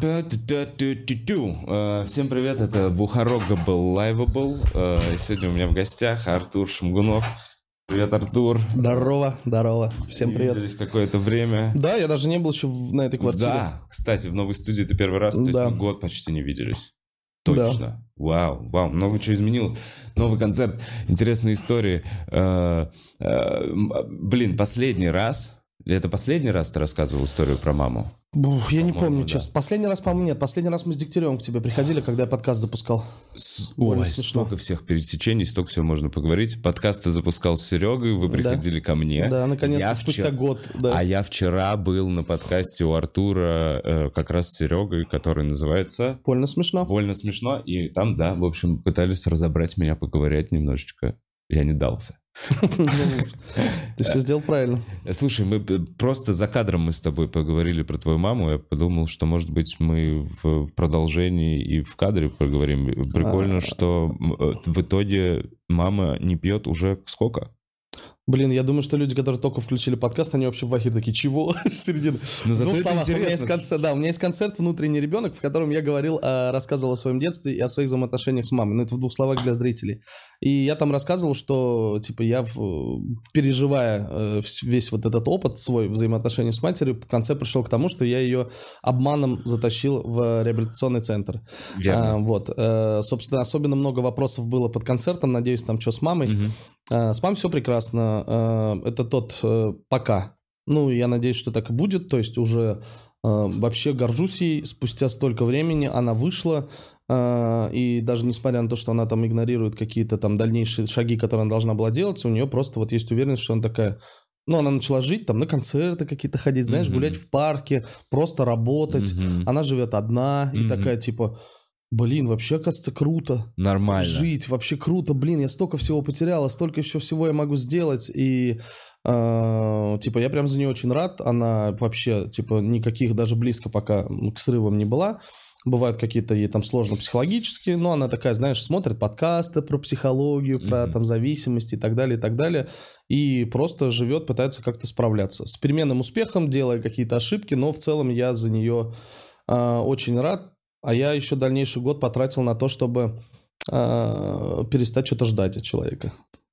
Всем привет, это Бухарогабл Лайвабл. Сегодня у меня в гостях Артур Шамгунов. Привет, Артур. Здорово. Всем привет. Виделись какое-то время. Да, я даже не был еще на этой квартире. Да, кстати, в новой студии ты первый раз, то есть Да. мы год почти не виделись. Точно. Да. Вау, много чего изменилось. Новый концерт, интересные истории. Последний раз... Это последний раз ты рассказывал историю про маму? Я не помню, честно. Последний раз, по-моему, нет. Последний раз мы с Дегтяревым к тебе приходили, когда я подкаст запускал. Ой, столько всех пересечений, столько всего можно поговорить. Подкаст ты запускал с Серегой, вы приходили ко мне. Да, наконец-то, спустя год. Да. А я вчера был на подкасте у Артура как раз с Серегой, который называется... Больно смешно. Больно смешно. И там, да, в общем, пытались разобрать меня, поговорить немножечко. Я не дался. Ты все сделал правильно. Слушай, мы просто за кадром мы с тобой поговорили про твою маму. Я подумал, что, может быть, мы в продолжении и в кадре поговорим. Прикольно, что в итоге мама не пьет уже сколько? Блин, я думаю, что люди, которые только включили подкаст, они вообще в ахере такие, чего? Середина. Ну, зато это интересно. У меня есть концерт «Внутренний ребенок», в котором я рассказывал о своем детстве и о своих взаимоотношениях с мамой. Ну, это в 2 словах для зрителей. И я там рассказывал, что, я, переживая весь вот этот опыт свой взаимоотношений с матерью, в конце пришел к тому, что я ее обманом затащил в реабилитационный центр. Собственно, особенно много вопросов было под концертом. Надеюсь, там что с мамой. С мамой все прекрасно. Это пока. Ну, я надеюсь, что так и будет. То есть уже вообще горжусь ей. Спустя столько времени она вышла. И даже несмотря на то, что она там игнорирует какие-то там дальнейшие шаги, которые она должна была делать, у нее просто вот есть уверенность, что она такая... Ну, она начала жить, там, на концерты какие-то ходить, знаешь, гулять в парке, просто работать. Она живет одна и такая, типа... Блин, вообще, оказывается, круто. Нормально. Жить, вообще круто. Блин, я столько всего потеряла, столько еще всего я могу сделать. И, я прям за нее очень рад. Она вообще, никаких даже близко пока к срывам не была. Бывают какие-то ей там сложно психологические, но она такая, знаешь, смотрит подкасты про психологию, про там зависимости и так далее, и так далее. И просто живет, пытается как-то справляться. С переменным успехом, делая какие-то ошибки, но в целом я за нее очень рад. А я еще дальнейший год потратил на то, чтобы перестать что-то ждать от человека.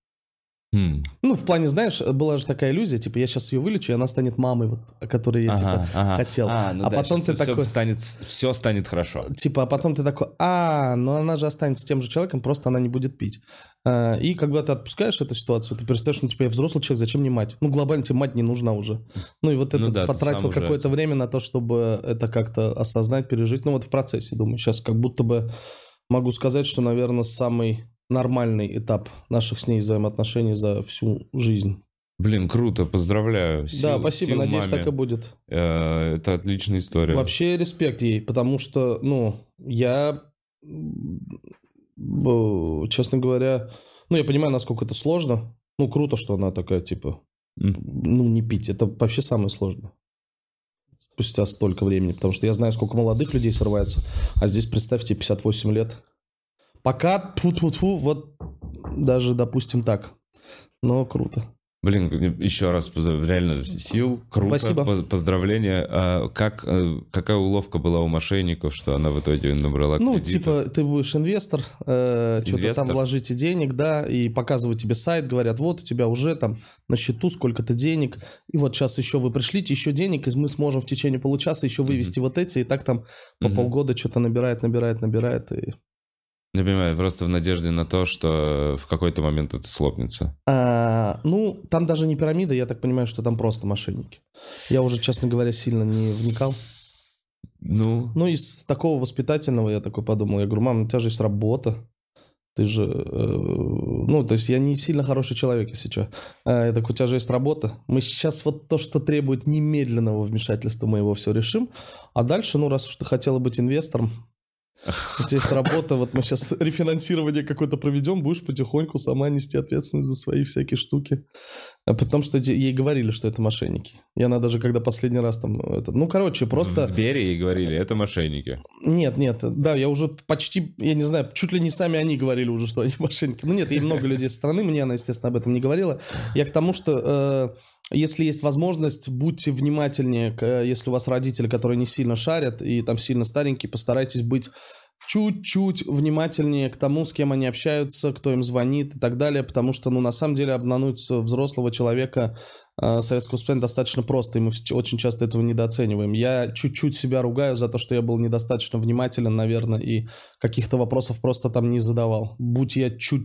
Ну, в плане, знаешь, была же такая иллюзия, я сейчас ее вылечу, и она станет мамой, вот, о которой я, хотел. Потом ты такой... Все станет хорошо. А потом ты такой, но она же останется тем же человеком, просто она не будет пить. И когда ты отпускаешь эту ситуацию, ты перестаешь, я взрослый человек, зачем мне мать? Ну, глобально тебе мать не нужна уже. Ну, и вот это потратил какое-то время на то, чтобы это как-то осознать, пережить. Ну, вот в процессе, думаю, сейчас как будто бы могу сказать, что, наверное, самый... нормальный этап наших с ней взаимоотношений за всю жизнь. Блин, круто, поздравляю. Да, спасибо, надеюсь, так и будет. Это отличная история. Вообще респект ей, потому что, я, честно говоря, я понимаю, насколько это сложно. Круто, что она такая, не пить. Это вообще самое сложное. Спустя столько времени, потому что я знаю, сколько молодых людей срывается, а здесь, представьте, 58 лет. Пока, вот даже, допустим, так. Но круто. Блин, еще раз, реально, сил, круто, спасибо. Поздравления. Какая уловка была у мошенников, что она в итоге набрала кредитов? Ты будешь инвестор, что-то там вложите денег, да, и показывают тебе сайт, говорят, вот у тебя уже там на счету сколько-то денег, и вот сейчас еще вы пришлите еще денег, и мы сможем в течение получаса еще вывести вот эти, и так там по полгода что-то набирает, и... Я понимаю, просто в надежде на то, что в какой-то момент это слопнется. Там даже не пирамида, я так понимаю, что там просто мошенники. Я уже, честно говоря, сильно не вникал. Из такого воспитательного я такой подумал, я говорю, мам, у тебя же есть работа, ты же... то есть я не сильно хороший человек, если что. Я такой, у тебя же есть работа, мы сейчас вот то, что требует немедленного вмешательства, мы его все решим, а дальше, раз уж ты хотела быть инвестором, у тебя есть работа, вот мы сейчас рефинансирование какое-то проведем, будешь потихоньку сама нести ответственность за свои всякие штуки. Потому что ей говорили, что это мошенники. И она даже когда последний раз там... просто... В Сбере ей говорили, это мошенники. Нет, да, я уже почти, я не знаю, чуть ли не сами они говорили уже, что они мошенники. Нет, ей много людей со стороны, мне она, естественно, об этом не говорила. Я к тому, что Если есть возможность, будьте внимательнее, если у вас родители, которые не сильно шарят и там сильно старенькие, постарайтесь быть чуть-чуть внимательнее к тому, с кем они общаются, кто им звонит и так далее, потому что, на самом деле, обмануть взрослого человека советского воспитания достаточно просто, и мы очень часто этого недооцениваем. Я чуть-чуть себя ругаю за то, что я был недостаточно внимателен, наверное, и каких-то вопросов просто там не задавал. Будь я чуть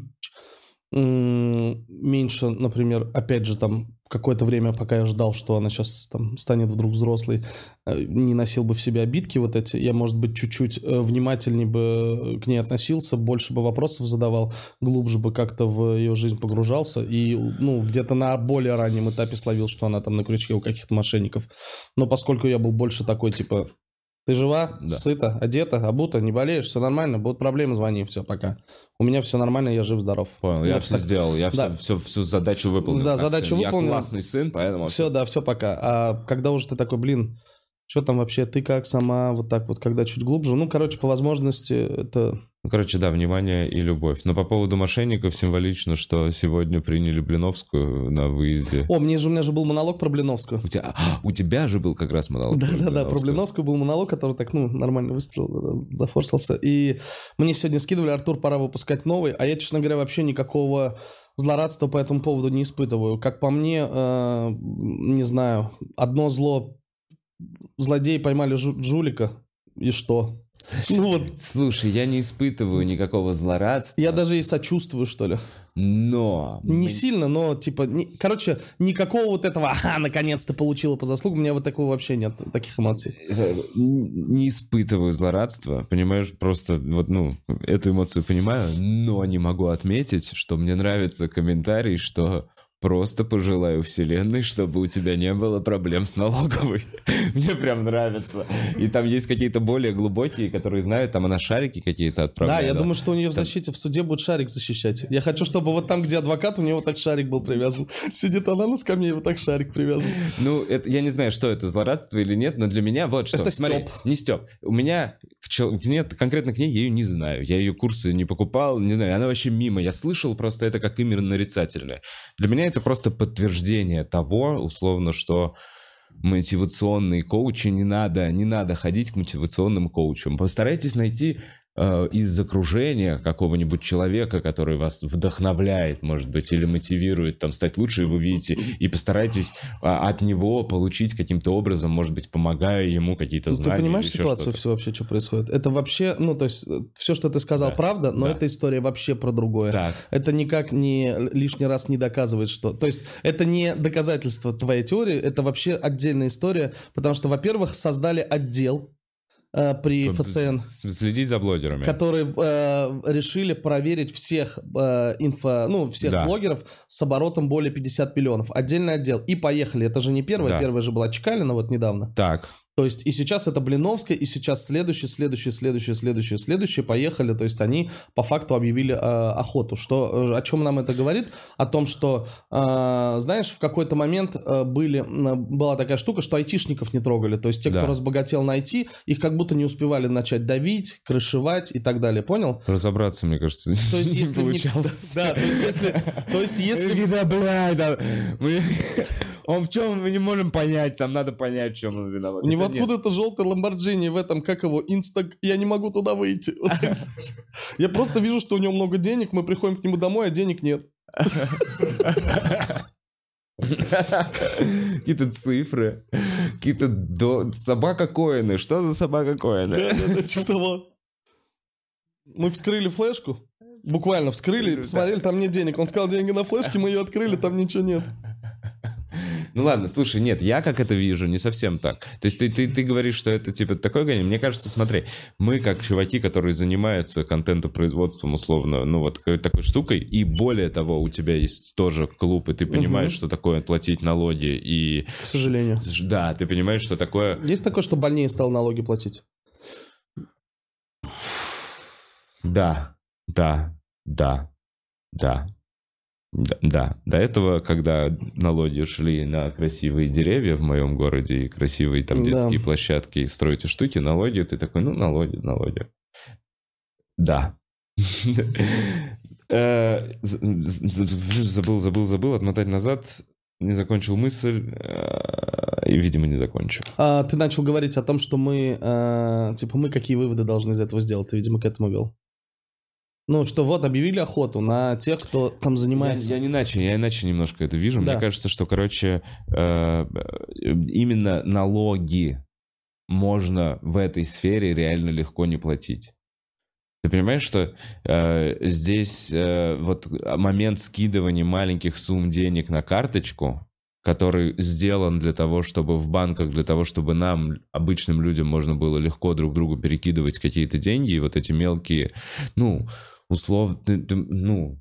меньше, например, опять же, там, какое-то время, пока я ждал, что она сейчас там станет вдруг взрослой, не носил бы в себе обидки вот эти, я, может быть, чуть-чуть внимательнее бы к ней относился, больше бы вопросов задавал, глубже бы как-то в ее жизнь погружался и, где-то на более раннем этапе словил, что она там на крючке у каких-то мошенников. Но поскольку я был больше такой, типа, ты жива, Да. сыта, одета, обута, не болеешь, все нормально, будут проблемы, звони, все, пока. У меня все нормально, я жив-здоров. Понял, я все сделал, я всю задачу выполнил. Да, задачу выполнил. Я классный сын, поэтому... Все, да, все, пока. А когда уже ты такой, что там вообще, ты как сама, вот так вот, когда чуть глубже. По возможности это... да, внимание и любовь. Но по поводу мошенников символично, что сегодня приняли Блиновскую на выезде. У меня же был монолог про Блиновскую. У тебя же был как раз монолог. Да, про Блиновскую был монолог, который так, нормально выстрелил, зафорсился. И мне сегодня скидывали, Артур, пора выпускать новый, а я, честно говоря, вообще никакого злорадства по этому поводу не испытываю. Как по мне, не знаю, одно зло, злодеи поймали жулика, и что? Слушай, я не испытываю никакого злорадства. Я даже и сочувствую, что ли. Но... Не сильно, но, никакого вот этого, наконец-то получила по заслугам, у меня вот такого вообще нет, таких эмоций. Не испытываю злорадства, понимаешь, просто эту эмоцию понимаю, но не могу отметить, что мне нравится комментарий, что... Просто пожелаю вселенной, чтобы у тебя не было проблем с налоговой. Мне прям нравится. И там есть какие-то более глубокие, которые знают, там она шарики какие-то отправляет. Да, я думаю, что у нее в защите в суде будет шарик защищать. Я хочу, чтобы вот там, где адвокат, у него так шарик был привязан. Сидит она на скамье, вот так шарик привязан. Это, я не знаю, что это, злорадство или нет, но для меня вот что. Это Смотри, Степ. Не Степ. У меня конкретно к ней, я ее не знаю. Я ее курсы не покупал, не знаю. Она вообще мимо. Я слышал просто это как имя нарицательное. Для меня это просто подтверждение того, условно, что мотивационные коучи не надо ходить к мотивационным коучам. Постарайтесь найти из окружения какого-нибудь человека, который вас вдохновляет, может быть, или мотивирует там стать лучше, и вы видите, и постарайтесь от него получить каким-то образом, может быть, помогая ему какие-то знания. Ты понимаешь ситуацию, все вообще, что происходит? Это вообще, все, что ты сказал, да, правда, но эта история вообще про другое. Так. Это никак не лишний раз не доказывает, что... То есть это не доказательство твоей теории, это вообще отдельная история, потому что, во-первых, создали отдел при ФСН, следить за блогерами, которые решили проверить всех всех блогеров с оборотом более 50 миллионов. Отдельный отдел. И поехали. Это же не первая. Да. Первая же была Чекалина вот недавно. Так. То есть и сейчас это Блиновская, и сейчас следующие поехали. То есть они по факту объявили охоту. О чем нам это говорит? О том, что, знаешь, в какой-то момент была такая штука, что айтишников не трогали. То есть те, кто разбогател на IT, их как будто не успевали начать давить, крышевать и так далее. Понял? Разобраться, мне кажется, то есть, не получалось. Да, то есть если... Он в чем, мы не можем понять, там надо понять, в чем он виноват. У него откуда-то желтый Ламборджини в этом, я не могу туда выйти. Я просто вижу, что у него много денег, мы приходим к нему домой, а денег нет. Какие-то цифры, какие-то собака-коины. Что за собака-коины? Да, типа того. Мы вскрыли флешку, буквально вскрыли, посмотрели, там нет денег. Он сказал, деньги на флешке, мы ее открыли, там ничего нет. Ну ладно, слушай, нет, я как это вижу, не совсем так. То есть ты говоришь, что это типа такое гонение. Мне кажется, смотри, мы как чуваки, которые занимаются контентопроизводством, условно, такой штукой, и более того, у тебя есть тоже клуб, и ты понимаешь, что такое платить налоги, и... К сожалению. Да, ты понимаешь, что такое... Есть такое, что больнее стал налоги платить? Да. До этого, когда налоги шли на красивые деревья в моем городе и красивые там детские площадки и строите штуки, налоги, ты такой, налоги. Да. Забыл отмотать назад. Не закончил мысль и, видимо, не закончил. Ты начал говорить о том, что мы, типа, мы какие выводы должны из этого сделать. Ты, видимо, к этому вел. Ну, что вот объявили охоту на тех, кто там занимается. Я иначе немножко это вижу. Да. Мне кажется, что, короче, именно налоги можно в этой сфере реально легко не платить. Ты понимаешь, что здесь вот момент скидывания маленьких сумм денег на карточку, который сделан для того, чтобы в банках, для того, чтобы нам, обычным людям, можно было легко друг другу перекидывать какие-то деньги, и вот эти мелкие, ну, условно, ну,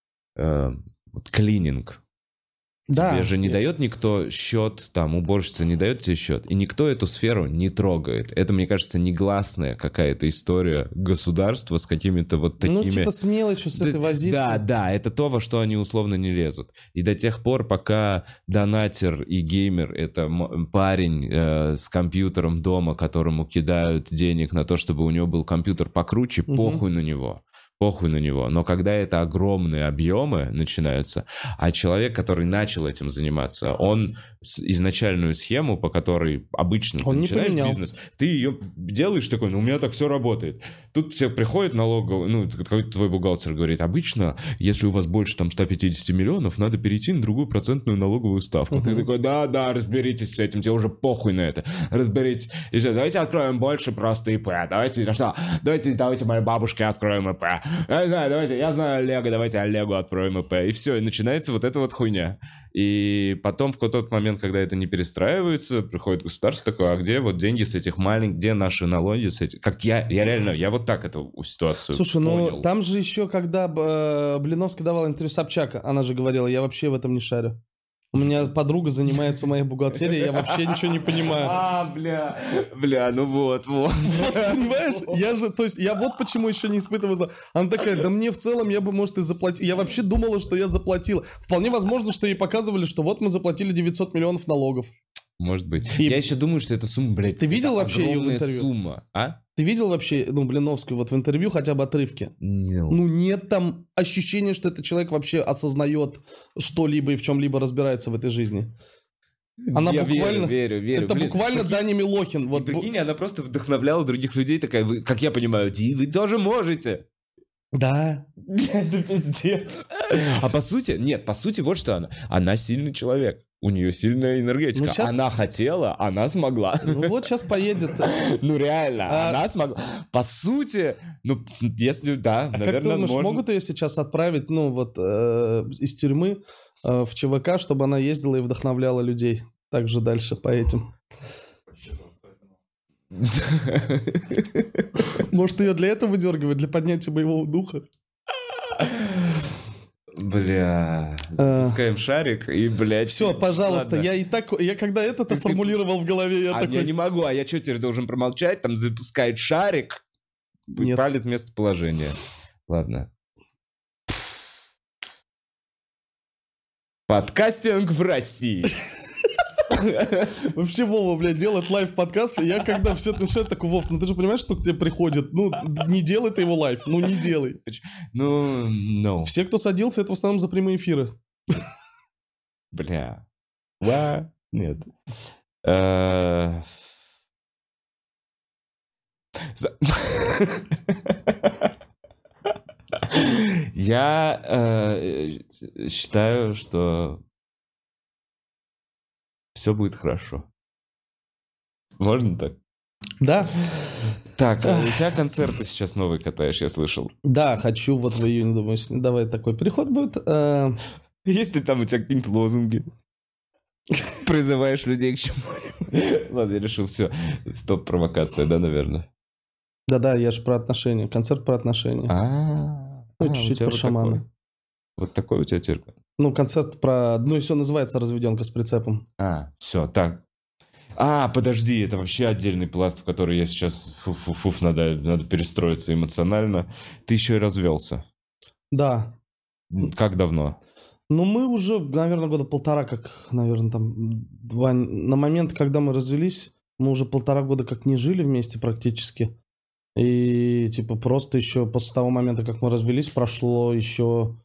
вот клининг. Да. Тебе же не дает никто счет, там, уборщица не дает тебе счет, и никто эту сферу не трогает. Это, мне кажется, негласная какая-то история государства с какими-то вот такими... Ну, типа с мелочью, с этой возиться. Да, это то, во что они условно не лезут. И до тех пор, пока донатер и геймер — это парень с компьютером дома, которому кидают денег на то, чтобы у него был компьютер покруче, похуй на него. Но когда это огромные объемы начинаются, а человек, который начал этим заниматься, он изначальную схему, по которой обычно ты начинаешь бизнес, ты ее делаешь такой, ну у меня так все работает. Тут тебе приходит налоговый, ну какой-то твой бухгалтер говорит, обычно, если у вас больше там 150 миллионов, надо перейти на другую процентную налоговую ставку. Ты такой, да, разберитесь с этим, тебе уже похуй на это, разберитесь. И все, давайте откроем больше просто ИП, давайте моей бабушке откроем ИП. Я знаю Олега, давайте Олегу откроем ИП. И все, и начинается вот эта вот хуйня. И потом в тот момент, когда это не перестраивается, приходит государство такое, а где вот деньги с этих маленьких, где наши налоги с этих... Как я реально, я вот так эту ситуацию Слушай, понял. ну там же еще, когда Блиновский давал интервью Собчак, она же говорила, я вообще в этом не шарю. У меня подруга занимается моей бухгалтерией, я вообще ничего не понимаю. Бля, ну вот. Понимаешь, я вот почему еще не испытываю. Она такая, да мне в целом я бы, может, и заплатил. Я вообще думала, что я заплатила. Вполне возможно, что ей показывали, что вот мы заплатили 900 миллионов налогов. Может быть. Я еще думаю, что эта сумма, блядь, ты видел вообще ее в интервью? Сумма, а? Ты видел вообще, Блиновскую вот в интервью хотя бы отрывки? No. Ну, нет там ощущения, что этот человек вообще осознает что-либо и в чем-либо разбирается в этой жизни. Она я буквально... верю. Это буквально Даня Милохин. Вот, прикинь, она просто вдохновляла других людей, такая, как я понимаю, вы тоже можете. Да. Это пиздец. А по сути, вот что она. Она сильный человек. У нее сильная энергетика. Ну, сейчас... Она хотела, она смогла. Ну вот сейчас поедет. Ну реально, она смогла. По сути, ну если, да, наверное, как ты думаешь, могут ее сейчас отправить, ну вот, из тюрьмы в ЧВК, чтобы она ездила и вдохновляла людей также дальше по этим? Может, ее для этого выдергивать, для поднятия боевого духа? Бля, запускаем шарик и, блядь... Все, пожалуйста, ладно. Я когда это формулировал в голове, я такой... я не могу, а я что, теперь должен промолчать? Там запускает шарик, Нет. палит местоположение. Ладно. Подкастинг в России. Вообще Вова, блядь, делает лайв-подкаст, и я когда все это начинаю, такой, Вов, ну ты же понимаешь, что к тебе приходит? Ну, не делай ты его лайв, ну не делай. Ну, no. Все, кто садился, это в основном за прямые эфиры. Бля. Нет. Я считаю, что все будет хорошо. Можно так? Да. Так, у тебя концерты сейчас новые катаешь, я слышал. Да, хочу вот в июне, думаю, давай такой переход будет. Есть ли там у тебя какие-нибудь лозунги? Призываешь людей к чему? Ладно, я решил, все. Стоп, провокация, да, наверное? Да, я же про отношения. Концерт про отношения. Ну, чуть-чуть про шамана. Вот такой у тебя теперь. Ну, концерт про... Ну, и все называется «Разведенка с прицепом». Все, так. Подожди, это вообще отдельный пласт, в который я сейчас... Надо перестроиться эмоционально. Ты еще и развелся. Да. Как давно? Ну, мы уже, наверное, года полтора, как, наверное, там... На момент, когда мы развелись, мы уже 1,5 года как не жили вместе практически. И, типа, просто еще после того момента, как мы развелись, прошло еще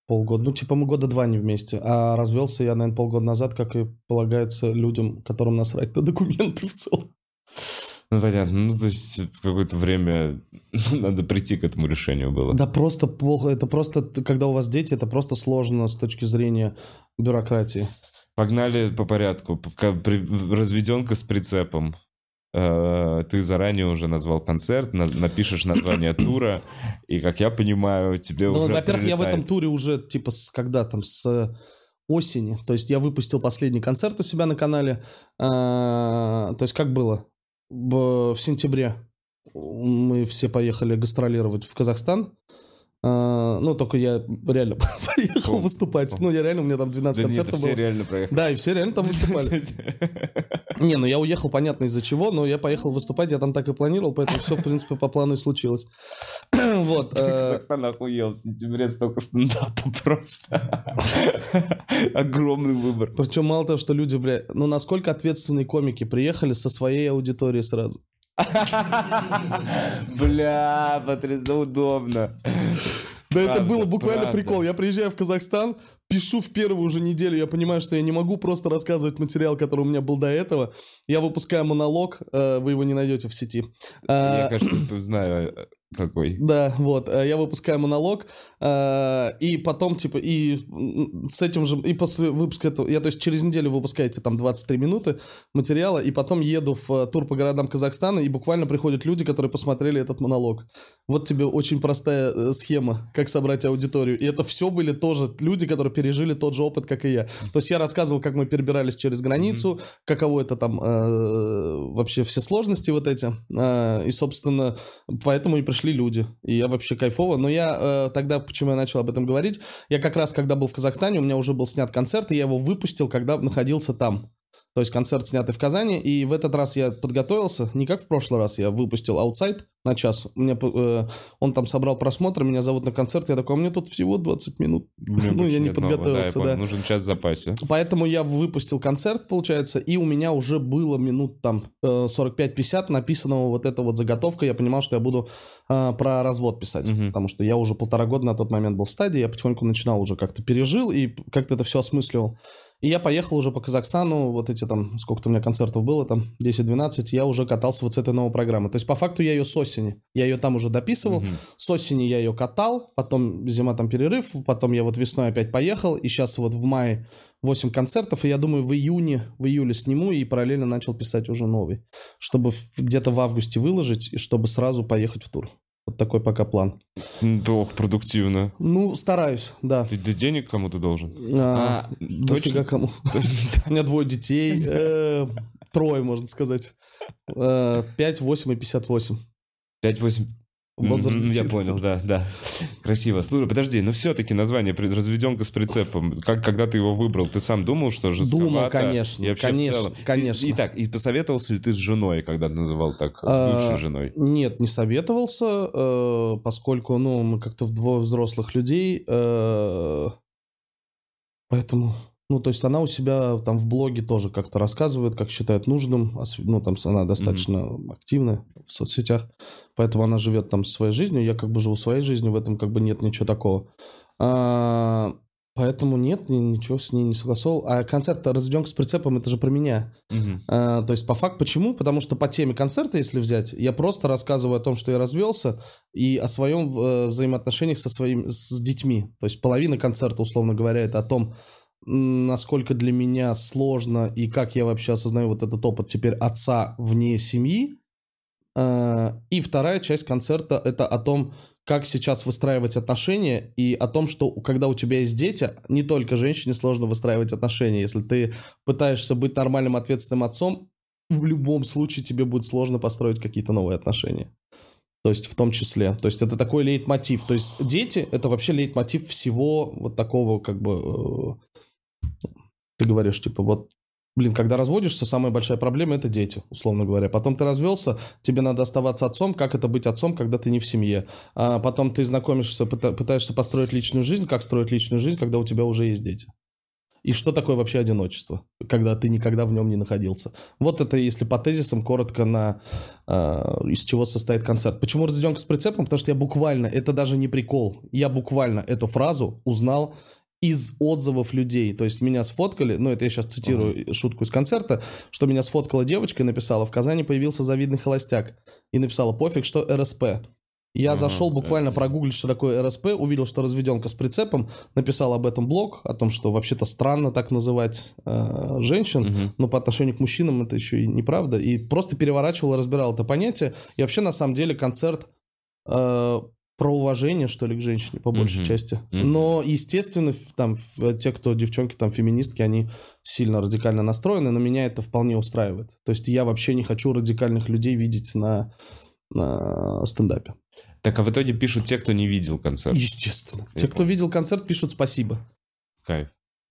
полгода. Ну, типа мы года 2 не вместе. А развелся я, наверное, полгода назад, как и полагается людям, которым насрать на документы в целом. Ну, понятно. Ну, то есть в какое-то время надо прийти к этому решению было. Да просто плохо. Это просто, когда у вас дети, это просто сложно с точки зрения бюрократии. Погнали по порядку. Разведенка с прицепом. Ты заранее уже назвал концерт, напишешь название тура, и, как я понимаю, тебе Ну, уже во-первых, я в этом прилетает. туре уже, типа, когда там, с осени. То есть я выпустил последний концерт у себя на канале. То есть как было? В сентябре мы все поехали гастролировать в Казахстан. Ну, только я реально поехал выступать. Ну, я реально, у меня там 12 Да нет, концертов все было. реально проехали. Да, и все реально там выступали. Не, ну я уехал, понятно, из-за чего, но я поехал выступать, я там так и планировал, поэтому все, в принципе, по плану и случилось. Вот. Казахстан охуел, в сентябре столько стендапа просто. Огромный выбор. Причем мало того, что люди, бля, ну насколько ответственные комики приехали со своей аудиторией сразу. Бля, удобно. Да, это Правда, было буквально правда. прикол. Я приезжаю в Казахстан, пишу в первую уже неделю, я понимаю, что я не могу просто рассказывать материал, который у меня был до этого. Я выпускаю монолог, вы его не найдете в сети. Я, кажется, знаю, какой. Да, вот, я выпускаю монолог, и потом, типа, и с этим же, и после выпуска этого, я, то есть, через неделю выпускаете там 23 минуты материала, и потом еду в тур по городам Казахстана, и буквально приходят люди, которые посмотрели этот монолог. Вот тебе очень простая схема, как собрать аудиторию. И это все были тоже люди, которые пережили тот же опыт, как и я. То есть я рассказывал, как мы перебирались через границу, каково это там, вообще все сложности вот эти, и, собственно, поэтому и пришли люди, и я вообще кайфово. Но я тогда, почему я начал об этом говорить, я как раз, когда был в Казахстане, у меня уже был снят концерт, и я его выпустил, когда находился там. То есть концерт снятый в Казани, и в этот раз я подготовился, не как в прошлый раз, я выпустил аутсайд на час. Он там собрал просмотры, меня зовут на концерт, я такой, а мне тут всего 20 минут. Ну, я не подготовился, да. Нужен час в запасе. Поэтому я выпустил концерт, получается, и у меня уже было минут там 45-50 написанного вот эта вот заготовка. Я понимал, что я буду про развод писать, потому что я уже 1,5 года на тот момент был в стадии, я потихоньку начинал уже как-то пережил и как-то это все осмысливал. И я поехал уже по Казахстану, вот эти там, сколько-то у меня концертов было, там 10-12, я уже катался вот с этой новой программой. То есть по факту я ее с осени, я ее там уже дописывал, с осени я ее катал, потом зима там перерыв, потом я вот весной опять поехал, и сейчас вот в мае 8 концертов, и я думаю в июле сниму и параллельно начал писать уже новый, чтобы где-то в августе выложить и чтобы сразу поехать в тур. Вот такой пока план. Ох, продуктивно. Ну, стараюсь, да. Ты денег кому-то должен? Дофига кому. У меня 2 детей, 3, можно сказать. 5, 8 и 58. 5-8. Возраст Я детей. понял, да. Красиво. Слушай, подожди, но все-таки название «Разведенка с прицепом», когда ты его выбрал, ты сам думал, что жестковато? Думал, конечно, И вообще в целом? конечно. Итак, и посоветовался ли ты с женой, когда называл так, с бывшей женой? Нет, не советовался, поскольку, ну, мы как-то 2 взрослых людей, поэтому... Ну, то есть она у себя там в блоге тоже как-то рассказывает, как считает нужным. Ну, там она достаточно активная в соцсетях, поэтому она живет там своей жизнью. Я как бы живу своей жизнью, в этом как бы нет ничего такого. Поэтому нет, ничего с ней не согласовал. А концерт «Разведенка с прицепом» — это же про меня. То есть по факту почему? Потому что по теме концерта, если взять, я просто рассказываю о том, что я развелся, и о своем взаимоотношениях с детьми. То есть половина концерта, условно говоря, это о том, насколько для меня сложно и как я вообще осознаю вот этот опыт теперь отца вне семьи. И вторая часть концерта — это о том, как сейчас выстраивать отношения, и о том, что когда у тебя есть дети, не только женщине сложно выстраивать отношения. Если ты пытаешься быть нормальным, ответственным отцом, в любом случае тебе будет сложно построить какие-то новые отношения. То есть в том числе. То есть это такой лейтмотив. То есть дети — это вообще лейтмотив всего вот такого как бы... Ты говоришь, типа, вот, блин, когда разводишься, самая большая проблема — это дети, условно говоря. Потом ты развелся, тебе надо оставаться отцом. Как это быть отцом, когда ты не в семье? А потом ты знакомишься, пытаешься построить личную жизнь. Как строить личную жизнь, когда у тебя уже есть дети? И что такое вообще одиночество, когда ты никогда в нем не находился. Вот это, если по тезисам, коротко из чего состоит концерт. Почему «Разведенка с прицепом»? Потому что я буквально, это даже не прикол, я буквально эту фразу узнал из отзывов людей. То есть меня сфоткали, это я сейчас цитирую шутку из концерта, что меня сфоткала девочка и написала: в Казани появился завидный холостяк. И написала: пофиг, что РСП. Я зашел буквально прогуглить, что такое РСП, увидел, что «Разведенка с прицепом», написал об этом блог, о том, что вообще-то странно так называть женщин, но по отношению к мужчинам это еще и неправда. И просто переворачивал и разбирал это понятие. И вообще, на самом деле, концерт... про уважение, что ли, к женщине, по большей части. Но, естественно, там, те, кто девчонки, там, феминистки, они сильно радикально настроены, но меня это вполне устраивает. То есть я вообще не хочу радикальных людей видеть на стендапе. Так, а в итоге пишут те, кто не видел концерт? Естественно. Те, кто видел концерт, пишут спасибо. Кайф.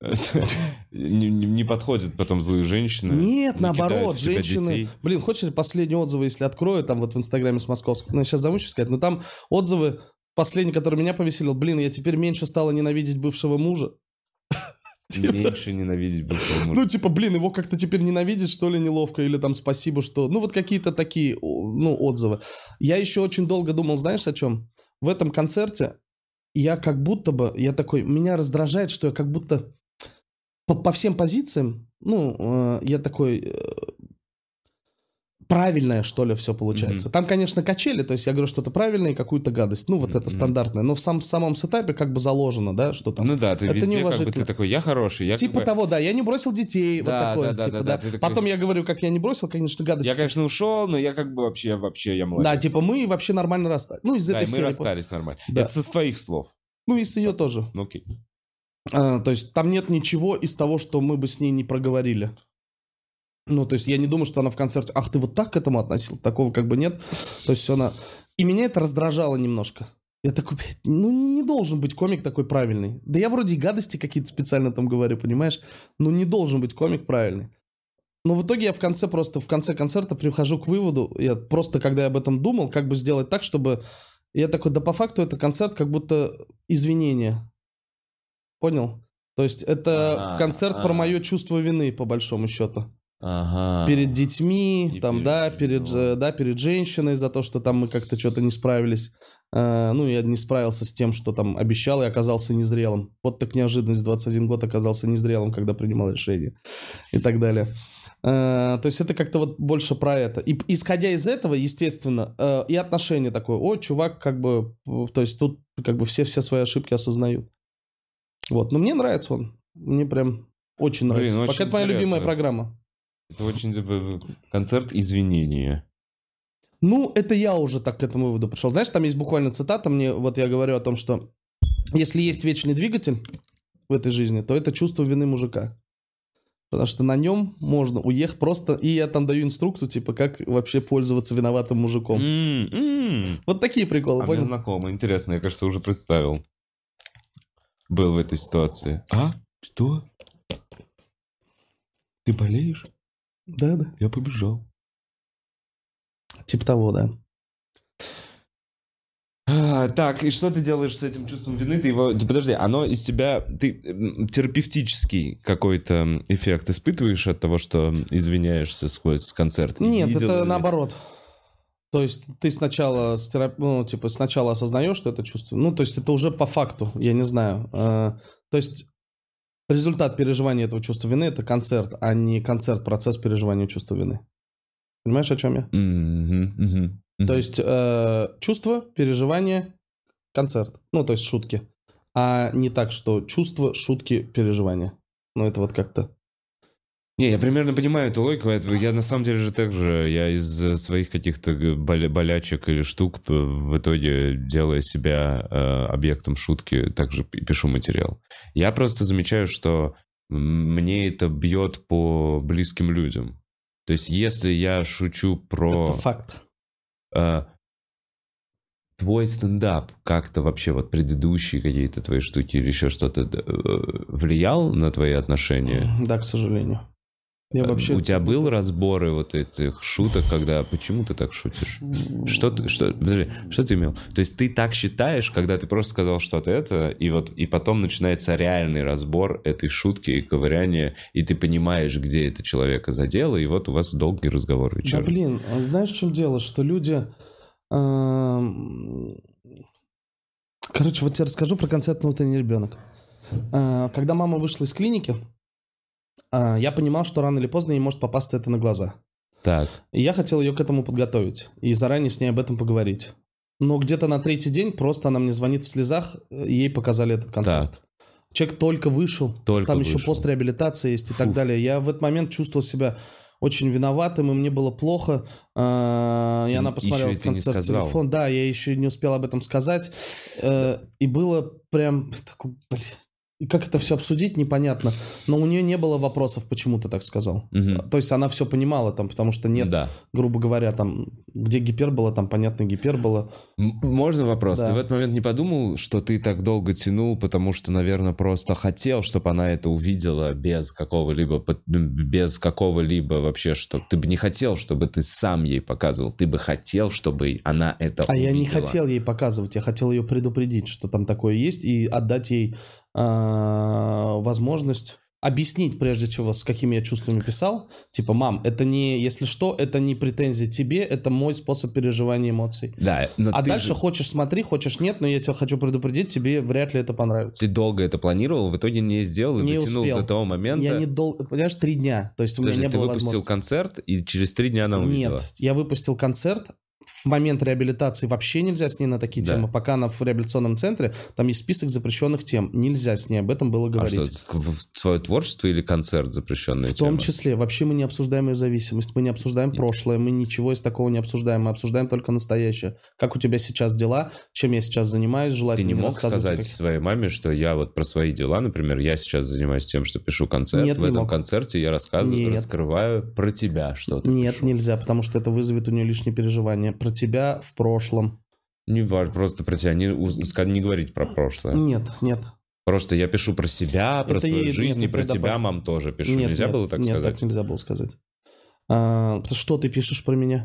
Не подходят потом злые женщины. Нет, наоборот, женщины... Блин, хочешь последние отзывы, если открою, там вот в Инстаграме с московского... сейчас замучусь сказать, но там отзывы, последний, который меня повеселил: блин, я теперь меньше стала ненавидеть бывшего мужа. Меньше ненавидеть бывшего мужа. Блин, его как-то теперь ненавидеть, что ли, неловко, или там спасибо, что... вот какие-то такие, отзывы. Я еще очень долго думал, знаешь, о чем? В этом концерте я как будто бы... Меня раздражает, что я как будто... По всем позициям, я такой... правильное, что ли, все получается. Там, конечно, качели, то есть я говорю что-то правильное и какую-то гадость. это стандартное. Но в самом сетапе как бы заложено, да, что там. Ты это везде как бы ты такой: я хороший. Я типа того, да, я не бросил детей, да, вот такое. Да. Потом я говорю, как я не бросил, конечно, гадость. Я, конечно, ушел, но я как бы вообще я молодец. Да, мы вообще нормально расстались. Из этой серии. Мы расстались нормально. Да. Это со твоих слов. И с ее тоже. Окей. То есть там нет ничего из того, что мы бы с ней не проговорили. То есть я не думаю, что она в концерте: ах, ты вот так к этому относился? Такого как бы нет. То есть она... И меня это раздражало немножко. Я такой: не должен быть комик такой правильный. Да я вроде и гадости какие-то специально там говорю, понимаешь? Не должен быть комик правильный. Но в итоге я в конце концерта прихожу к выводу, я просто, когда я об этом думал, как бы сделать так, чтобы... Я такой: да по факту это концерт как будто извинение. Понял? То есть это концерт про мое чувство вины, по большому счету. Перед детьми, перед женщиной за то, что там мы как-то что-то не справились. Я не справился с тем, что там обещал, и оказался незрелым. Вот так неожиданность, 21 год оказался незрелым, когда принимал решение. И так далее. То есть это как-то вот больше про это. И исходя из этого, естественно, и отношение такое: чувак, как бы... То есть тут как бы все свои ошибки осознают. Но мне нравится он. Мне прям очень нравится. Очень пока это моя любимая программа. Это очень концерт извинения. Это я уже так к этому выводу пришел. Знаешь, там есть буквально цитата мне, я говорю о том, что если есть вечный двигатель в этой жизни, то это чувство вины мужика. Потому что на нем можно уехать просто... И я там даю инструкцию, типа, как вообще пользоваться виноватым мужиком. Вот такие приколы, понял? Мне знакомо, интересно, я, кажется, уже представил. Был в этой ситуации. Что? Ты болеешь? Да. Я побежал. Типа того, да. Так, и что ты делаешь с этим чувством вины? Подожди, оно из тебя... Ты терапевтический какой-то эффект испытываешь от того, что извиняешься сквозь концерт? Нет, это наоборот. То есть ты сначала сначала осознаешь, что это чувство. То есть это уже по факту, я не знаю. То есть результат переживания этого чувства вины — это концерт, а не процесс переживания чувства вины. Понимаешь, о чем я? То есть чувство, переживание, концерт. То есть шутки. А не так, что чувство, шутки, переживания. Это вот как-то... Не, я примерно понимаю эту логику. Я на самом деле же так же, я из своих каких-то болячек или штук в итоге, делая себя объектом шутки, также пишу материал. Я просто замечаю, что мне это бьет по близким людям. То есть если я шучу про... Это факт. Твой стендап как-то вообще, предыдущие какие-то твои штуки или еще что-то влиял на твои отношения? Да, к сожалению. Я вообще... У тебя был разборы вот этих шуток, когда почему ты так шутишь? Подожди, что ты имел? То есть ты так считаешь, когда ты просто сказал что-то это, и потом начинается реальный разбор этой шутки и ковыряния, и ты понимаешь, где это человека задело, и вот у вас долгий разговор вечером. Да блин, знаешь, в чем дело? Что люди... Короче, вот тебе расскажу про концерт «Внутренний ребенок». Когда мама вышла из клиники, я понимал, что рано или поздно ей может попасться это на глаза. Так. И я хотел ее к этому подготовить и заранее с ней об этом поговорить. Но где-то на третий день просто она мне звонит в слезах, и ей показали этот концерт. Так. Человек только вышел, там еще постреабилитация есть и так далее. Я в этот момент чувствовал себя очень виноватым, и мне было плохо. И она посмотрела этот концерт в телефон. Да, я еще не успел об этом сказать. И было прям... И как это все обсудить, непонятно. Но у нее не было вопросов, почему ты так сказал. То есть она все понимала, там, потому что нет, грубо говоря, там, где гипербола, там, понятно, гипербола. Можно вопрос? Да. Ты в этот момент не подумал, что ты так долго тянул, потому что, наверное, просто хотел, чтобы она это увидела без какого-либо вообще, что ты бы не хотел, чтобы ты сам ей показывал. Ты бы хотел, чтобы она это увидела. Я не хотел ей показывать, я хотел ее предупредить, что там такое есть, и отдать ей возможность объяснить, прежде чего, с какими я чувствами писал. Типа, мам, это не, если что, это не претензия тебе, это мой способ переживания эмоций. Да, а дальше хочешь смотри, хочешь нет, но я тебя хочу предупредить, тебе вряд ли это понравится. Ты долго это планировал, в итоге не сделал и дотянул до того момента. Я не долго, понимаешь, 3 дня. То есть у меня не было возможности. Ты выпустил концерт, и через 3 дня она увидела? Нет, я выпустил концерт. В момент реабилитации вообще нельзя с ней на такие темы. Пока она в реабилитационном центре, там есть список запрещенных тем. Нельзя с ней об этом было говорить. А что, свое творчество или концерт запрещенная тема? В том числе. Вообще мы не обсуждаем ее зависимость, мы не обсуждаем прошлое, мы ничего из такого не обсуждаем. Мы обсуждаем только настоящее. Как у тебя сейчас дела, чем я сейчас занимаюсь, желательно не мог сказать своей маме, что я вот про свои дела, например, я сейчас занимаюсь тем, что пишу концерт. Нет, в этом концерте я рассказываю, раскрываю про тебя что-то. Нет, пишу. Нельзя, потому что это вызовет у нее лишние переживания. Про тебя в прошлом. Не важно, просто про тебя, не говорить про прошлое. Нет. Просто я пишу про себя, про свою жизнь, и про тебя, мам, тоже пишу. Нельзя было так сказать? Нет, так нельзя было сказать. Что ты пишешь про меня?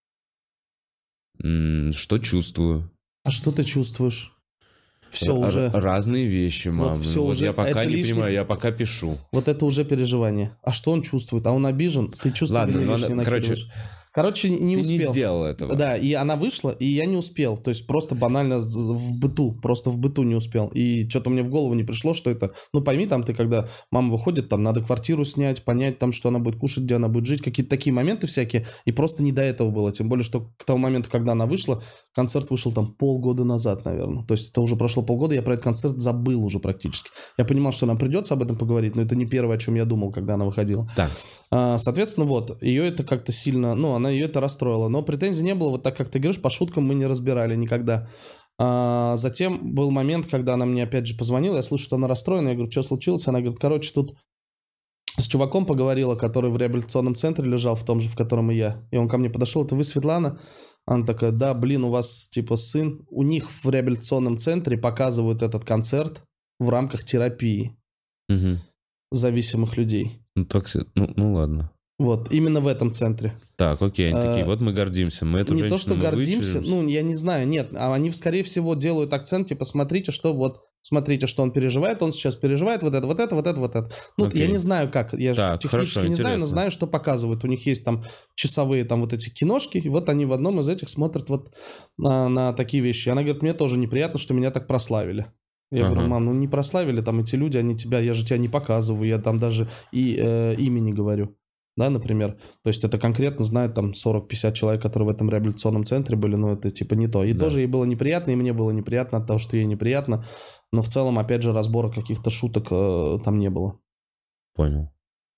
Что чувствую. А что ты чувствуешь? Все уже... Разные вещи, мам. Вот я пока не понимаю, я пока пишу. Вот это уже переживание. А что он чувствует? А он обижен? Ты чувствуешь, Короче, не успел. Ты не сделал этого. Да, и она вышла, и я не успел. То есть просто банально в быту не успел. И что-то мне в голову не пришло, что это... Ну, пойми, там ты, когда мама выходит, там надо квартиру снять, понять, там, что она будет кушать, где она будет жить, какие-то такие моменты всякие. И просто не до этого было. Тем более, что к тому моменту, когда она вышла, концерт вышел там полгода назад, наверное. То есть это уже прошло полгода, я про этот концерт забыл уже практически. Я понимал, что нам придется об этом поговорить, но это не первое, о чем я думал, когда она выходила. Так. Соответственно, вот, ее это как-то сильно, ее это расстроило. Но претензий не было, вот так, как ты говоришь, по шуткам мы не разбирали никогда. Затем был момент, когда она мне опять же позвонила, я слышу, что она расстроена, я говорю, что случилось? Она говорит, короче, тут с чуваком поговорила, который в реабилитационном центре лежал, в том же, в котором и я. И он ко мне подошел, это вы, Светлана? Она такая, да, блин, у вас типа сын. У них в реабилитационном центре показывают этот концерт в рамках терапии зависимых людей. Ну ладно. Вот, именно в этом центре. Так, окей, они такие, вот мы гордимся, мы эту женщину не то, что гордимся, вычислим. Я не знаю, нет, они, скорее всего, делают акцент, типа, смотрите, что он переживает, он сейчас переживает вот это. Я не знаю, как, я же технически не знаю, но знаю, что показывают. У них есть там часовые там вот эти киношки, и вот они в одном из этих смотрят вот на такие вещи. И она говорит, мне тоже неприятно, что меня так прославили. Я говорю, мам, не прославили там эти люди, я же тебя не показываю, я там даже имя не говорю. Да, например. То есть это конкретно знают там 40-50 человек, которые в этом реабилитационном центре были, но это типа не то. И тоже ей было неприятно, и мне было неприятно от того, что ей неприятно. Но в целом, опять же, разбора каких-то шуток там не было. Понял.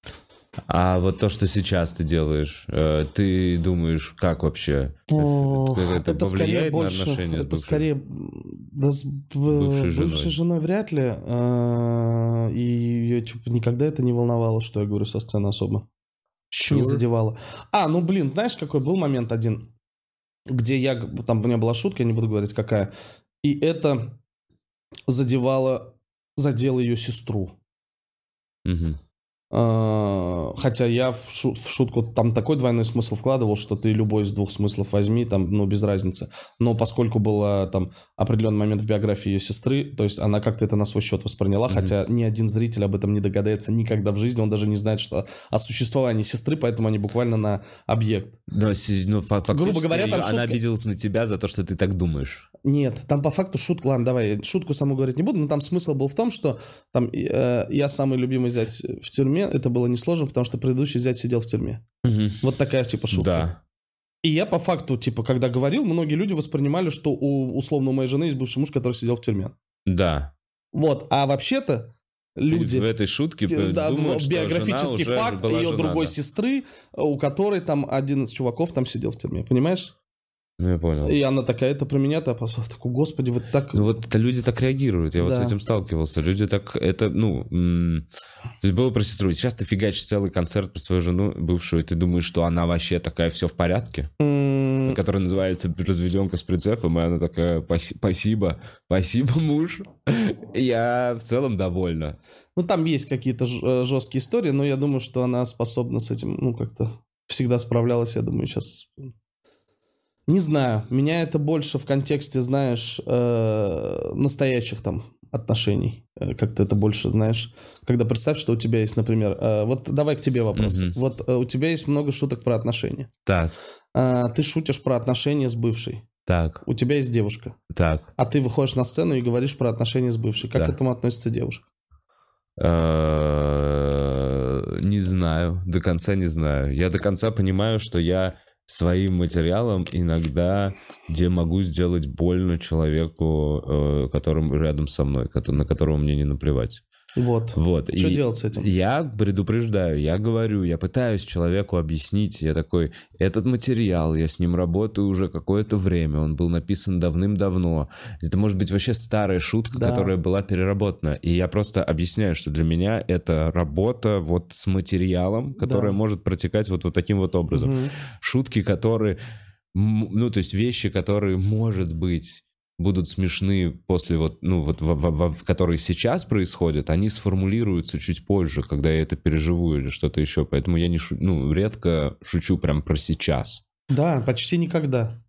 А вот то, что сейчас ты делаешь, ты думаешь, как вообще? Это повлияет на отношения? Это скорее с бывшей женой вряд ли. И ее никогда это не волновало, что я говорю со сцены особо. Не задевало. Знаешь, какой был момент один, где там у меня была шутка, я не буду говорить какая, и это задело ее сестру. Хотя я в шутку там такой двойной смысл вкладывал, что ты любой из двух смыслов возьми, там, ну, без разницы. Но поскольку был там определенный момент в биографии ее сестры, то есть она как-то это на свой счет восприняла, хотя ни один зритель об этом не догадается никогда в жизни, он даже не знает, что о существовании сестры, поэтому они буквально на объект. Но, грубо говоря, там она обиделась на тебя за то, что ты так думаешь. Нет, там по факту шутку, ладно, давай, шутку саму говорить не буду, но там смысл был в том, что там я самый любимый зять в тюрьме, это было несложно, потому что предыдущий зять сидел в тюрьме. Вот такая типа шутка. Да. И я по факту, типа, когда говорил, многие люди воспринимали, что условно у моей жены есть бывший муж, который сидел в тюрьме. Да. Вот, а вообще-то люди... В этой шутке думают, что биографический жена факт уже ее была другой жената. сестры, у которой там один из чуваков там сидел в тюрьме, понимаешь? Ну, я понял. И она такая, это про меня, ты такой, господи, вот так... Ну, вот это люди так реагируют, я вот с этим сталкивался. Люди так, это, то есть было про сестру. Сейчас ты фигачишь целый концерт про свою жену бывшую, и ты думаешь, что она вообще такая, все в порядке? Которая называется «Разведенка с прицепом», и она такая, спасибо, муж. Я в целом довольна. Ну, там есть какие-то жесткие истории, но я думаю, что она способна с этим, ну, как-то всегда справлялась, я думаю, сейчас... Не знаю, меня это больше в контексте, знаешь, настоящих там отношений. Как-то это больше, знаешь, когда представь, что у тебя есть, например... вот давай к тебе вопрос. Вот у тебя есть много шуток про отношения. Так. Ты шутишь про отношения с бывшей. Так. У тебя есть девушка. Так. А ты выходишь на сцену и говоришь про отношения с бывшей. Как к этому относится девушка? Не знаю. До конца не знаю. Я до конца понимаю, что я своим материалом иногда где могу сделать больно человеку, которым рядом со мной, на которого мне не наплевать. Вот. Что И делать с этим? Я предупреждаю, я говорю, я пытаюсь человеку объяснить. Я такой, этот материал, я с ним работаю уже какое-то время, он был написан давным-давно. Это может быть вообще старая шутка, которая была переработана. И я просто объясняю, что для меня это работа вот с материалом, которая может протекать вот таким вот образом. Шутки, которые, ну, то есть вещи, которые, может быть, будут смешны после которые сейчас происходят, они сформулируются чуть позже, когда я это переживу или что-то еще. Поэтому я редко шучу прям про сейчас. Да, почти никогда.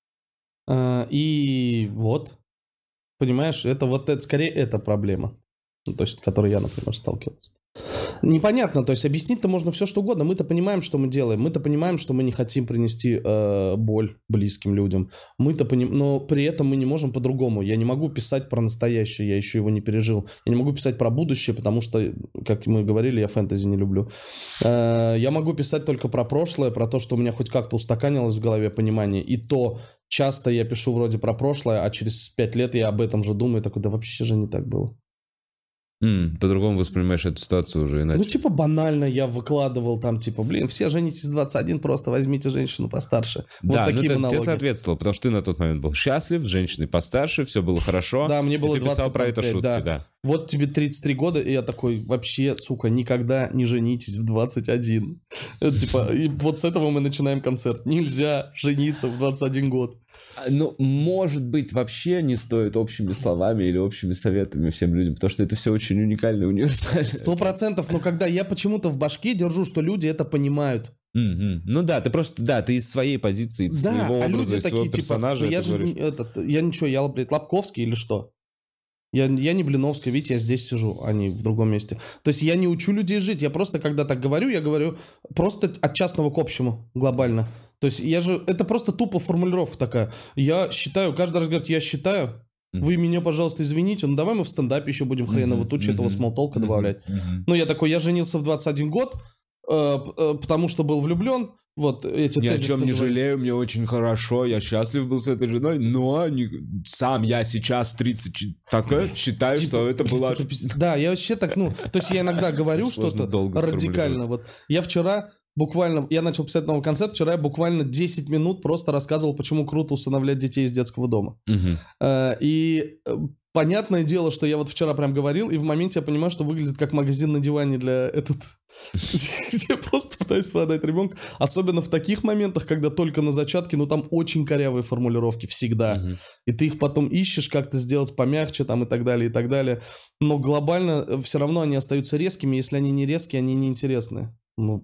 И вот, понимаешь, это скорее эта проблема, ну, то есть, с которой я, например, сталкивался. Непонятно, то есть объяснить-то можно все, что угодно. Мы-то понимаем, что мы делаем. Мы-то понимаем, что мы не хотим принести боль близким людям. Но при этом мы не можем по-другому. Я не могу писать про настоящее, я еще его не пережил. Я не могу писать про будущее, потому что, как мы говорили, я фэнтези не люблю. Я могу писать только про прошлое, про то, что у меня хоть как-то устаканилось в голове понимание. И то часто я пишу вроде про прошлое, а через 5 лет я об этом же думаю, такой, да вообще же не так было. По-другому воспринимаешь эту ситуацию уже иначе. Ну, типа, банально я выкладывал там, типа, все женитесь в 21, просто возьмите женщину постарше. Да, вот такие монологи. Тебе соответствовало, потому что ты на тот момент был счастлив, с женщиной постарше, все было хорошо. Да, мне было 20. Ты писал про это шутки, да. Вот тебе 33 года, и я такой, вообще, сука, никогда не женитесь в 21. Типа, и вот с этого мы начинаем концерт. Нельзя жениться в 21 год. Ну, может быть, вообще не стоит общими словами или общими советами всем людям, потому что это все очень уникально и универсально. 100%, но когда я почему-то в башке держу, что люди это понимают. Ну да, ты просто, ты из своей позиции, из своего образа, из своего персонажа. Я Лобковский или что? Я не Блиновский, видите, я здесь сижу, а не в другом месте. То есть я не учу людей жить, я просто, когда так говорю, я говорю просто от частного к общему, глобально. То есть это просто тупо формулировка такая. Я считаю, каждый раз говорит, я считаю, вы меня, пожалуйста, извините, давай мы в стендапе еще будем хреново тучи этого смолтолка добавлять. Ну, я такой, я женился в 21 год, потому что был влюблен. Вот эти ни о чем не жалею, мне очень хорошо, я счастлив был с этой женой, но сам я сейчас 30, считаю, что это было... Да, я вообще так, то есть я иногда говорю что-то радикально. Вот я вчера буквально, я начал писать новый концерт, вчера я буквально 10 минут просто рассказывал, почему круто усыновлять детей из детского дома. И понятное дело, что я вот вчера прям говорил, и в моменте я понимаю, что выглядит как магазин на диване для Я просто пытаюсь продать ребенка. Особенно в таких моментах, когда только на зачатке, ну там очень корявые формулировки всегда. И ты их потом ищешь, как-то сделать помягче там и так далее, и так далее. Но глобально все равно они остаются резкими. Если они не резкие, они неинтересны. Ну,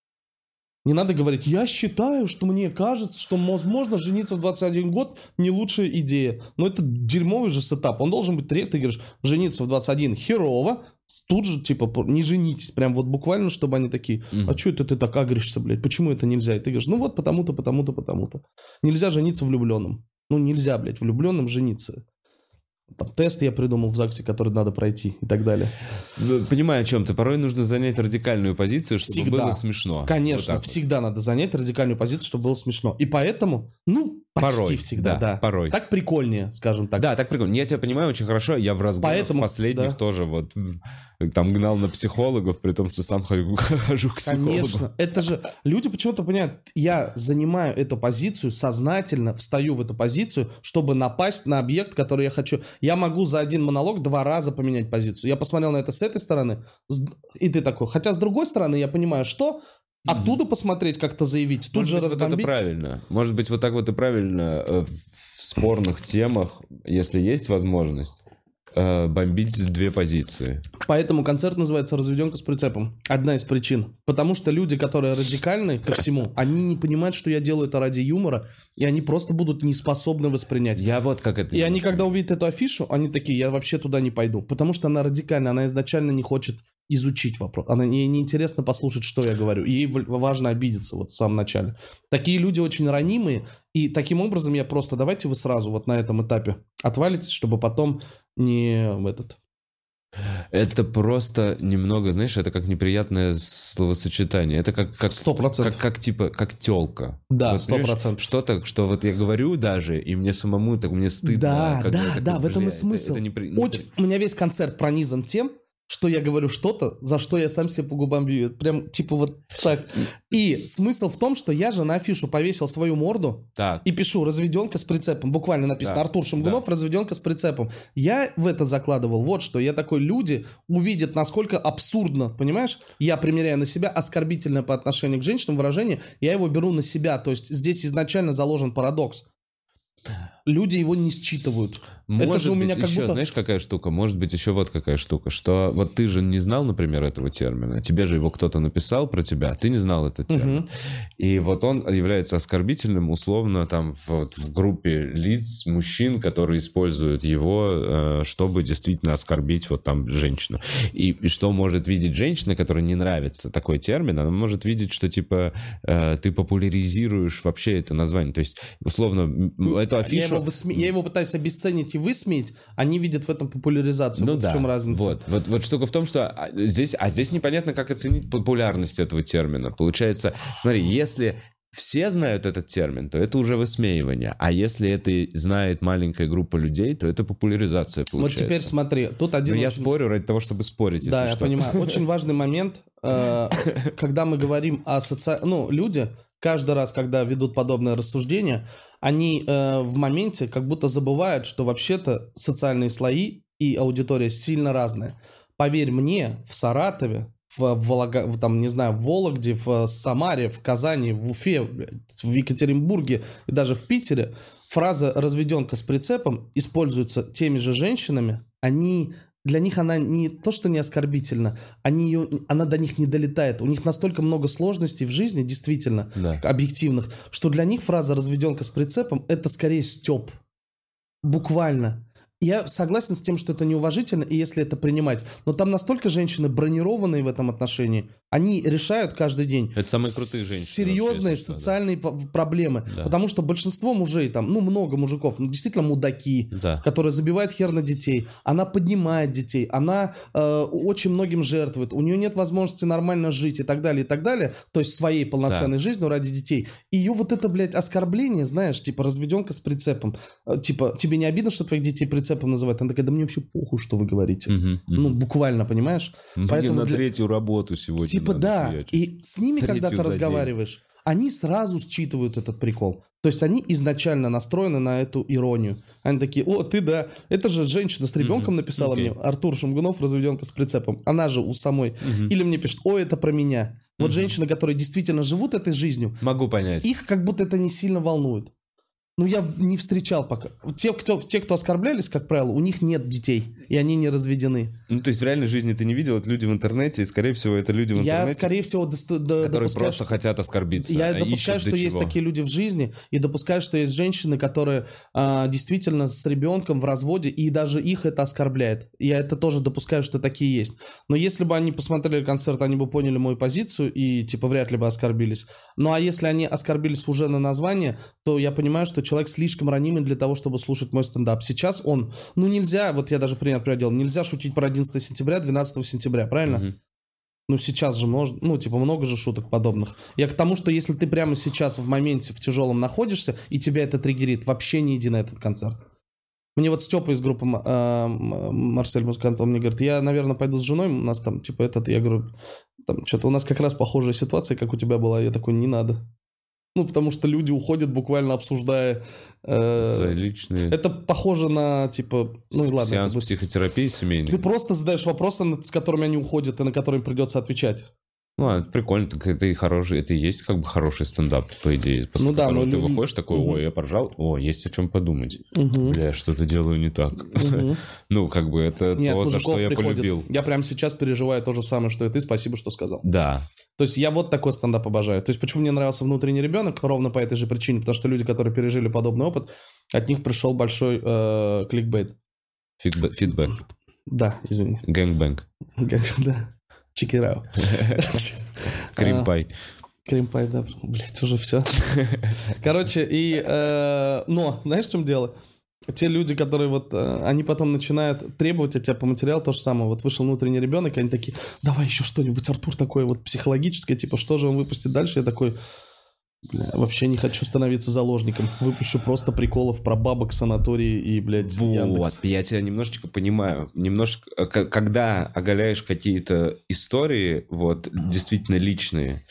не надо говорить, я считаю, что мне кажется, что, возможно, жениться в 21 год не лучшая идея. Но это дерьмовый же сетап. Он должен быть, ты говоришь, жениться в 21 херово, тут же, типа, не женитесь. Прям вот буквально, чтобы они такие, а что это ты так агришься, блядь? Почему это нельзя? И ты говоришь, ну вот потому-то, потому-то, потому-то. Нельзя жениться влюбленным. Ну нельзя, блядь, влюбленным жениться. Там, тест я придумал в ЗАГСе, который надо пройти и так далее. Ну, понимаю, о чем ты. Порой нужно занять радикальную позицию, чтобы Всегда. было смешно. Конечно, вот всегда надо занять радикальную позицию, чтобы было смешно. И поэтому, ну, почти порой, всегда, да. Порой. Так прикольнее, скажем так. Да, так прикольно. Я тебя понимаю очень хорошо. Я в разговорах последних тоже вот там гнал на психологов, при том, что сам хожу к психологу. Конечно. Это же... Люди почему-то понимают, я занимаю эту позицию, сознательно встаю в эту позицию, чтобы напасть на объект, который я хочу. Я могу за один монолог 2 раза поменять позицию. Я посмотрел на это с этой стороны, и ты такой. Хотя с другой стороны я понимаю, что... Оттуда посмотреть, как-то заявить, тут Может же быть, разбомбить. Вот это правильно. Может быть, вот так вот и правильно в спорных темах, если есть возможность, бомбить 2 позиции. Поэтому концерт называется «Разведенка с прицепом». Одна из причин. Потому что люди, которые радикальны ко всему, они не понимают, что я делаю это ради юмора, и они просто будут неспособны воспринять. Я вот как это... И они, когда увидят эту афишу, они такие, я вообще туда не пойду. Потому что она радикальна, она изначально не хочет изучить вопрос. Ей неинтересно послушать, что я говорю. Ей важно обидеться вот в самом начале. Такие люди очень ранимые, и таким образом я просто, давайте вы сразу вот на этом этапе отвалитесь, чтобы потом не в этот... Это просто немного, знаешь, это как неприятное словосочетание. Это как 100%. Как типа, как тёлка. Да, вот, 100%. Что-то, что вот я говорю даже, и мне самому, так мне стыдно. Да, в этом и смысл. У меня весь концерт пронизан тем, что я говорю что-то, за что я сам себе по губам бью. Прям типа вот так. И смысл в том, что я же на афишу повесил свою морду и пишу «Разведенка с прицепом». Буквально написано Артур Шамгунов, «Разведенка с прицепом». Я в это закладывал вот что. Я такой, люди увидят, насколько абсурдно, понимаешь? Я примеряю на себя оскорбительное по отношению к женщинам выражение, я его беру на себя. То есть здесь изначально заложен парадокс. Люди его не считывают. Может это же у меня быть, как еще, будто... знаешь, какая штука? Может быть, еще вот какая штука, что вот ты же не знал, например, этого термина. Тебе же его кто-то написал про тебя, ты не знал этот термин. И вот он является оскорбительным, условно, там, в группе лиц, мужчин, которые используют его, чтобы действительно оскорбить вот там женщину. И что может видеть женщина, которой не нравится такой термин? Она может видеть, что, типа, ты популяризируешь вообще это название. То есть, условно, эту афишу... Я его пытаюсь обесценить и высмеять, они видят в этом популяризацию. Ну вот да, в чем разница. Вот штука в том, что здесь непонятно, как оценить популярность этого термина. Получается, смотри, если все знают этот термин, то это уже высмеивание. А если это знает маленькая группа людей, то это популяризация получается. Вот теперь смотри, тут один... Но я спорю ради того, чтобы спорить, если да, я что. понимаю. Очень важный момент, когда мы говорим о люди, каждый раз, когда ведут подобное рассуждение, они в моменте как будто забывают, что вообще-то социальные слои и аудитория сильно разные. Поверь мне, в Саратове, там, не знаю, в Вологде, в Самаре, в Казани, в Уфе, в Екатеринбурге и даже в Питере фраза «разведенка с прицепом» используется теми же женщинами. Для них она не то, что не оскорбительна, она до них не долетает. У них настолько много сложностей в жизни, действительно, объективных, что для них фраза «разведенка с прицепом» — это скорее стёб. Буквально. Я согласен с тем, что это неуважительно, и если это принимать. Но там настолько женщины бронированные в этом отношении. Они решают каждый день это самые крутые женщины, серьезные вообще, социальные проблемы. Да. Потому что большинство мужей, там, много мужиков, действительно мудаки, которые забивают хер на детей. Она поднимает детей, она очень многим жертвует. У нее нет возможности нормально жить и так далее, и так далее. То есть своей полноценной жизнью ради детей. И ее вот это, блядь, оскорбление, знаешь, типа разведенка с прицепом. Типа, тебе не обидно, что твоих детей прицепом называют? Она такая, да мне вообще похуй, что вы говорите. Ну, буквально, понимаешь? Поэтому на третью работу сегодня. Типа да, и с ними, когда ты разговариваешь, они сразу считывают этот прикол. То есть они изначально настроены на эту иронию. Они такие, о, ты да, это же женщина с ребенком написала мне, Артур Шамгунов, разведенка с прицепом. Она же у самой. Или мне пишет, о, это про меня. Вот женщины, которые действительно живут этой жизнью. Могу понять. Их как будто это не сильно волнует. Ну, я не встречал пока. Те, кто оскорблялись, как правило, у них нет детей, и они не разведены. Ну, то есть в реальной жизни ты не видел, это люди в интернете, и, скорее всего, это люди в интернете, я, скорее всего, которые просто хотят оскорбиться. Я допускаю, что есть такие люди в жизни, и допускаю, что есть женщины, которые действительно с ребенком в разводе, и даже их это оскорбляет. Я это тоже допускаю, что такие есть. Но если бы они посмотрели концерт, они бы поняли мою позицию, и, типа, вряд ли бы оскорбились. Ну, а если они оскорбились уже на название, то я понимаю, что человек слишком ранимый для того, чтобы слушать мой стендап. Сейчас он, ну нельзя, вот я даже пример приводил, нельзя шутить про 11 сентября, 12 сентября, правильно? Ну сейчас же можно, ну типа много же шуток подобных. Я к тому, что если ты прямо сейчас в моменте в тяжелом находишься, и тебя это триггерит, вообще не иди на этот концерт. Мне вот Степа из группы Марсель Музыкант, он мне говорит, я, наверное, пойду с женой, у нас там, типа, я говорю, там, что-то у нас как раз похожая ситуация, как у тебя была, я такой, не надо. Ну, потому что люди уходят, буквально обсуждая... свои личные... Это похоже на, типа... Ну, ладно. Сеанс психотерапии семейной. Ты просто задаешь вопросы, с которыми они уходят, и на которые им придется отвечать. Ну, это прикольно, так это и хороший, это и есть как бы хороший стендап, по идее. После которого ты выходишь такой, ой, я поржал, о, есть о чем подумать. Бля, я что-то делаю не так. Ну, как бы это то, за что я полюбил. Я прямо сейчас переживаю то же самое, что и ты, спасибо, что сказал. Да. То есть я вот такой стендап обожаю. То есть почему мне нравился «Внутренний ребенок»? Ровно по этой же причине. Потому что люди, которые пережили подобный опыт, от них пришел большой кликбейт. Фидбэк. Да, извини. Гэнгбэнг. Да. Чикирау. Кримпай. Кримпай, да. Блять, уже все. Короче, но, знаешь, в чем дело? Те люди, которые вот, они потом начинают требовать от тебя по материалу то же самое. Вот вышел «Внутренний ребенок», и они такие, давай еще что-нибудь, Артур, такое вот психологическое, типа, что же он выпустит дальше? Я такой, бля, вообще не хочу становиться заложником. Выпущу просто приколов про бабок, санатории и, блядь, Яндекс. Вот, я тебя немножечко понимаю. Немножко, когда оголяешь какие-то истории, вот, действительно личные,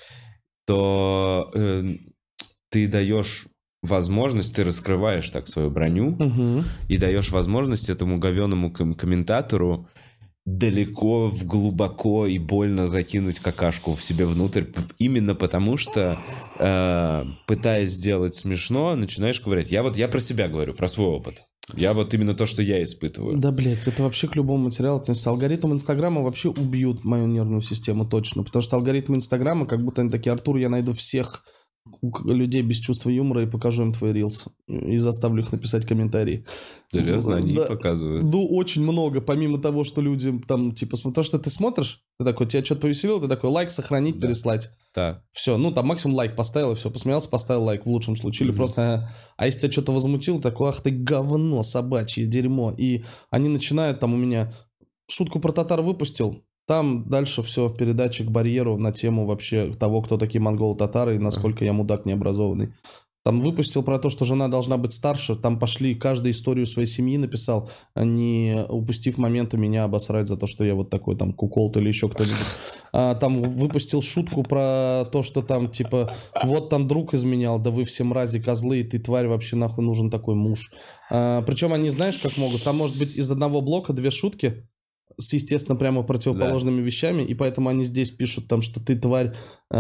то ты даешь возможность, ты раскрываешь так свою броню и даешь возможность этому говеному комментатору далеко, глубоко и больно закинуть какашку в себе внутрь, именно потому что, пытаясь сделать смешно, начинаешь говорить. Я про себя говорю, про свой опыт. Я вот именно то, что я испытываю. Да, блядь, это вообще к любому материалу относится. Алгоритмы Инстаграма вообще убьют мою нервную систему точно, потому что алгоритмы Инстаграма, как будто они такие, Артур, я найду всех людей без чувства юмора и покажу им твои рилсы. И заставлю их написать комментарии. Серьезно? Они показывают? Ну, очень много. Помимо того, что люди там, типа, то, что ты смотришь, ты такой, тебя что-то повеселило, ты такой, лайк, сохранить, переслать. Да. Все, ну, там максимум лайк поставил, и все, посмеялся, поставил лайк в лучшем случае. Или просто, а если тебя что-то возмутило, такой, ах ты говно собачье, дерьмо. И они начинают там у меня, шутку про татар выпустил, там дальше все, передача к барьеру на тему вообще того, кто такие монголо-татары и насколько я мудак необразованный. Там выпустил про то, что жена должна быть старше, там пошли, каждую историю своей семьи написал, не упустив момента меня обосрать за то, что я вот такой там куколт или еще кто-нибудь. Там выпустил шутку про то, что там типа, вот там друг изменял, да вы все мрази, козлы, и ты тварь, вообще нахуй нужен такой муж. Причем они, знаешь, как могут, там может быть из одного блока две шутки, с, естественно, прямо противоположными вещами, и поэтому они здесь пишут, там, что ты тварь,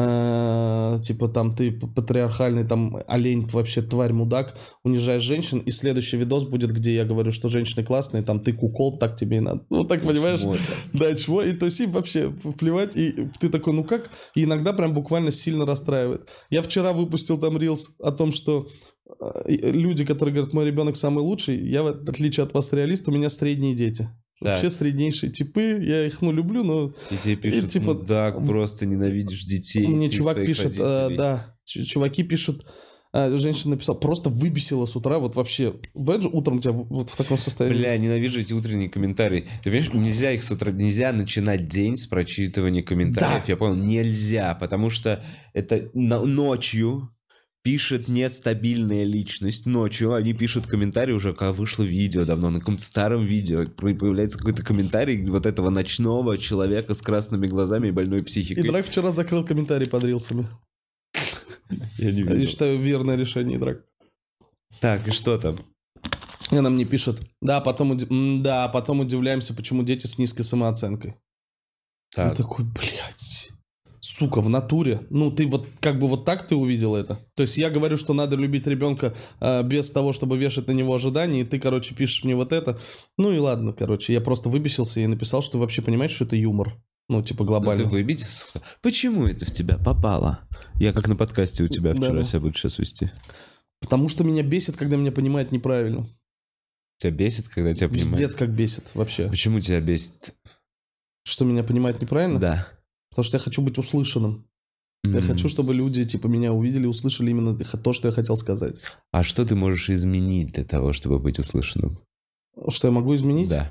типа, там, ты патриархальный, там, олень, вообще тварь, мудак, унижаешь женщин, и следующий видос будет, где я говорю, что женщины классные, там, ты кукол, так тебе и надо. Ну, так, понимаешь? Вот. Да, чего? И то есть им вообще плевать, и ты такой, ну как? И иногда прям буквально сильно расстраивает. Я вчера выпустил там рилс о том, что люди, которые говорят, мой ребенок самый лучший, я, в отличие от вас, реалист, у меня средние дети. Да. Вообще среднейшие типы, я их, ну, люблю, но... И тебе пишут, типа, мудак, просто ненавидишь детей. Мне чувак пишет, чуваки пишут, женщина написала, просто выбесила с утра, вот вообще, бывает же утром у тебя вот в таком состоянии? Бля, ненавижу эти утренние комментарии. Ты понимаешь, нельзя их с утра, нельзя начинать день с прочитывания комментариев, да. Я понял, нельзя, потому что это ночью... Пишет нестабильная личность. Ночью они пишут комментарий уже, когда вышло видео давно, на каком-то старом видео. Появляется какой-то комментарий вот этого ночного человека с красными глазами и больной психикой. И Драк вчера закрыл комментарий под рилсами. Я не Я видел. считаю, верное решение, Драк. Так, и что там? И она мне пишет, потом удивляемся, почему дети с низкой самооценкой. Я Так. такой, блядь, сука, в натуре. Ну, ты вот как бы вот так ты увидел это? То есть я говорю, что надо любить ребенка без того, чтобы вешать на него ожидания, и ты, короче, пишешь мне вот это. Ну и ладно, короче, я просто выбесился и написал, что ты вообще понимаешь, что это юмор. Ну, типа глобально. Ты выбесился? Почему это в тебя попало? Я как на подкасте у тебя вчера Да-да. себя буду сейчас вести. Потому что меня бесит, когда меня понимают неправильно. Тебя бесит, когда тебя понимают? Пиздец, как бесит вообще. Почему тебя бесит? Что меня понимают неправильно? Да. Потому что я хочу быть услышанным. Я хочу, чтобы люди, типа, меня увидели, услышали именно то, что я хотел сказать. А что ты можешь изменить для того, чтобы быть услышанным? Что я могу изменить? Да.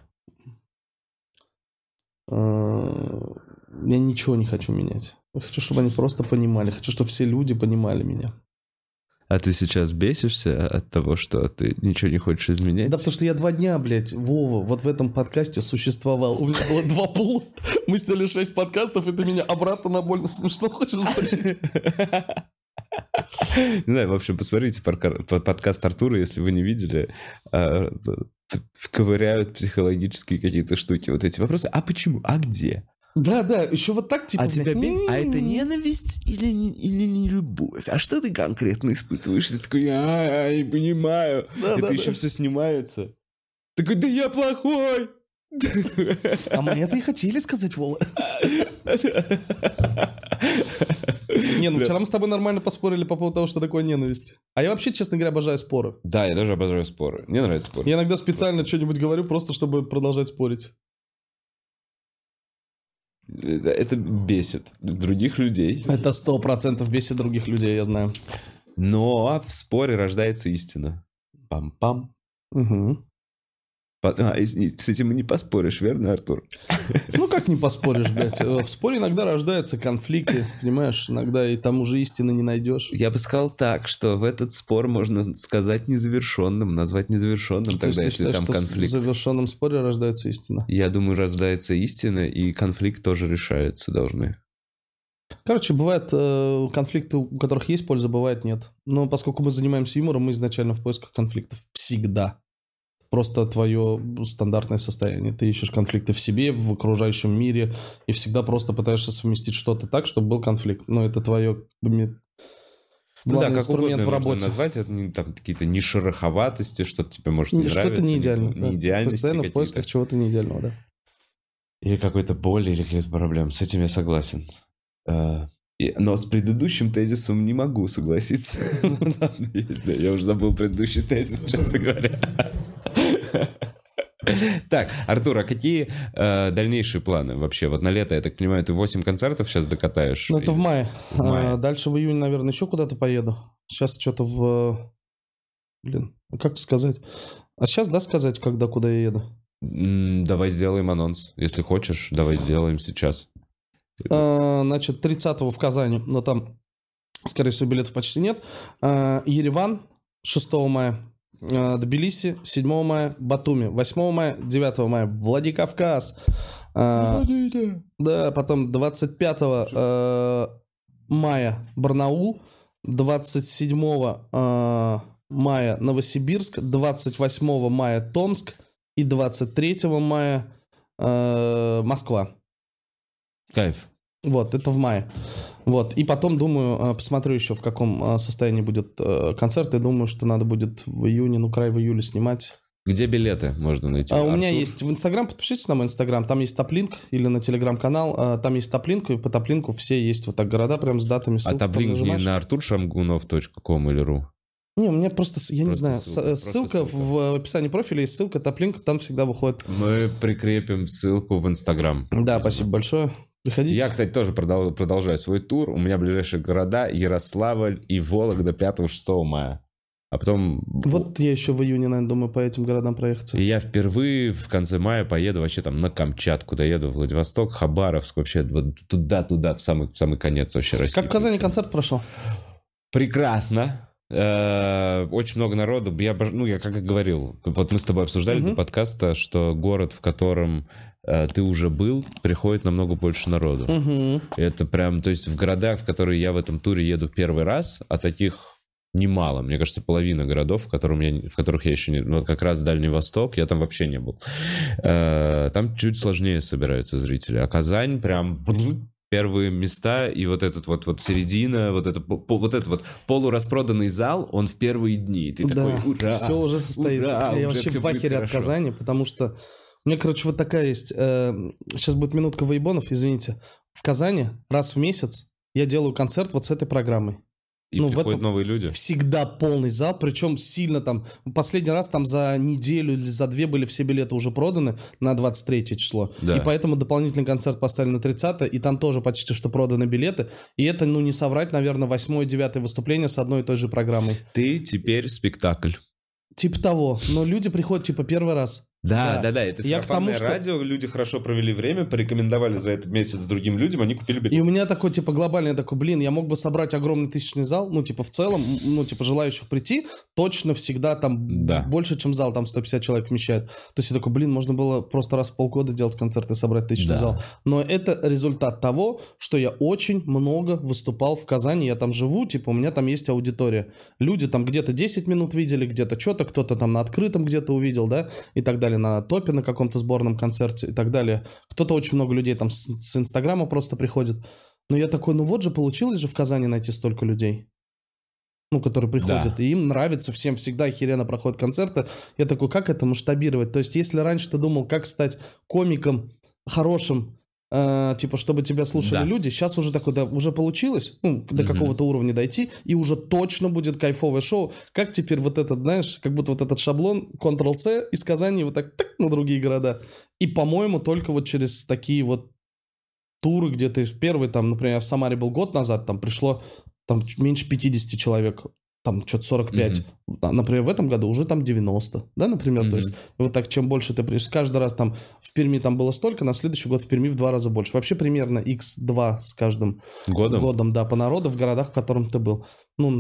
Я ничего не хочу менять. Я хочу, чтобы они просто понимали. Хочу, чтобы все люди понимали меня. А ты сейчас бесишься от того, что ты ничего не хочешь изменять? Да, потому что я 2 дня, блядь, Вова, вот в этом подкасте существовал. У меня было 2 пула. Мы сняли 6 подкастов, и ты меня обратно на больно смешно хочешь затащить. Не знаю, в общем, посмотрите подкаст Артура, если вы не видели. Ковыряют психологические какие-то штуки. Вот эти вопросы. А почему? А где? Да, еще вот так, типа... А тебя бесит? А это ненависть или не любовь? А что ты конкретно испытываешь? Ты такой, я не понимаю. Это еще все снимается. Такой, да я плохой. А мы это и хотели сказать, Вола. Не, ну вчера мы с тобой нормально поспорили по поводу того, что такое ненависть. А я вообще, честно говоря, обожаю споры. Да, я тоже обожаю споры. Мне нравятся споры. Я иногда специально что-нибудь говорю, просто чтобы продолжать спорить. Это бесит других людей. Это 100% бесит других людей, я знаю. Но в споре рождается истина. Пам-пам. Угу. С этим и не поспоришь, верно, Артур? Ну, как не поспоришь, блядь. В споре иногда рождаются конфликты, понимаешь? Иногда и там уже истины не найдешь. Я бы сказал так, что в этот спор можно сказать незавершенным, назвать незавершенным тогда, если считаешь, там что конфликт. в завершенном споре рождается истина? Я думаю, рождается истина, и конфликт тоже решается должны. Короче, бывают конфликты, у которых есть польза, бывает нет. Но поскольку мы занимаемся юмором, мы изначально в поисках конфликтов. Всегда. Просто твое стандартное состояние. Ты ищешь конфликты в себе, в окружающем мире, и всегда просто пытаешься совместить что-то так, чтобы был конфликт. Но это твое главный инструмент в работе. Можно назвать это там какие-то нешероховатости, что-то тебе может не нравиться. Что-то не идеально. Не идеальности постоянно в какие-то. поисках чего-то не идеального, да. Или какой-то боли, или каких-то проблем. С этим я согласен. Но с предыдущим тезисом не могу согласиться. Ладно, я уже забыл предыдущий тезис, честно говоря. Так, Артур, а какие дальнейшие планы вообще? Вот на лето, я так понимаю, ты 8 концертов сейчас докатаешь? Ну, это в мае. В мае. Дальше в июне, наверное, еще куда-то поеду. Сейчас что-то в... как сказать? А сейчас, да, сказать, когда, куда я еду? Давай сделаем анонс. Если хочешь, давай сделаем сейчас. Значит, 30-го в Казани, но там, скорее всего, билетов почти нет. Ереван 6 мая. Тбилиси 7 мая. Батуми 8 мая. 9 мая Владикавказ. Да, потом 25 мая Барнаул. 27 мая Новосибирск. 28 мая Томск. И 23 мая Москва. Кайф. Вот, это в мае. Вот, и потом, думаю, посмотрю еще, в каком состоянии будет концерт. И думаю, что надо будет в июне, край в июле снимать. Где билеты можно найти? У меня есть в Инстаграм, подпишитесь на мой Инстаграм, там есть топ-линк, или на Телеграм-канал, там есть топ-линк, и по топ-линку все есть вот так города прям с датами. А топ-линк не на arturshramgunov.com или ru? Не, у меня просто, я не знаю, ссылка. в описании профиля есть ссылка, топ-линк, там всегда выходит. Мы прикрепим ссылку в Инстаграм. Да, спасибо большое. Приходите. Я, кстати, тоже продолжаю свой тур. У меня ближайшие города Ярославль и Вологда 5-6 мая. А потом... Вот я еще в июне, наверное, думаю, по этим городам проехаться. И я впервые в конце мая поеду вообще там на Камчатку, доеду в Владивосток, Хабаровск, вообще вот туда, в самый конец вообще России. Как в Казани концерт прошел? Прекрасно. Очень много народу. Я как и говорил, вот мы с тобой обсуждали до подкаста, что город, в котором ты уже был, приходит намного больше народу. Это прям, то есть в городах, в которые я в этом туре еду в первый раз, а таких немало. Мне кажется, половина городов, в которых я еще не... Вот как раз Дальний Восток, я там вообще не был. Там чуть сложнее собираются зрители. А Казань прям... Первые места, и вот этот вот середина, вот этот вот полураспроданный зал, он в первые дни. Ты такой, ура! Все уже состоится. Ура, я уже вообще в ахере от Казани, потому что у меня, короче, вот такая есть... сейчас будет минутка воебонов, извините. В Казани раз в месяц я делаю концерт вот с этой программой. И приходят новые люди. Всегда полный зал, причем сильно там... Последний раз там за неделю или за две были все билеты уже проданы на 23 число. Да. И поэтому дополнительный концерт поставили на 30, и там тоже почти что проданы билеты. И это, не соврать, наверное, 8-9 выступление с одной и той же программой. Ты теперь спектакль. Типа того. Но люди приходят, первый раз. Да. Это сарафанное радио, люди хорошо провели время, порекомендовали за этот месяц другим людям, они купили билет. И у меня такой, глобальный я мог бы собрать огромный тысячный зал, в целом, желающих прийти, точно всегда там больше, чем зал, там 150 человек вмещает. То есть я такой, можно было просто раз в полгода делать концерт и собрать тысячный зал. Но это результат того, что я очень много выступал в Казани, я там живу, у меня там есть аудитория. Люди там где-то 10 минут видели, где-то что-то, кто-то там на открытом где-то увидел, да, и так далее, на топе на каком-то сборном концерте и так далее. Кто-то, очень много людей там с Инстаграма просто приходит. Но я такой, вот же получилось же в Казани найти столько людей, которые приходят, и им нравится, всем всегда охеренно проходят концерты. Я такой, как это масштабировать? То есть, если раньше ты думал, как стать комиком хорошим, чтобы тебя слушали люди, сейчас уже такой, уже получилось, до какого-то уровня дойти, и уже точно будет кайфовое шоу. Как теперь вот этот, знаешь, как будто вот этот шаблон Ctrl-C из Казани вот так на другие города. И, по-моему, только вот через такие вот туры, где ты первый, там, например, в Самаре был год назад, там пришло там меньше 50 человек, там что-то 45. Например, в этом году уже там 90, да, например. То есть вот так, чем больше ты приезжаешь, каждый раз там в Перми там было столько, на следующий год в Перми в 2 раза больше. Вообще примерно x2 с каждым годом, да, по народу в городах, в котором ты был.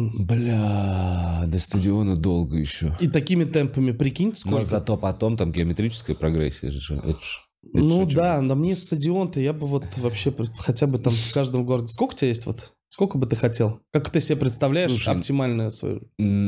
До стадиона долго еще. И такими темпами, прикинь, сколько. Но зато потом там геометрическая прогрессия же. Да, мне стадион-то я бы вот вообще хотя бы там в каждом городе. Сколько у тебя есть вот? Сколько бы ты хотел? Как ты себе представляешь оптимальную свою?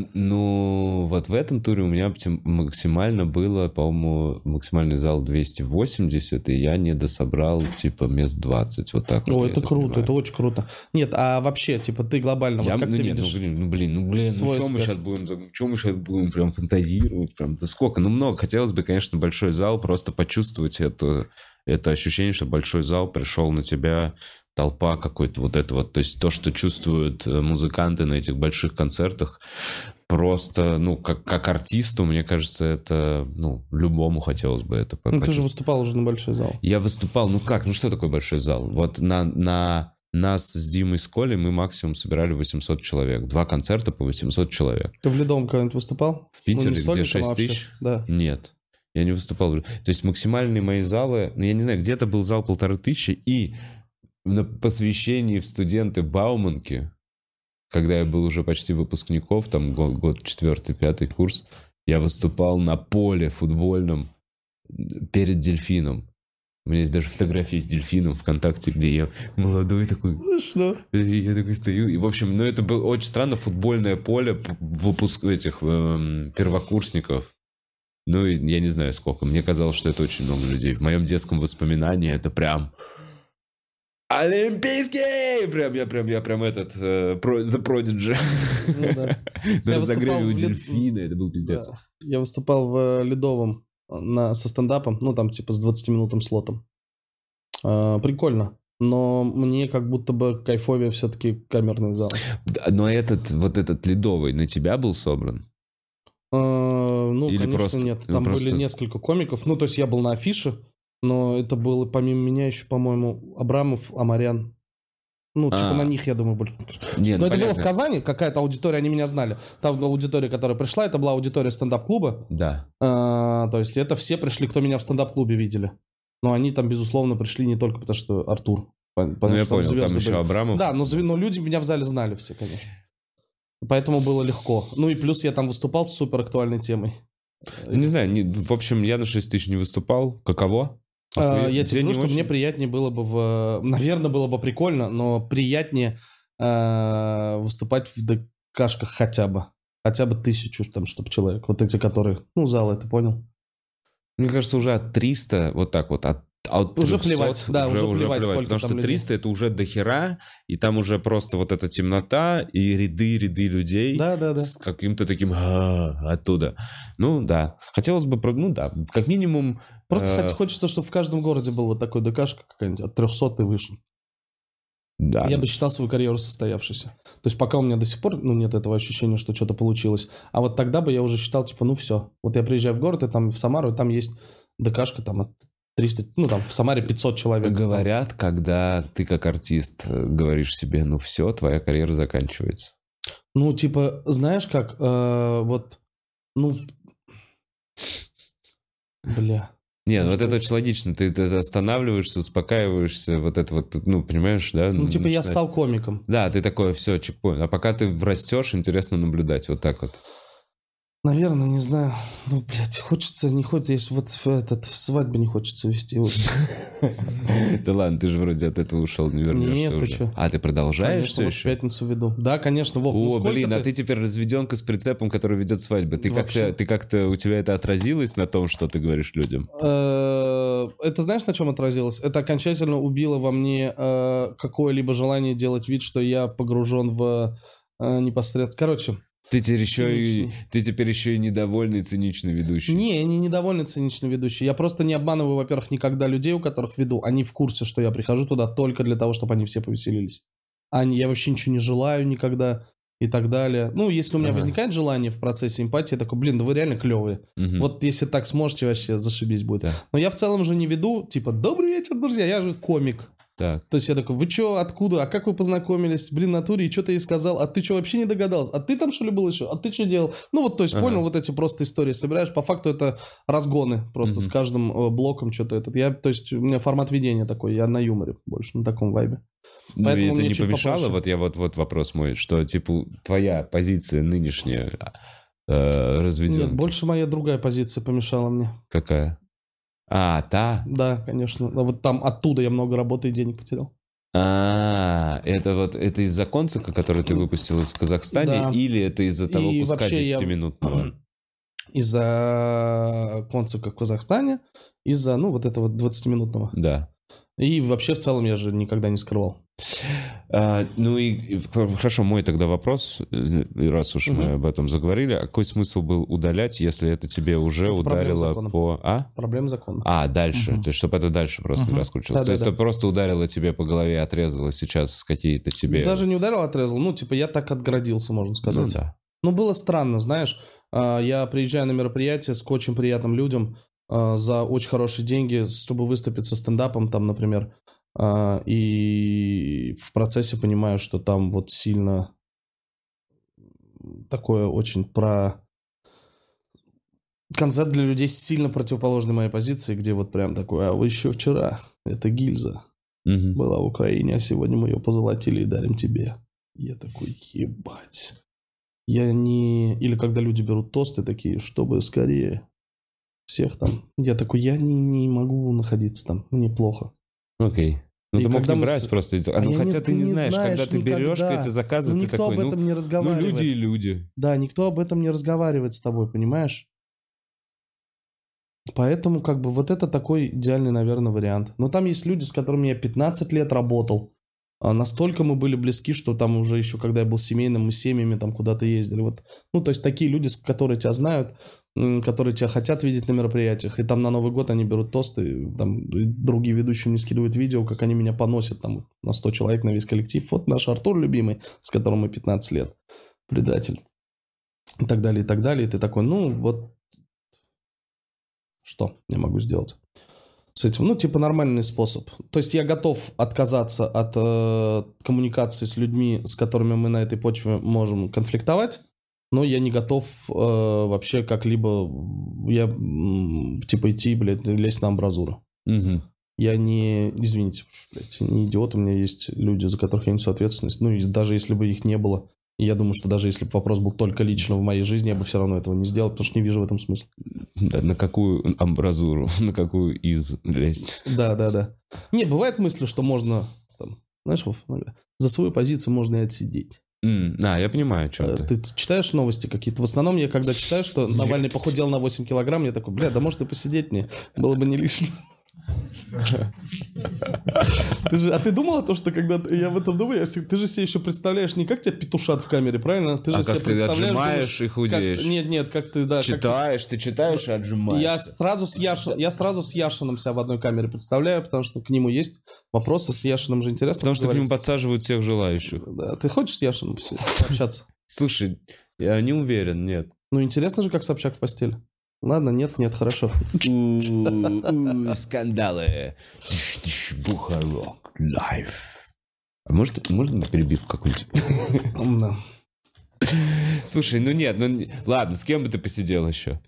Вот в этом туре у меня максимально было, по-моему, максимальный зал 280, и я не дособрал, мест 20, вот так. Это круто, понимаю. Это очень круто. Нет, а вообще, ты глобально, как ты видишь? Чем мы сейчас будем прям фантазировать, да сколько? Много. Хотелось бы, конечно, большой зал, просто почувствовать это ощущение, что большой зал пришел на тебя, толпа какой-то то есть то, что чувствуют музыканты на этих больших концертах, просто, как артисту, мне кажется, это, любому хотелось бы это почувствовать. Ты же выступал уже на большой зал. Я выступал, что такое большой зал? Вот на нас с Димой с Колей мы максимум собирали 800 человек. 2 концерта по 800 человек. Ты в Ледовом когда-нибудь выступал? В Питере, где 6 тысяч? Да. Нет. Я не выступал. То есть максимальные мои залы, я не знаю, где-то был зал 1500, и на посвящении в студенты Бауманки, когда я был уже почти выпускников, там год 4-5 курс, я выступал на поле футбольном перед дельфином. У меня есть даже фотографии с дельфином ВКонтакте, где я молодой такой. Что? Я такой стою. И, в общем, это было очень странно. Футбольное поле выпуску этих первокурсников. Я не знаю сколько. Мне казалось, что это очень много людей. В моем детском воспоминании это прям... Олимпийский! Я прям этот The Prodigy. На разогреве у дельфина. Это был пиздец. Я выступал в Ледовом со стендапом. Там с 20-минутным слотом. Прикольно. Но мне как будто бы кайфовее все-таки камерный зал. Но этот Ледовый на тебя был собран? Или конечно, просто, нет. Там были несколько комиков. То есть я был на афише. Но это было, помимо меня, еще, по-моему, Абрамов, Амарян. На них, я думаю, больше. Нет, но это было в Казани, какая-то аудитория, они меня знали. Там аудитория, которая пришла, это была аудитория стендап-клуба. Да. То есть это все пришли, кто меня в стендап-клубе видели. Но они там, безусловно, пришли не только потому, что Артур. Я понял, там еще Абрамов. Да, но люди меня в зале знали все, конечно. Поэтому было легко. Ну и плюс я там выступал с супер актуальной темой. Не знаю, в общем, я на 6 тысяч не выступал. Каково? Я тебе говорю, что мне приятнее было бы наверное, было бы прикольно, но приятнее выступать в ДКшках хотя бы. Хотя бы 1000 там, чтобы человек. Вот эти, которые... Ну, залы, ты понял? Мне кажется, уже от 300, вот так вот, от уже 300, плевать, да, уже плевать, сколько потому там что 300 это уже дохера, и там уже просто вот эта темнота и ряды людей да. с каким-то таким оттуда. Ну, да. Хотелось бы, ну, да, как минимум... Просто хочется, чтобы в каждом городе был вот такой ДКшка какая-нибудь, от 300 и выше. Да. Я бы считал свою карьеру состоявшейся. То есть пока у меня до сих пор нет этого ощущения, что что-то получилось. А вот тогда бы я уже считал, типа, ну все. Вот я приезжаю в город, и там в Самару, и там есть ДКшка там от 300, ну там в Самаре 500 человек. Говорят, когда ты как артист говоришь себе, ну все, твоя карьера заканчивается. Ну, типа, знаешь как, вот, ну, бля. Не, ну вот это очень логично. Ты останавливаешься, успокаиваешься, вот это вот, ну, понимаешь, да? Ну, типа, я стал комиком. Да, ты такой, все, чекпоинт. А пока ты растешь, интересно наблюдать, вот так вот. Наверное, не знаю. Ну, блядь, хочется, не хочется, вот свадьбу не хочется вести. Да ладно, ты же вроде от этого ушел, не вернешься. Нет, ты что? А ты продолжаешь конечно, все вот еще? в пятницу веду. Да, конечно, Вов. О, блин, а ты теперь разведенка с прицепом, который ведет свадьбы. Ты как-то, у тебя это отразилось на том, что ты говоришь людям? Это знаешь, на чем отразилось? Это окончательно убило во мне какое-либо желание делать вид, что я погружен в непосредственно... Короче... Ты теперь еще и недовольный, циничный ведущий. Не, я не недовольный, циничный ведущий. Я просто не обманываю, во-первых, никогда людей, у которых веду. Они в курсе, что я прихожу туда только для того, чтобы они все повеселились. Я вообще ничего не желаю никогда и так далее. Ну, если у меня возникает желание в процессе эмпатии, я такой, блин, да вы реально клевые. Вот если так сможете, вообще зашибись будет. Да. Но я в целом же не веду, типа, добрый вечер, друзья, я же комик. Так. То есть я такой, вы чё, откуда, а как вы познакомились? Блин, в натуре, и что ты ей сказал? А ты что, вообще не догадался? А ты там что ли был еще? А ты что делал? Ну вот, то есть, понял, вот эти просто истории собираешь. По факту это разгоны просто с каждым блоком что-то этот. То есть у меня формат ведения такой, я на юморе больше, на таком вайбе. Ну, поэтому это не помешало? Вот вопрос мой, что, типа, твоя позиция нынешняя разведенка. Нет, больше моя другая позиция помешала мне. Какая? Та? Да, конечно. А вот там оттуда я много работы и денег потерял. Это из-за концика, который ты выпустил в Казахстане, да. Или это из-за того куска 10-минутного? Из-за концика в Казахстане, из-за, вот этого 20-минутного. Да. И вообще в целом я же никогда не скрывал. Хорошо, мой тогда вопрос, раз уж мы об этом заговорили, а какой смысл был удалять, если это тебе уже это ударило по... Проблема закона. Дальше, то есть чтобы это дальше просто не раскручивалось. То есть это просто ударило тебе по голове, отрезало сейчас какие-то тебе... Даже не ударил, отрезал, я так отгородился, можно сказать. Да. Было странно, знаешь, я приезжаю на мероприятие с очень приятным людям за очень хорошие деньги, чтобы выступить со стендапом там, например, и в процессе понимаю, что там вот сильно такое очень про... Концерт для людей сильно противоположный моей позиции, где вот прям такой, вы еще вчера, это гильза была в Украине, а сегодня мы ее позолотили и дарим тебе. Я такой, ебать. Я не... Или когда люди берут тосты такие, чтобы скорее всех там. Я такой, я не могу находиться там, мне плохо. Окей. Ну, ты мог не брать просто. Хотя ты не знаешь, когда ты берешь эти заказы, ты такой, никто об этом не разговаривает. Люди и люди. Да, никто об этом не разговаривает с тобой, понимаешь? Поэтому, вот это такой идеальный, наверное, вариант. Но там есть люди, с которыми я 15 лет работал. Настолько мы были близки, что там уже еще, когда я был семейным, мы с семьями там куда-то ездили. То есть такие люди, которые тебя знают, которые тебя хотят видеть на мероприятиях, и там на Новый год они берут тосты, там другие ведущие мне скидывают видео, как они меня поносят там на 100 человек на весь коллектив. Вот наш Артур любимый, с которым мы 15 лет, предатель. И так далее, и так далее. И ты такой, что я могу сделать с этим? Нормальный способ. То есть я готов отказаться от коммуникации с людьми, с которыми мы на этой почве можем конфликтовать, но я не готов вообще как-либо идти, лезть на амбразуру. Я не, извините, не идиот, у меня есть люди, за которых я несу ответственность. И даже если бы их не было, И я думаю, что даже если бы вопрос был только лично в моей жизни, я бы все равно этого не сделал, потому что не вижу в этом смысла. Да, на какую амбразуру, на какую из лезть? Да. Не, бывает мысль, что можно, там, знаешь, Вов, за свою позицию можно и отсидеть. Я понимаю, о чем ты. Ты читаешь новости какие-то? В основном я когда читаю, что Навальный похудел на 8 килограмм, я такой, да может и посидеть мне, было бы не лишним. А ты думал о том, что когда я в этом думаю, ты же себе еще представляешь не как тебя петушат в камере, правильно? Ты же как ты отжимаешь и худеешь? Нет, как ты, да. Ты читаешь и отжимаешь. Я сразу с Яшином себя в одной камере представляю, потому что к нему есть вопросы, с Яшином же интересно. Потому что к нему подсаживают всех желающих. Да. Ты хочешь с Яшином общаться? Слушай, я не уверен, нет. Ну, интересно же, как Собчак в постели. Ладно, нет, хорошо. Скандалы. Бухарок. Лайф. А можно перебивку какую-нибудь? Да. Слушай, ладно, с кем бы ты посидел еще?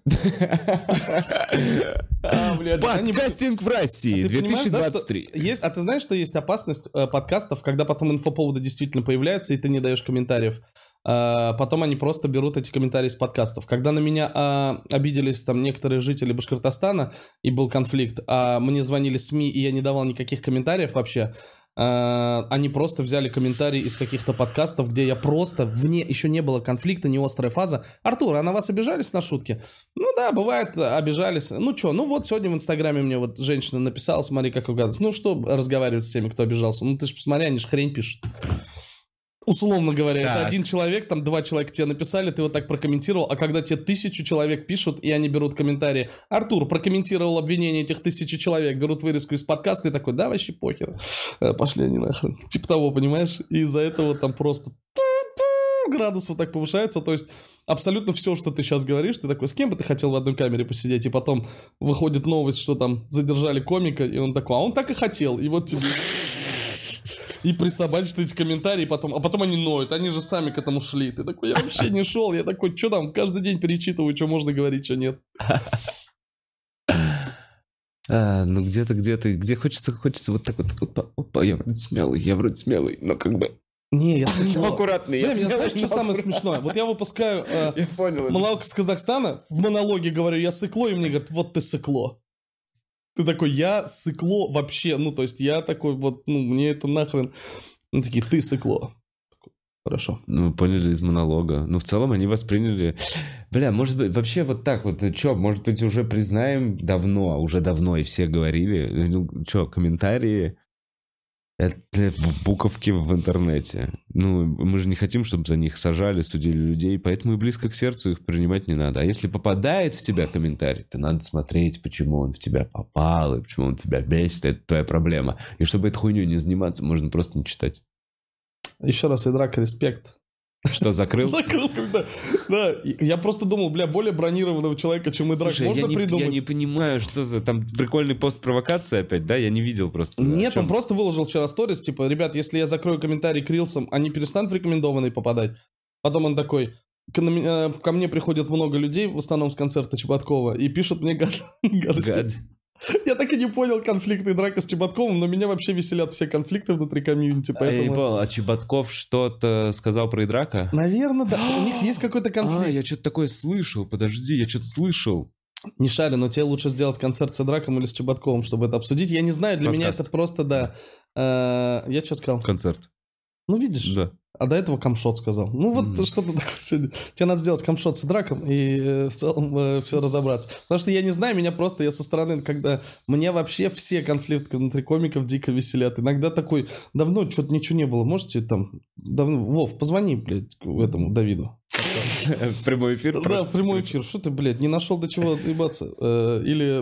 Подкастинг в России 2023. А ты знаешь, что есть опасность подкастов, когда потом инфоповоды действительно появляются, и ты не даешь комментариев? Потом они просто берут эти комментарии из подкастов. Когда на меня обиделись там некоторые жители Башкортостана, и был конфликт, а мне звонили СМИ, и я не давал никаких комментариев вообще, они просто взяли комментарии из каких-то подкастов, где я просто, еще не было конфликта, не острая фаза. Артур, а на вас обижались на шутки? Ну да, бывает, обижались. Ну что, вот сегодня в Инстаграме мне вот женщина написала, смотри, как угадывать. Ну что разговаривать с теми, кто обижался? Ну ты ж посмотри, они ж хрень пишут. Условно говоря, так. Это один человек, там 2 человека тебе написали, ты вот так прокомментировал, а когда тебе 1000 человек пишут, и они берут комментарии, Артур прокомментировал обвинение этих 1000 человек, берут вырезку из подкаста и такой, да, вообще похер, пошли они нахрен. Типа того, понимаешь? И из-за этого там просто градус вот так повышается, то есть абсолютно все, что ты сейчас говоришь, ты такой, с кем бы ты хотел в одной камере посидеть, и потом выходит новость, что там задержали комика, и он такой, а он так и хотел, и вот тебе... И присобачат эти комментарии, а потом они ноют, они же сами к этому шли. Ты такой, я вообще не шел, я такой, что там, каждый день перечитываю, что можно говорить, что нет. Ну где-то, где хочется вот так вот, опа, я вроде смелый, но как бы... Не, я сыкло. Аккуратный. Я знаешь, что самое смешное? Вот я выпускаю монолог из Казахстана, в монологе говорю, я сыкло, и мне говорят, вот ты сыкло. Ты такой, я сыкло вообще, то есть я такой вот, мне это нахрен. Ну, такие, ты сыкло. Хорошо. Ну, поняли из монолога. В целом они восприняли... может быть, вообще вот так вот, может быть, уже признаем уже давно, и все говорили, комментарии, это буковки в интернете. Мы же не хотим, чтобы за них сажали, судили людей, поэтому и близко к сердцу их принимать не надо. А если попадает в тебя комментарий, то надо смотреть, почему он в тебя попал, и почему он тебя бесит, это твоя проблема. И чтобы этой хуйней не заниматься, можно просто не читать. Еще раз, Идрак, респект. Что, закрыл? Закрыл, когда... Да, я просто думал, более бронированного человека, чем Идрак, можно придумать? Я не понимаю, что за... Там прикольный пост провокации опять, да? Я не видел просто. Нет, он просто выложил вчера сторис, типа, ребят, если я закрою комментарий к рилсам, они перестанут в рекомендованные попадать. Потом он такой... Ко мне приходят много людей, в основном с концерта Чеботкова, и пишут мне гадости. Я так и не понял конфликтной драка с Чеботковым, но меня вообще веселят все конфликты внутри комьюнити, поэтому... Я не понял, а Чеботков что-то сказал про Идрака? Наверное, да. У них есть какой-то конфликт. Я что-то такое слышал, подожди, я что-то слышал. Не шарю, но тебе лучше сделать концерт с Идраком или с Чеботковым, чтобы это обсудить. Я не знаю, для меня это просто, да... Я что сказал? Концерт. Ну, видишь? Да. А до этого камшот сказал. Что-то такое сегодня. Тебе надо сделать камшот с Идраком и в целом все разобраться. Потому что я не знаю, я со стороны, когда мне вообще все конфликты внутри комиков дико веселят. Иногда такой, давно что-то ничего не было. Можете там, Вов, позвони, блядь, этому Давиду. В прямой эфир? Да, в прямой эфир. Что ты, блядь, не нашел до чего ебаться? Или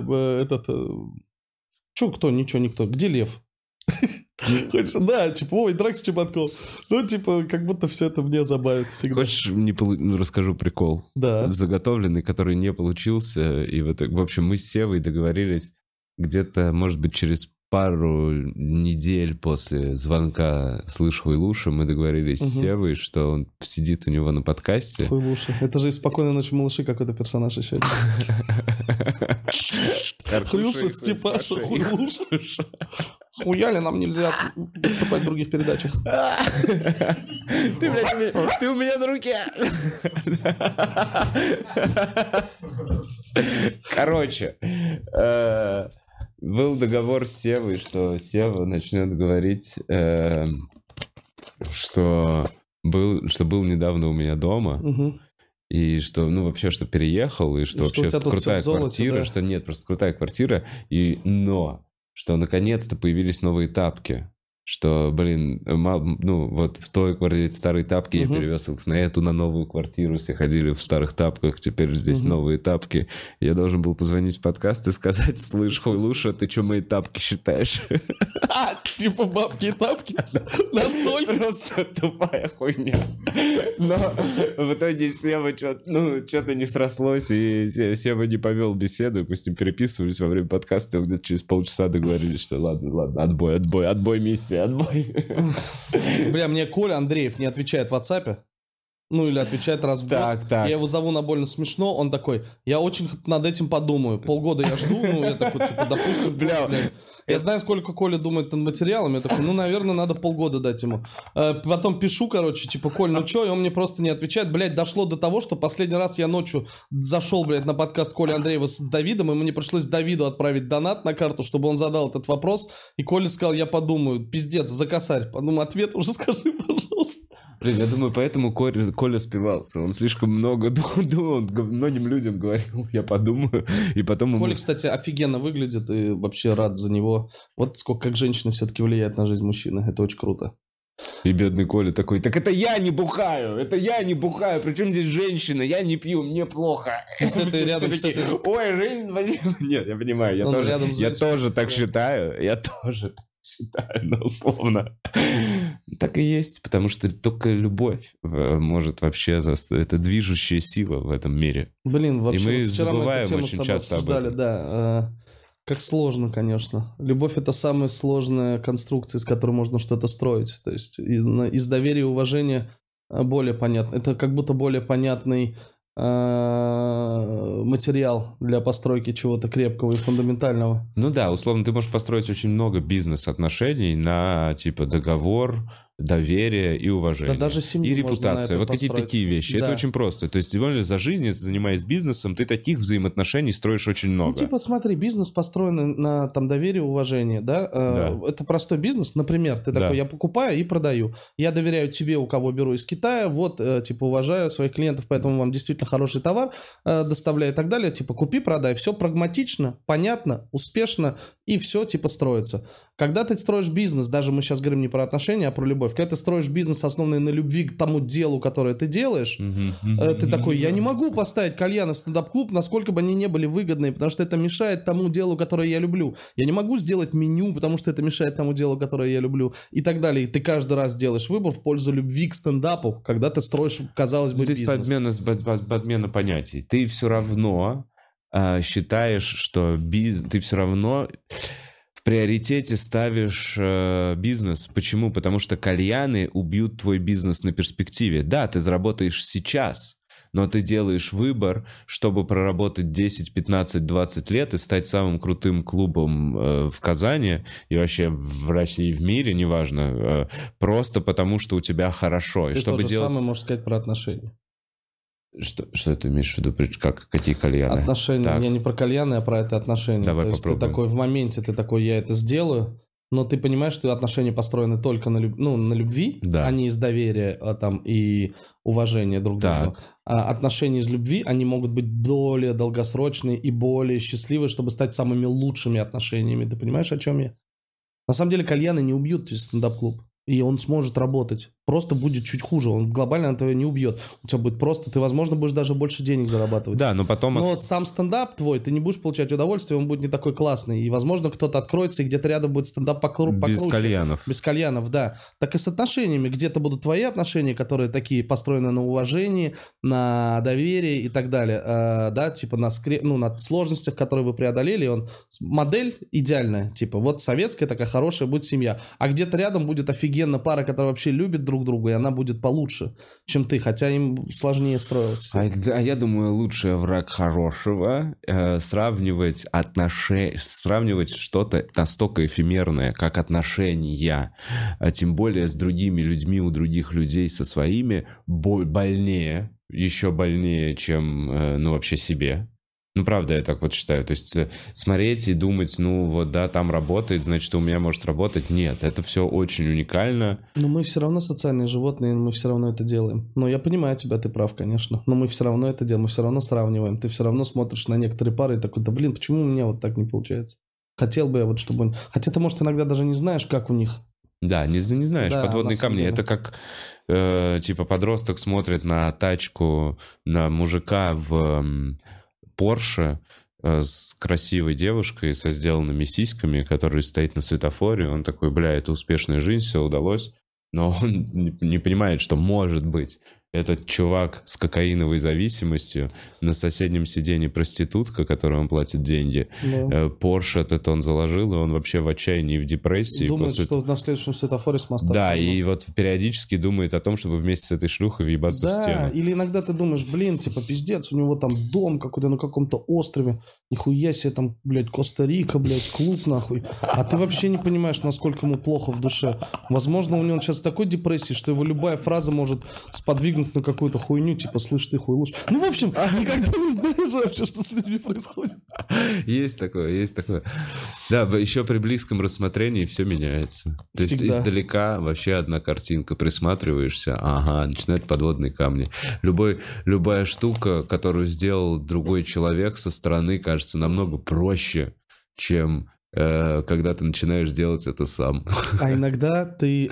кто? Ничего, никто. Где Лев? Да, типа, ой, драк с Чеботком. Как будто все это мне забавит всегда. Хочешь, расскажу прикол? Да. Заготовленный, который не получился. И в общем, мы с Севой договорились где-то, может быть, через пару недель после звонка «Слышь, Хуйлуша», мы договорились с Севой, что он сидит у него на подкасте. Хуйлуша. Это же из «Спокойной ночи, малыши» какой-то персонаж еще. Хуйлуша, Степаша, Хуйлуша. Хуяли, нам нельзя выступать в других передачах. Ты, блядь, ты у меня на руке. Короче, был договор с Севой, что Сева начнет говорить, что был недавно у меня дома. И что, ну, вообще, что переехал, и что вообще крутая квартира, да? Что нет, просто крутая квартира, но что наконец-то появились новые тапки. Что, блин, ну, вот в той квартире старые тапки, я перевез их на эту, на новую квартиру, все ходили в старых тапках, теперь здесь новые тапки. Я должен был позвонить в подкаст и сказать: слышь, хуй лучше, ты что мои тапки считаешь? Типа бабки и тапки? Настолько? Просто тупая хуйня. Но в итоге Сева что-то не срослось, и Сева не повел беседу, и мы с ним переписывались во время подкаста, и где-то через полчаса договорились, что ладно, отбой миссии. Отбой. Бля, мне Коля Андреев не отвечает в WhatsApp. Ну, или отвечает раз в год. Я его зову на больно смешно, он такой: я очень над этим подумаю. Полгода я жду, ну, я такой, типа, допустим, бля. Я знаю, сколько Коля думает над материалом, я такой, ну, наверное, надо полгода дать ему. Потом пишу, короче, типа: Коль, ну чё, и он мне просто не отвечает. Блядь, дошло до того, что последний раз я ночью зашел, блядь, на подкаст Коли Андреева с Давидом, и мне пришлось Давиду отправить донат на карту, чтобы он задал этот вопрос, и Коля сказал: я подумаю. Пиздец, за косарь. Ну, ответ уже скажи, пожалуйста. Блин, я думаю, поэтому Коля спивался. Он слишком много думал, он многим людям говорил: я подумаю, и потом... Коля, кстати, офигенно выглядит, и вообще рад за него. Вот сколько как женщина все-таки влияет на жизнь мужчины. Это очень круто. И бедный Коля такой: так это я не бухаю, причем здесь женщина, я не пью, мне плохо. Ой, женщина... Нет, я понимаю, я тоже так считаю, но условно. Так и есть, потому что только любовь может вообще... Это движущая сила в этом мире. Блин, вообще... И мы забываем очень часто об этом. Да, как сложно, конечно. Любовь — это самая сложная конструкция, из которой можно что-то строить. То есть из доверия и уважения более понятно. Это как будто более понятный материал для постройки чего-то крепкого и фундаментального. Ну да, условно, ты можешь построить очень много бизнес-отношений на, типа, договор, доверие и уважение. Да, даже семью и репутация. Вот какие-то такие вещи. Да. Это очень просто. То есть, тем более за жизнь, занимаясь бизнесом, ты таких взаимоотношений строишь очень много. Ну, типа, смотри, бизнес построен на там доверии и уважении, да? Это простой бизнес. Например, ты такой: я покупаю и продаю. Я доверяю тебе, у кого беру из Китая, вот, типа, уважаю своих клиентов, поэтому вам действительно хороший товар доставляю и так далее. Типа, купи, продай. Все прагматично, понятно, успешно, и все, типа, строится. Когда ты строишь бизнес, даже мы сейчас говорим не про отношения, а про любовь. Когда ты строишь бизнес, основанный на любви к тому делу, которое ты делаешь, ты такой: я не могу поставить кальяны в стендап-клуб, насколько бы они не были выгодные, потому что это мешает тому делу, которое я люблю. Я не могу сделать меню, потому что это мешает тому делу, которое я люблю, и так далее. И ты каждый раз делаешь выбор в пользу любви к стендапу, когда ты строишь, казалось бы, здесь бизнес. Подмена понятий. Ты все равно считаешь, что ты все равно... в приоритете ставишь бизнес. Почему? Потому что кальяны убьют твой бизнес на перспективе. Да, ты заработаешь сейчас, но ты делаешь выбор, чтобы проработать 10, 15, 20 лет и стать самым крутым клубом в Казани и вообще в России и в мире, неважно, просто потому что у тебя хорошо. Ты то же самое можешь сказать про отношения. Что ты имеешь в виду? Какие кальяны? Отношения. Так. Я не про кальяны, а про это отношения. Давай то есть попробуем. Ты такой в моменте, ты такой: я это сделаю, но ты понимаешь, что отношения построены только на любви, да. а не из доверия там, и уважения друг к другу. А отношения из любви, они могут быть более долгосрочные и более счастливые, чтобы стать самыми лучшими отношениями. Ты понимаешь, о чем я? На самом деле кальяны не убьют стендап-клуб. И он сможет работать. Просто будет чуть хуже. Он глобально тебя не убьет. У тебя будет просто... Ты, возможно, будешь даже больше денег зарабатывать. Да, но потом... Но вот сам стендап твой, ты не будешь получать удовольствие, он будет не такой классный. И, возможно, кто-то откроется, и где-то рядом будет стендап покруче. Без кальянов. Без кальянов, да. Так и с отношениями. Где-то будут твои отношения, которые такие построены на уважении, на доверии и так далее. Да, типа на сложностях, которые вы преодолели. Модель идеальная. Типа вот советская такая хорошая будет семья. А где-то рядом будет офигенно пара, которая вообще любит друг друг другу, и она будет получше, чем ты, хотя им сложнее строилось. А я думаю, лучший враг хорошего сравнивать что-то настолько эфемерное, как отношения, а тем более с другими людьми, у других людей со своими, больнее, еще больнее, чем, вообще себе. Ну, правда, я так вот считаю. То есть смотреть и думать, там работает, значит, у меня может работать. Нет, это все очень уникально. Но мы все равно социальные животные, мы все равно это делаем. Но я понимаю тебя, ты прав, конечно. Но мы все равно это делаем, мы все равно сравниваем. Ты все равно смотришь на некоторые пары и такой, почему у меня вот так не получается? Хотел бы я вот, чтобы... Хотя ты, может, иногда даже не знаешь, как у них. Да, не знаешь, да, подводные камни. Это как, подросток смотрит на тачку, на мужика в... Порше с красивой девушкой, со сделанными сиськами, который стоит на светофоре. Он такой, это успешная жизнь, все удалось. Но он не понимает, что может быть. Этот чувак с кокаиновой зависимостью, на соседнем сиденье проститутка, которой он платит деньги. Да. Порше этот он заложил, и он вообще в отчаянии, в депрессии. Думает, что на следующем светофоре с моста. Да, и вот периодически думает о том, чтобы вместе с этой шлюхой въебаться в стену. Да, или иногда ты думаешь, пиздец, у него там дом какой-то на каком-то острове, нихуя себе там, Коста-Рика, клуб нахуй. А ты вообще не понимаешь, насколько ему плохо в душе. Возможно, у него сейчас такой депрессии, что его любая фраза может сподвигнуть на какую-то хуйню, слышь, ты хуй лучше. В общем, никогда не знаешь вообще, что с людьми происходит. Есть такое. Да, еще при близком рассмотрении все меняется. То есть издалека вообще одна картинка, присматриваешься, начинают подводные камни. Любая штука, которую сделал другой человек со стороны, кажется намного проще, чем... когда ты начинаешь делать это сам. А иногда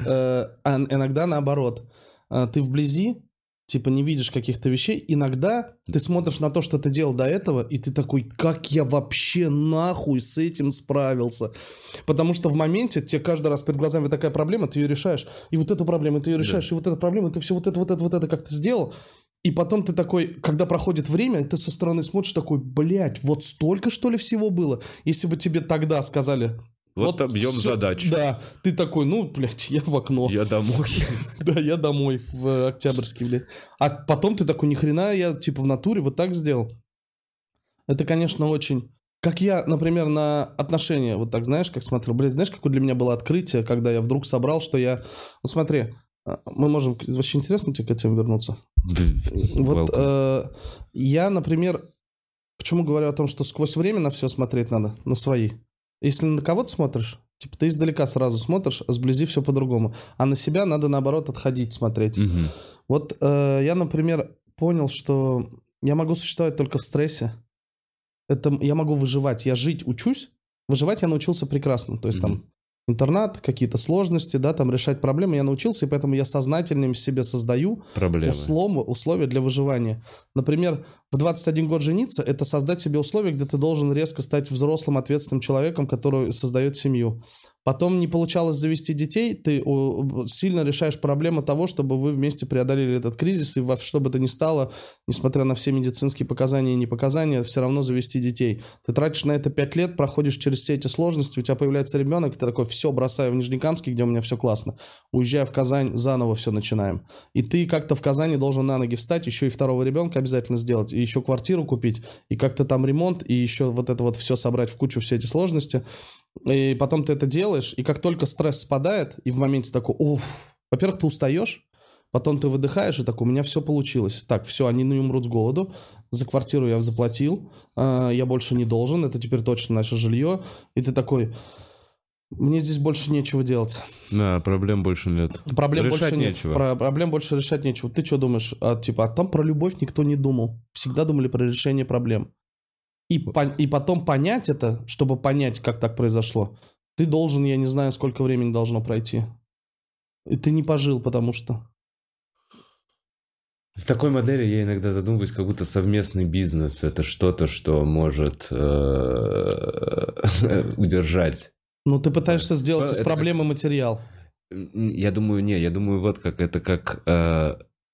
иногда наоборот. Ты вблизи, не видишь каких-то вещей. Иногда ты смотришь на то, что ты делал до этого, и ты такой, как я вообще нахуй с этим справился? Потому что в моменте тебе каждый раз перед глазами такая проблема, ты ее решаешь. И вот эту проблему ты ее решаешь, и вот эту проблему, ты все вот это как-то сделал. И потом ты такой, когда проходит время, ты со стороны смотришь такой, вот столько, что ли, всего было? Если бы тебе тогда сказали... Вот объем задач. Да, ты такой, я в окно. Я домой. Да, я домой, в Октябрьский, блядь. А потом ты такой, ни хрена, я в натуре вот так сделал. Это, конечно, очень... Как я, например, на отношения вот так, знаешь, как смотрел. Знаешь, какое для меня было открытие, когда я вдруг собрал, что я... Вот смотри, мы можем... Вообще интересно тебе к этим вернуться? Вот я, например... Почему говорю о том, что сквозь время на все смотреть надо? На свои. Если на кого-то смотришь, ты издалека сразу смотришь, а сблизи все по-другому. А на себя надо, наоборот, отходить, смотреть. Угу. Вот я, например, понял, что я могу существовать только в стрессе. Я могу выживать. Я жить учусь. Выживать я научился прекрасно. То есть там интернат, какие-то сложности, решать проблемы я научился, и поэтому я сознательно себе создаю условия для выживания. Например, в 21 год жениться – это создать себе условия, где ты должен резко стать взрослым, ответственным человеком, который создает семью. Потом не получалось завести детей, ты сильно решаешь проблему того, чтобы вы вместе преодолели этот кризис, и во что бы то ни стало, несмотря на все медицинские показания и непоказания, все равно завести детей. Ты тратишь на это 5 лет, проходишь через все эти сложности, у тебя появляется ребенок, и ты такой, все, бросаю в Нижнекамске, где у меня все классно, уезжаю в Казань, заново все начинаем. И ты как-то в Казани должен на ноги встать, еще и второго ребенка обязательно сделать, и еще квартиру купить, и как-то там ремонт, и еще вот это вот все собрать в кучу, все эти сложности. И потом ты это делаешь, и как только стресс спадает, и в моменте такой, во-первых, ты устаешь, потом ты выдыхаешь, и такой, у меня все получилось. Так, все, они не умрут с голоду, за квартиру я заплатил, я больше не должен, это теперь точно наше жилье. И ты такой, мне здесь больше нечего делать. Да, проблем больше нет. Проблем больше нечего. Проблем больше решать нечего. Ты что думаешь? А там про любовь никто не думал. Всегда думали про решение проблем. И потом понять это, чтобы понять, как так произошло, ты должен, я не знаю, сколько времени должно пройти. И ты не пожил, потому что... В такой модели я иногда задумываюсь, как будто совместный бизнес – это что-то, что может удержать. Ну, ты пытаешься сделать из проблемы материал. Я думаю, вот как это как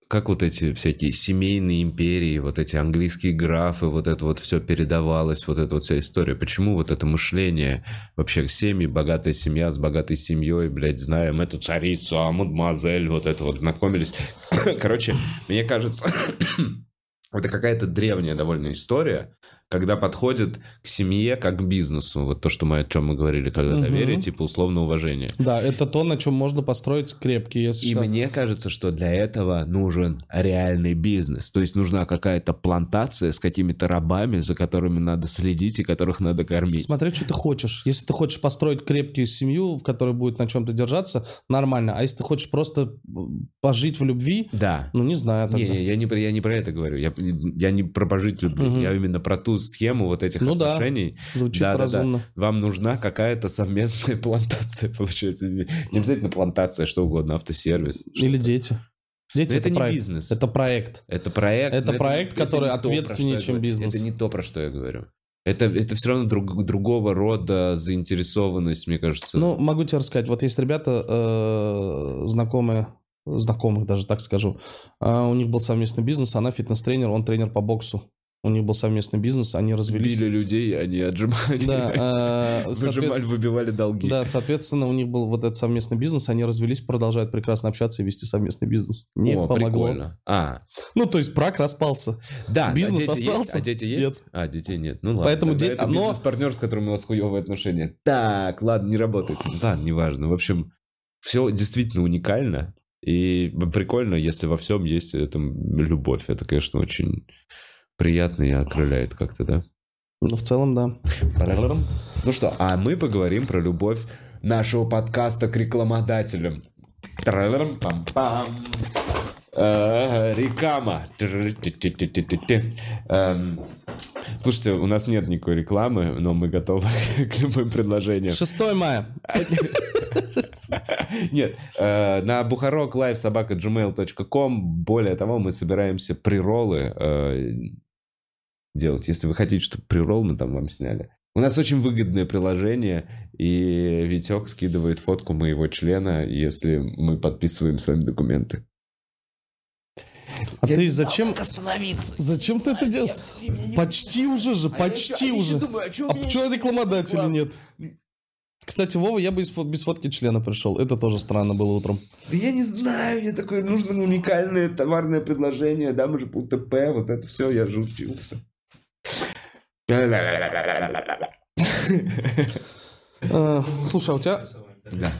как вот эти всякие семейные империи, вот эти английские графы, вот это вот все передавалось, вот эта вот вся история. Почему вот это мышление вообще семьи, богатая семья с богатой семьей, блядь, знаем эту царицу, а мадемуазель, вот это вот знакомились. Короче, мне кажется, это какая-то древняя довольно история, когда подходит к семье как к бизнесу. Вот то, что мы, о чем мы говорили, когда доверие, типа условно уважение. Да, это то, на чем можно построить крепкий, если И что. мне кажется, что для этого нужен реальный бизнес. То есть нужна какая-то плантация с какими-то рабами, за которыми надо следить и которых надо кормить. Смотри, что ты хочешь. Если ты хочешь построить крепкую семью, в которой будет на чем-то держаться, нормально. А если ты хочешь просто пожить в любви, Да. ну не знаю. Тогда. Не, я не про это говорю. Я не про пожить в любви. Я именно про ту схему вот этих отношений. Да, звучит разумно. Вам нужна какая-то совместная плантация, получается. Не обязательно плантация, что угодно, автосервис. Или дети. Дети это не бизнес. Это проект. Это проект. Это проект, который ответственнее, чем бизнес. Это не то, про что я говорю. Это все равно другого рода заинтересованность, мне кажется. Ну, могу тебе рассказать. Вот есть ребята, знакомых даже, так скажу. У них был совместный бизнес, она фитнес-тренер, он тренер по боксу. У них был совместный бизнес, они развелись. Били людей, они отжимали. Да, выбивали долги. Да, соответственно, у них был вот этот совместный бизнес, они развелись, продолжают прекрасно общаться и вести совместный бизнес. Не помогло. Прикольно. Ну, то есть брак распался. Да, бизнес остался. А дети есть? Нет. А детей нет. Ну ладно. Поэтому это бизнес-партнер, с которым у вас хуевые отношения. Так, ладно, не работайте. Ладно, неважно. В общем, все действительно уникально. И прикольно, если во всем есть любовь. Это, конечно, очень... приятно и окрыляет как-то, да? Ну, в целом, да. Ну что, а мы поговорим про любовь нашего подкаста к рекламодателям. Реклама. Слушайте, у нас нет никакой рекламы, но мы готовы к любым предложениям. 6 мая. Нет, на bukharoklive@gmail.com. Более того, мы собираемся прероллы делать. Если вы хотите, чтобы преролл мы там вам сняли. У нас очень выгодное приложение, и Витек скидывает фотку моего члена, если мы подписываем с вами документы. А ты зачем... Зачем ты это делаешь? Почти уже же, почти уже. А почему рекламодателя нет? Кстати, Вова, я бы без фотки члена пришел. Это тоже странно было утром. Да я не знаю, мне такое нужно уникальное товарное предложение, да, мы же по УТП, вот это все, я же учился. Слушай, а у тебя... Да.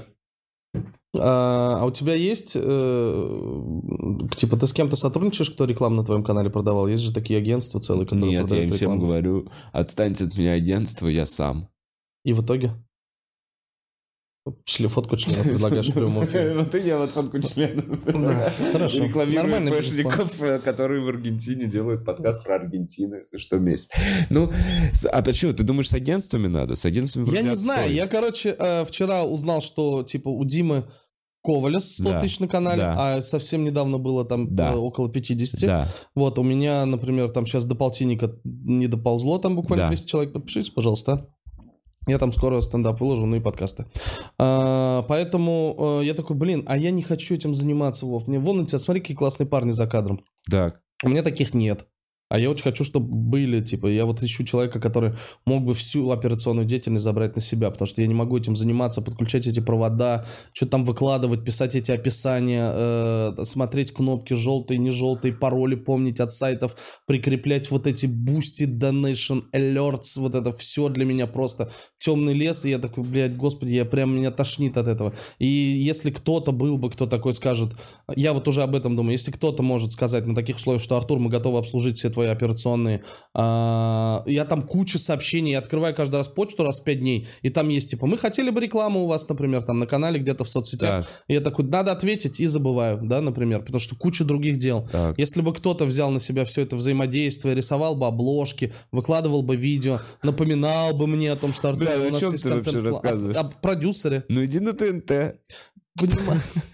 А у тебя есть, типа, ты с кем-то сотрудничаешь, кто рекламу на твоем канале продавал? Есть же такие агентства целые, которые Нет, продают я им всем рекламу. говорю, отстаньте от меня агентство, я сам. И в итоге? Фотку члена предлагаешь в прямом эфире. Вот и я вот фотку члена. Да, хорошо. Рекламирую пэшников, которые в Аргентине делают подкаст про Аргентину, если что, вместе. Ну, а почему? Ты думаешь, с агентствами надо? С агентствами вроде Я не знаю. Я, короче, вчера узнал, что, типа, у Димы Коваля 100 тысяч на канале, а совсем недавно было там около 50. Да. Вот, у меня, например, там сейчас до полтинника не доползло, там буквально 200 человек. Подпишитесь, пожалуйста. Я там скоро стендап выложу, ну и подкасты. Поэтому я такой, блин, а я не хочу этим заниматься, Вов. Вон у тебя, смотри, какие классные парни за кадром. Так. У меня таких нет. А я очень хочу, чтобы были, типа, я вот ищу человека, который мог бы всю операционную деятельность забрать на себя, потому что я не могу этим заниматься, подключать эти провода, что-то там выкладывать, писать эти описания, смотреть кнопки желтые, не желтые, пароли помнить от сайтов, прикреплять вот эти boosted donation alerts, вот это все для меня просто темный лес, и я такой, блядь, господи, меня тошнит от этого. И если кто-то был бы, кто такой скажет, я вот уже об этом думаю, если кто-то может сказать на таких условиях, что, Артур, мы готовы обслужить все твои операционные. Я там куча сообщений, я открываю каждый раз почту раз в 5 дней, и там есть, типа, мы хотели бы рекламу у вас, например, там на канале, где-то в соцсетях. Так. И я такой, надо ответить, и забываю, да, например, потому что куча других дел. Так. Если бы кто-то взял на себя все это взаимодействие, рисовал бы обложки, выкладывал бы видео, напоминал бы мне о том, что Артур, у нас есть контент. О продюсере. Ну иди на ТНТ. Понимаю.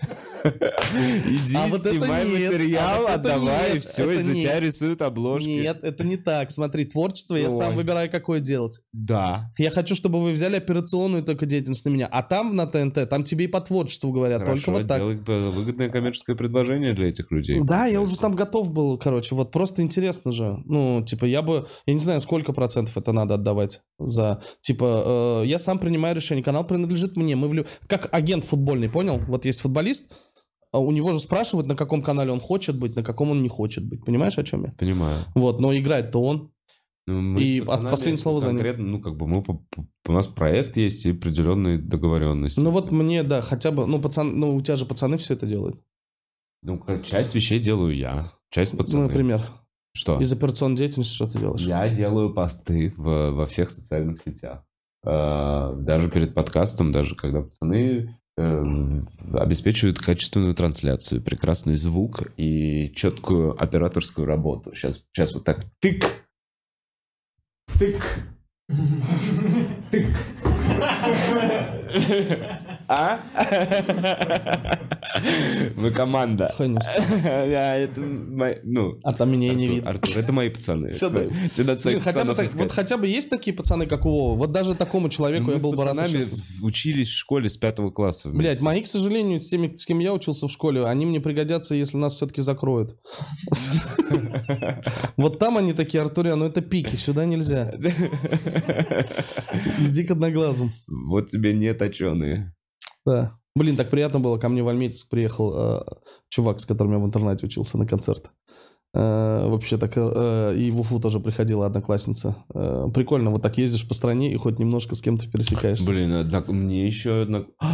Иди, снимай материал, отдавай, и все, и за тебя рисуют обложки. Нет, это не так. Смотри, творчество я сам выбираю, какое делать. Да. Я хочу, чтобы вы взяли операционную только деятельность на меня. А там на ТНТ, там тебе и по творчеству говорят. Только вот так. Делай выгодное коммерческое предложение для этих людей. Да, я уже там готов был, короче. Вот просто интересно же. Ну, типа, я не знаю, сколько процентов это надо отдавать за... Типа, я сам принимаю решение. Канал принадлежит мне. Как агент футбольный, понял? Вот есть футболист, у него же спрашивают, на каком канале он хочет быть, на каком он не хочет быть. Понимаешь, о чем я? Понимаю. Вот, но играет-то он. Ну, и последнее слово за ним. Ну, как бы у нас проект есть и определенные договоренности. Ну, вот мне, да, хотя бы... Ну, у тебя же пацаны все это делают. Ну, часть вещей делаю я, часть пацаны. Ну, например? Что? Из операционной деятельности что ты делаешь? Я делаю посты во всех социальных сетях. Даже перед подкастом, даже когда пацаны обеспечивают качественную трансляцию, прекрасный звук и четкую операторскую работу. Сейчас вот так. Тык! А? Мы команда. Конечно. А там меня и не видно. Артур, это мои пацаны. Вот хотя бы есть такие пацаны, как у Вова. Вот даже такому человеку я был бы рад. Мы учились в школе с 5 класса. Блять, мои, к сожалению, с теми, с кем я учился в школе, они мне пригодятся, если нас все-таки закроют. Вот там они такие, Артурян, ну это пики, сюда нельзя. Иди к одноглазым. Вот тебе не точеные. Да. Блин, так приятно было. Ко мне в Альметьевск приехал чувак, с которым я в интернете учился на концерт. Вообще так... и в Уфу тоже приходила одноклассница. Прикольно, вот так ездишь по стране и хоть немножко с кем-то пересекаешься. Блин, мне еще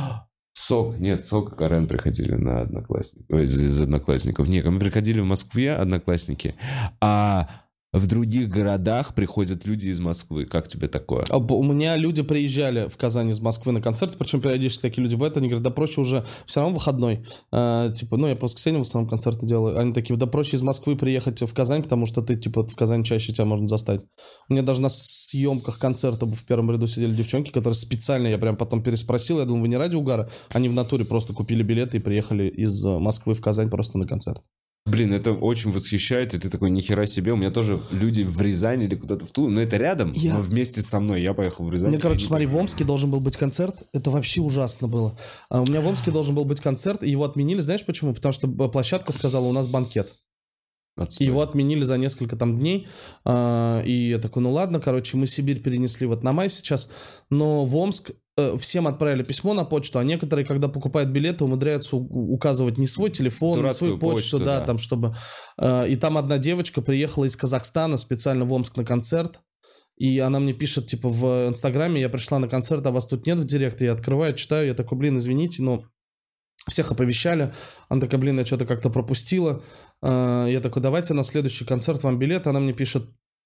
Сок и Карен приходили на одноклассников. Из одноклассников. Нет, мы приходили в Москве, одноклассники, а в других городах приходят люди из Москвы. Как тебе такое? У меня люди приезжали в Казань из Москвы на концерт, причем периодически такие люди бывают, они говорят, да проще уже все равно выходной. Типа, я по воскресеньям в основном концерты делаю. Они такие, да проще из Москвы приехать в Казань, потому что ты, типа, в Казани чаще тебя можно застать. У меня даже на съемках концерта в первом ряду сидели девчонки, которые специально, я прям потом переспросил, я думаю, вы не ради угара? Они в натуре просто купили билеты и приехали из Москвы в Казань просто на концерт. Блин, это очень восхищает, и ты такой, нихера себе. У меня тоже люди в Рязани или куда-то в Тулу, но это рядом, но вместе со мной. Я поехал в Рязань. Смотри, в Омске должен был быть концерт. Это вообще ужасно было. У меня в Омске должен был быть концерт, и его отменили. Знаешь почему? Потому что площадка сказала, у нас банкет. Отстой. Его отменили за несколько там дней. И я такой, ну ладно, мы Сибирь перенесли вот на май сейчас. Но в Омск всем отправили письмо на почту, а некоторые, когда покупают билеты, умудряются указывать не свой телефон, не свою почту, да, там, чтобы... И там одна девочка приехала из Казахстана специально в Омск на концерт, и она мне пишет, типа, в Инстаграме, я пришла на концерт, а вас тут нет в директе, я открываю, читаю, я такой, блин, извините, но... Всех оповещали. Она такая, блин, я что-то как-то пропустила. Я такой, давайте на следующий концерт вам билет. Она мне пишет,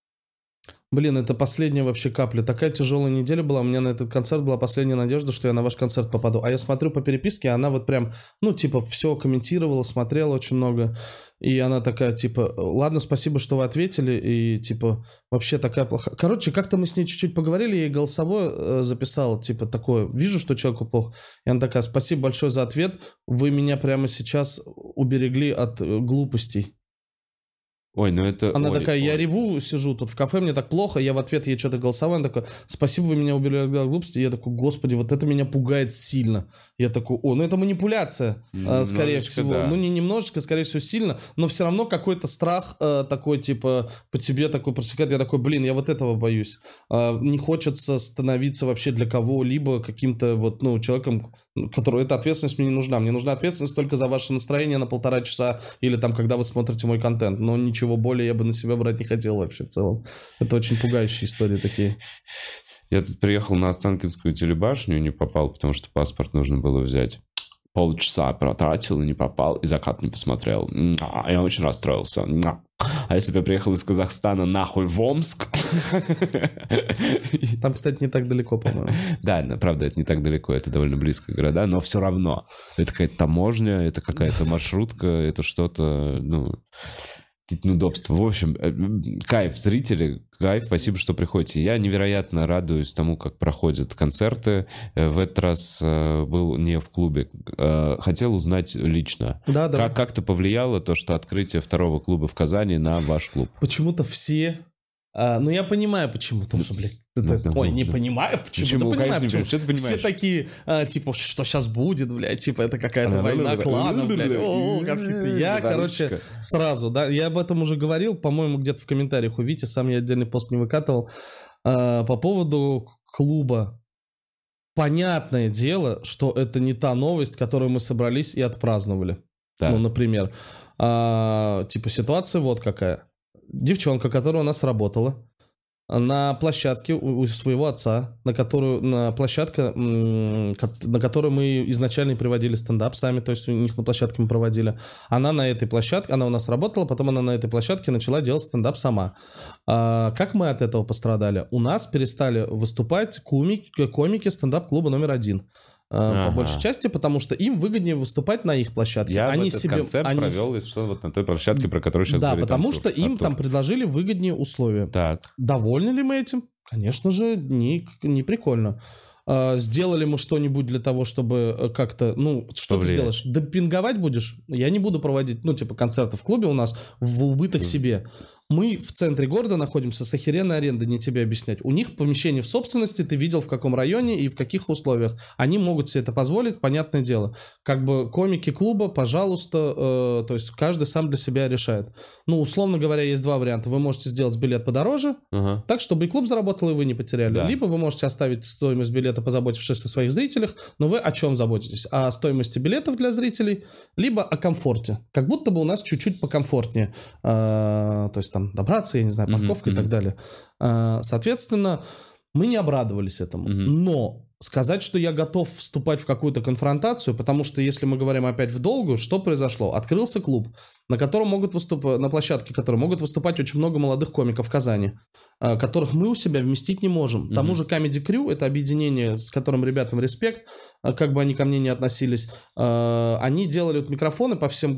блин, это последняя вообще капля. Такая тяжелая неделя была. У меня на этот концерт была последняя надежда, что я на ваш концерт попаду. А я смотрю по переписке, она вот прям, все комментировала, смотрела очень много. И она такая, типа, ладно, спасибо, что вы ответили. И, типа, вообще такая плохая. Короче, как-то мы с ней чуть-чуть поговорили, я ей голосовое записал, типа, такое, вижу, что человеку плохо. И она такая, спасибо большое за ответ. Вы меня прямо сейчас уберегли от глупостей. Ой, ну это... Она такая, я реву, сижу тут в кафе, мне так плохо, я в ответ ей что-то голосовал, она такая, спасибо, вы меня убили от глупости. Я такой, господи, вот это меня пугает сильно. Я такой, это манипуляция, скорее всего. Да. Не немножечко, скорее всего, сильно, но все равно какой-то страх такой, типа, по тебе такой протекает. Я такой, блин, я вот этого боюсь. Не хочется становиться вообще для кого-либо каким-то человеком, которому эта ответственность мне не нужна. Мне нужна ответственность только за ваше настроение на 1,5 часа или там, когда вы смотрите мой контент, но ничего более я бы на себя брать не хотел вообще в целом. Это очень пугающие истории такие. Я тут приехал на Останкинскую телебашню, не попал, потому что паспорт нужно было взять. Полчаса протратил и не попал, и закат не посмотрел. Я очень расстроился. А если бы я приехал из Казахстана нахуй в Омск? Там, кстати, не так далеко, по-моему. Да, правда, это не так далеко, это довольно близко города, но все равно. Это какая-то таможня, это какая-то маршрутка, это что-то, какие-то неудобства. В общем, кайф, зрители, кайф, спасибо, что приходите. Я невероятно радуюсь тому, как проходят концерты. В этот раз был не в клубе. Хотел узнать лично. Да. Как-то повлияло то, что открытие второго клуба в Казани на ваш клуб? Почему-то все... ну, я понимаю, почему. Потому что, блядь, не понимаю, почему. Да понимаю, почему. Что ты понимаешь? Все такие, типа, что сейчас будет, блядь, типа, это какая-то война кланов, блядь, конфликты. Я, короче, сразу, да, я об этом уже говорил, по-моему, где-то в комментариях увидите, сам я отдельный пост не выкатывал, по поводу клуба. Понятное дело, что это не та новость, которую мы собрались и отпраздновали. Да. Ну, например, типа, ситуация вот какая. Девчонка, которая у нас работала на площадке у своего отца, на которую мы изначально приводили стендап сами, то есть у них на площадке мы проводили. Она у нас работала, потом она на этой площадке начала делать стендап сама. Как мы от этого пострадали? У нас перестали выступать комики стендап-клуба номер 1. По большей части, потому что им выгоднее выступать на их площадке. Я концерт провел, если что, вот на той площадке, про которую сейчас говорит Артур. Да, потому что им там предложили выгоднее условия. Так. Довольны ли мы этим? Конечно же, не прикольно. Сделали мы что-нибудь для того, чтобы как-то, что ты сделаешь? Демпинговать будешь? Я не буду проводить, концерты в клубе у нас в убыток себе. Мы в центре города находимся с охеренной арендой, не тебе объяснять. У них помещение в собственности, ты видел в каком районе и в каких условиях. Они могут себе это позволить, понятное дело. Как бы комики клуба, пожалуйста, то есть каждый сам для себя решает. Условно говоря, есть два варианта. Вы можете сделать билет подороже, так, чтобы и клуб заработал, и вы не потеряли. Да. Либо вы можете оставить стоимость билета, позаботившись о своих зрителях, но вы о чем заботитесь? О стоимости билетов для зрителей, либо о комфорте. Как будто бы у нас чуть-чуть покомфортнее. То есть там добраться, я не знаю, парковка и так далее. Соответственно, мы не обрадовались этому. Но сказать, что я готов вступать в какую-то конфронтацию, потому что если мы говорим опять в долгую, что произошло? Открылся клуб, на котором на площадке которой могут выступать очень много молодых комиков в Казани, которых мы у себя вместить не можем. Тому же Comedy Crew, это объединение, с которым ребятам респект, как бы они ко мне ни относились, они делали микрофоны по всем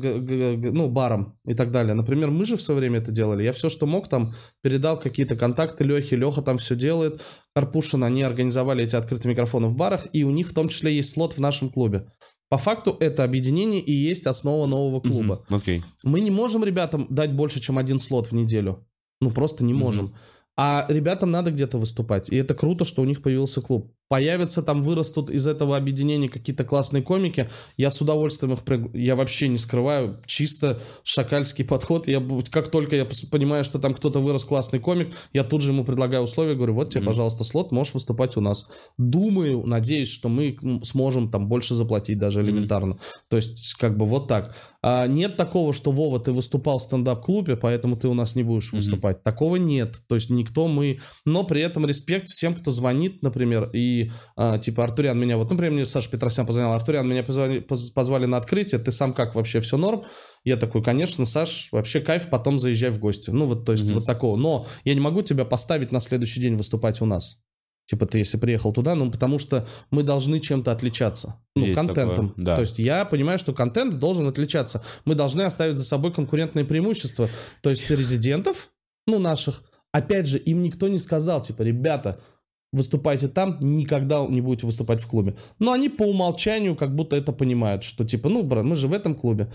барам и так далее. Например, мы же в свое время это делали. Я все, что мог, там передал какие-то контакты Лехе. Леха там все делает. Карпушин, они организовали эти открытые микрофоны в барах, и у них в том числе есть слот в нашем клубе. По факту это объединение и есть основа нового клуба. Okay. Мы не можем ребятам дать больше, чем один слот в неделю. Просто не можем. А ребятам надо где-то выступать. И это круто, что у них появился клуб. Появятся там, вырастут из этого объединения какие-то классные комики. Я с удовольствием их я вообще не скрываю. Чисто шакальский подход. Как только я понимаю, что там кто-то вырос классный комик, я тут же ему предлагаю условия. Говорю, вот тебе, пожалуйста, слот, можешь выступать у нас. Думаю, надеюсь, что мы сможем там больше заплатить даже элементарно. То есть как бы вот так. Нет такого, что, Вова, ты выступал в стендап-клубе, поэтому ты у нас не будешь выступать. Такого нет. То есть никто мы... Но при этом респект всем, кто звонит, например, и типа Артурян меня... Вот, например, мне Саша Петросян позвонил. Артурян, меня позвали на открытие. Ты сам как вообще? Все норм? Я такой, конечно, Саш, вообще кайф, потом заезжай в гости. То есть вот такого. Но я не могу тебя поставить на следующий день выступать у нас. Типа ты, если приехал туда, потому что мы должны чем-то отличаться. Контентом. Такое, да. То есть я понимаю, что контент должен отличаться. Мы должны оставить за собой конкурентные преимущества. То есть резидентов, наших, опять же, им никто не сказал, типа, ребята, выступайте там, никогда не будете выступать в клубе. Но они по умолчанию как будто это понимают, что типа, брат, мы же в этом клубе,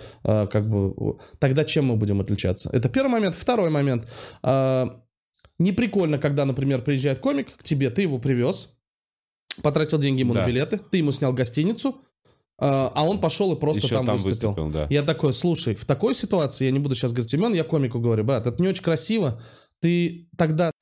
тогда чем мы будем отличаться? Это первый момент. Второй момент. Неприкольно, когда, например, приезжает комик к тебе, ты его привез, потратил деньги ему на билеты, ты ему снял гостиницу, а он пошел и просто еще там выступил. Да. Я такой, слушай, в такой ситуации, я не буду сейчас говорить имен, я комику говорю, брат, это не очень красиво, ты тогда...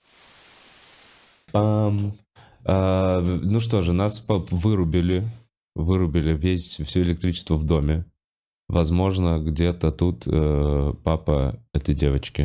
Ну что же, нас вырубили все электричество в доме. Возможно, где-то тут папа этой девочки.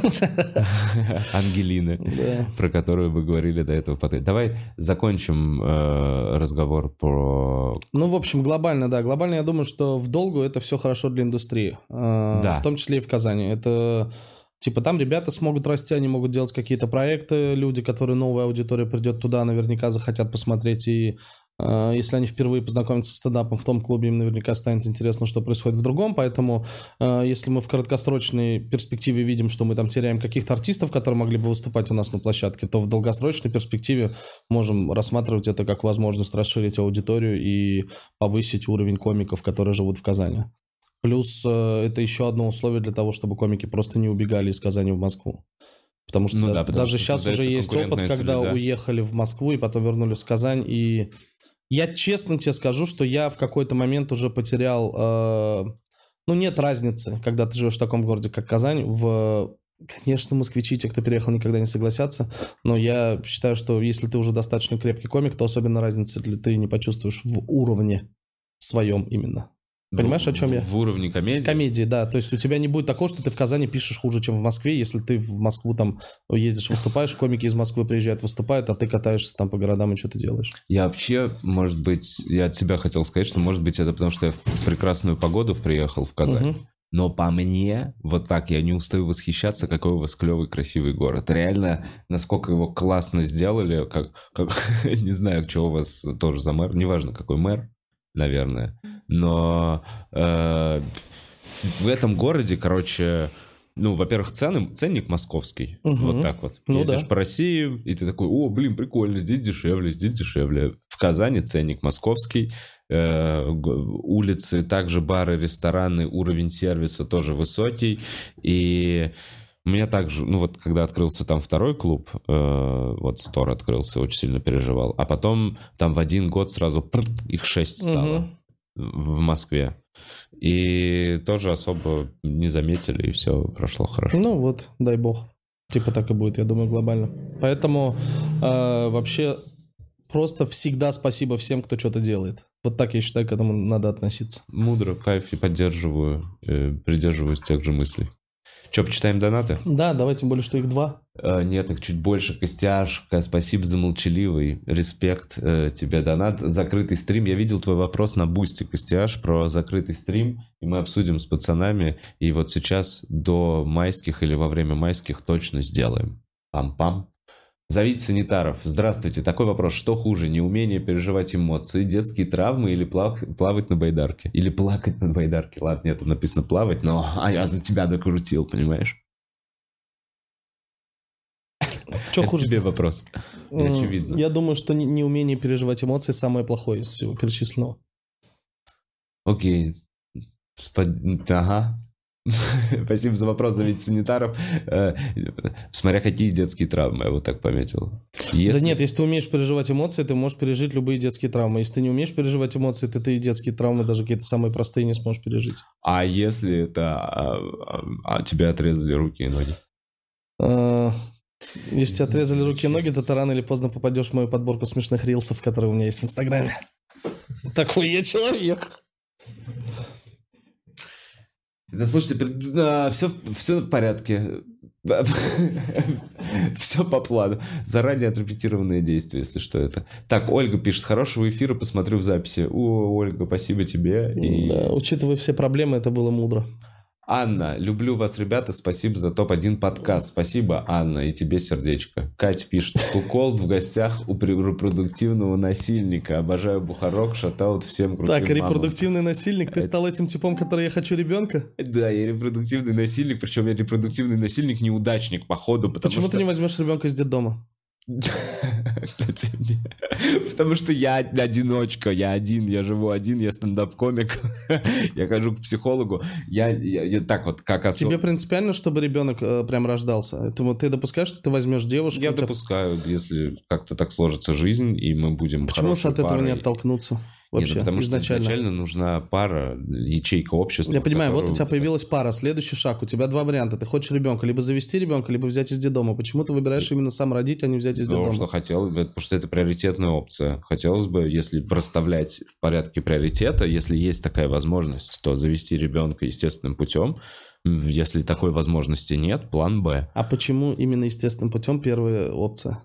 Ангелины, про которую вы говорили до этого. Давай закончим разговор про... в общем, глобально, да. Глобально, я думаю, что в долгую это все хорошо для индустрии. В том числе и в Казани. Это Типа там ребята смогут расти, они могут делать какие-то проекты, люди, которые новая аудитория придет туда, наверняка захотят посмотреть. И если они впервые познакомятся с стендапом в том клубе, им наверняка станет интересно, что происходит в другом. Поэтому если мы в краткосрочной перспективе видим, что мы там теряем каких-то артистов, которые могли бы выступать у нас на площадке, то в долгосрочной перспективе можем рассматривать это как возможность расширить аудиторию и повысить уровень комиков, которые живут в Казани. Плюс это еще одно условие для того, чтобы комики просто не убегали из Казани в Москву. Потому что даже сейчас уже есть опыт, когда уехали в Москву и потом вернулись в Казань. И я честно тебе скажу, что я в какой-то момент уже потерял... нет разницы, когда ты живешь в таком городе, как Казань. Конечно, москвичи, те, кто переехал, никогда не согласятся. Но я считаю, что если ты уже достаточно крепкий комик, то особенно разницы ты не почувствуешь в уровне своем именно. Понимаешь, о чем я? В уровне комедии? Комедии, да. То есть у тебя не будет такого, что ты в Казани пишешь хуже, чем в Москве, если ты в Москву там ездишь, выступаешь, комики из Москвы приезжают, выступают, а ты катаешься там по городам и что-то делаешь. Я вообще, может быть, я от себя хотел сказать, что, может быть, это потому, что я в прекрасную погоду приехал в Казань. Угу. Но по мне, вот так, я не устаю восхищаться, какой у вас клевый, красивый город. Реально, насколько его классно сделали, как не знаю, что у вас тоже за мэр, неважно, какой мэр, наверное. Но в этом городе, короче, во-первых, ценник московский. Вот так вот. Ездишь по России, и ты такой, прикольно, здесь дешевле, здесь дешевле. В Казани ценник московский. Улицы, также бары, рестораны, уровень сервиса тоже высокий. И у меня также, когда открылся там второй клуб, Стор открылся, очень сильно переживал. А потом там в один год сразу их 6 стало. В Москве. И тоже особо не заметили, и все прошло хорошо. Дай бог. Типа так и будет, я думаю, глобально. Поэтому вообще просто всегда спасибо всем, кто что-то делает. Вот так я считаю, к этому надо относиться. Мудро, кайф, и поддерживаю, придерживаюсь тех же мыслей. Че, почитаем донаты? Да, давай, тем более, что их 2. Нет, их чуть больше. Костяшка, спасибо за молчаливый. Респект тебе, донат. Закрытый стрим. Я видел твой вопрос на Бусти, Костяш, про закрытый стрим. И мы обсудим с пацанами. И вот сейчас до майских или во время майских точно сделаем. Пам-пам. Зовите санитаров. Здравствуйте. Такой вопрос. Что хуже? Неумение переживать эмоции, детские травмы или плавать на байдарке? Или плакать на байдарке? Ладно, нет, там написано плавать, но я за тебя докрутил, понимаешь? Что хуже? Тебе вопрос. Очевидно. Я думаю, что неумение переживать эмоции самое плохое из всего перечисленного. Окей. Ага. Спасибо за вопрос, зовите санитаров. Смотря какие детские травмы, я вот так пометил. Да нет, если ты умеешь переживать эмоции, ты можешь пережить любые детские травмы. Если ты не умеешь переживать эмоции, то ты и детские травмы, даже какие-то самые простые, не сможешь пережить. А если это тебе отрезали руки и ноги? Если тебе отрезали руки и ноги, то ты рано или поздно попадешь в мою подборку смешных рилсов, которые у меня есть в Инстаграме. Такой я человек. Да, слушайте, все в порядке. Все по плану. Заранее отрепетированные действия, если что это. Так, Ольга пишет, хорошего эфира, посмотрю в записи. Ольга, спасибо тебе. Да, учитывая все проблемы, это было мудро. Анна, люблю вас, ребята, спасибо за топ-1 подкаст. Спасибо, Анна, и тебе сердечко. Катя пишет, Кукол в гостях у репродуктивного насильника. Обожаю Бухарок, шатаут всем крутым мамам. Так, репродуктивный насильник? Ты стал этим типом, который я хочу ребенка? Да, я репродуктивный насильник, причем я репродуктивный насильник-неудачник, походу. Почему ты не возьмешь ребенка из детдома? Кстати, потому что я одиночка, я живу один, я стендап-комик, я хожу к психологу, я так вот, как особо... Тебе принципиально, чтобы ребенок прям рождался? Ты допускаешь, что ты возьмешь девушку? Я допускаю, если как-то так сложится жизнь, и мы будем Почему же от этого не оттолкнуться? Вообще, нет, потому что изначально нужна пара, ячейка общества. Я понимаю, вот у тебя появилась пара, следующий шаг, у тебя 2 варианта. Ты хочешь ребенка, либо завести ребенка, либо взять из детдома. Почему ты выбираешь именно сам родить, а не взять из детдома? Потому что хотел, потому что это приоритетная опция. Хотелось бы, если расставлять в порядке приоритета, если есть такая возможность, то завести ребенка естественным путем. Если такой возможности нет, план Б. А почему именно естественным путем первая опция?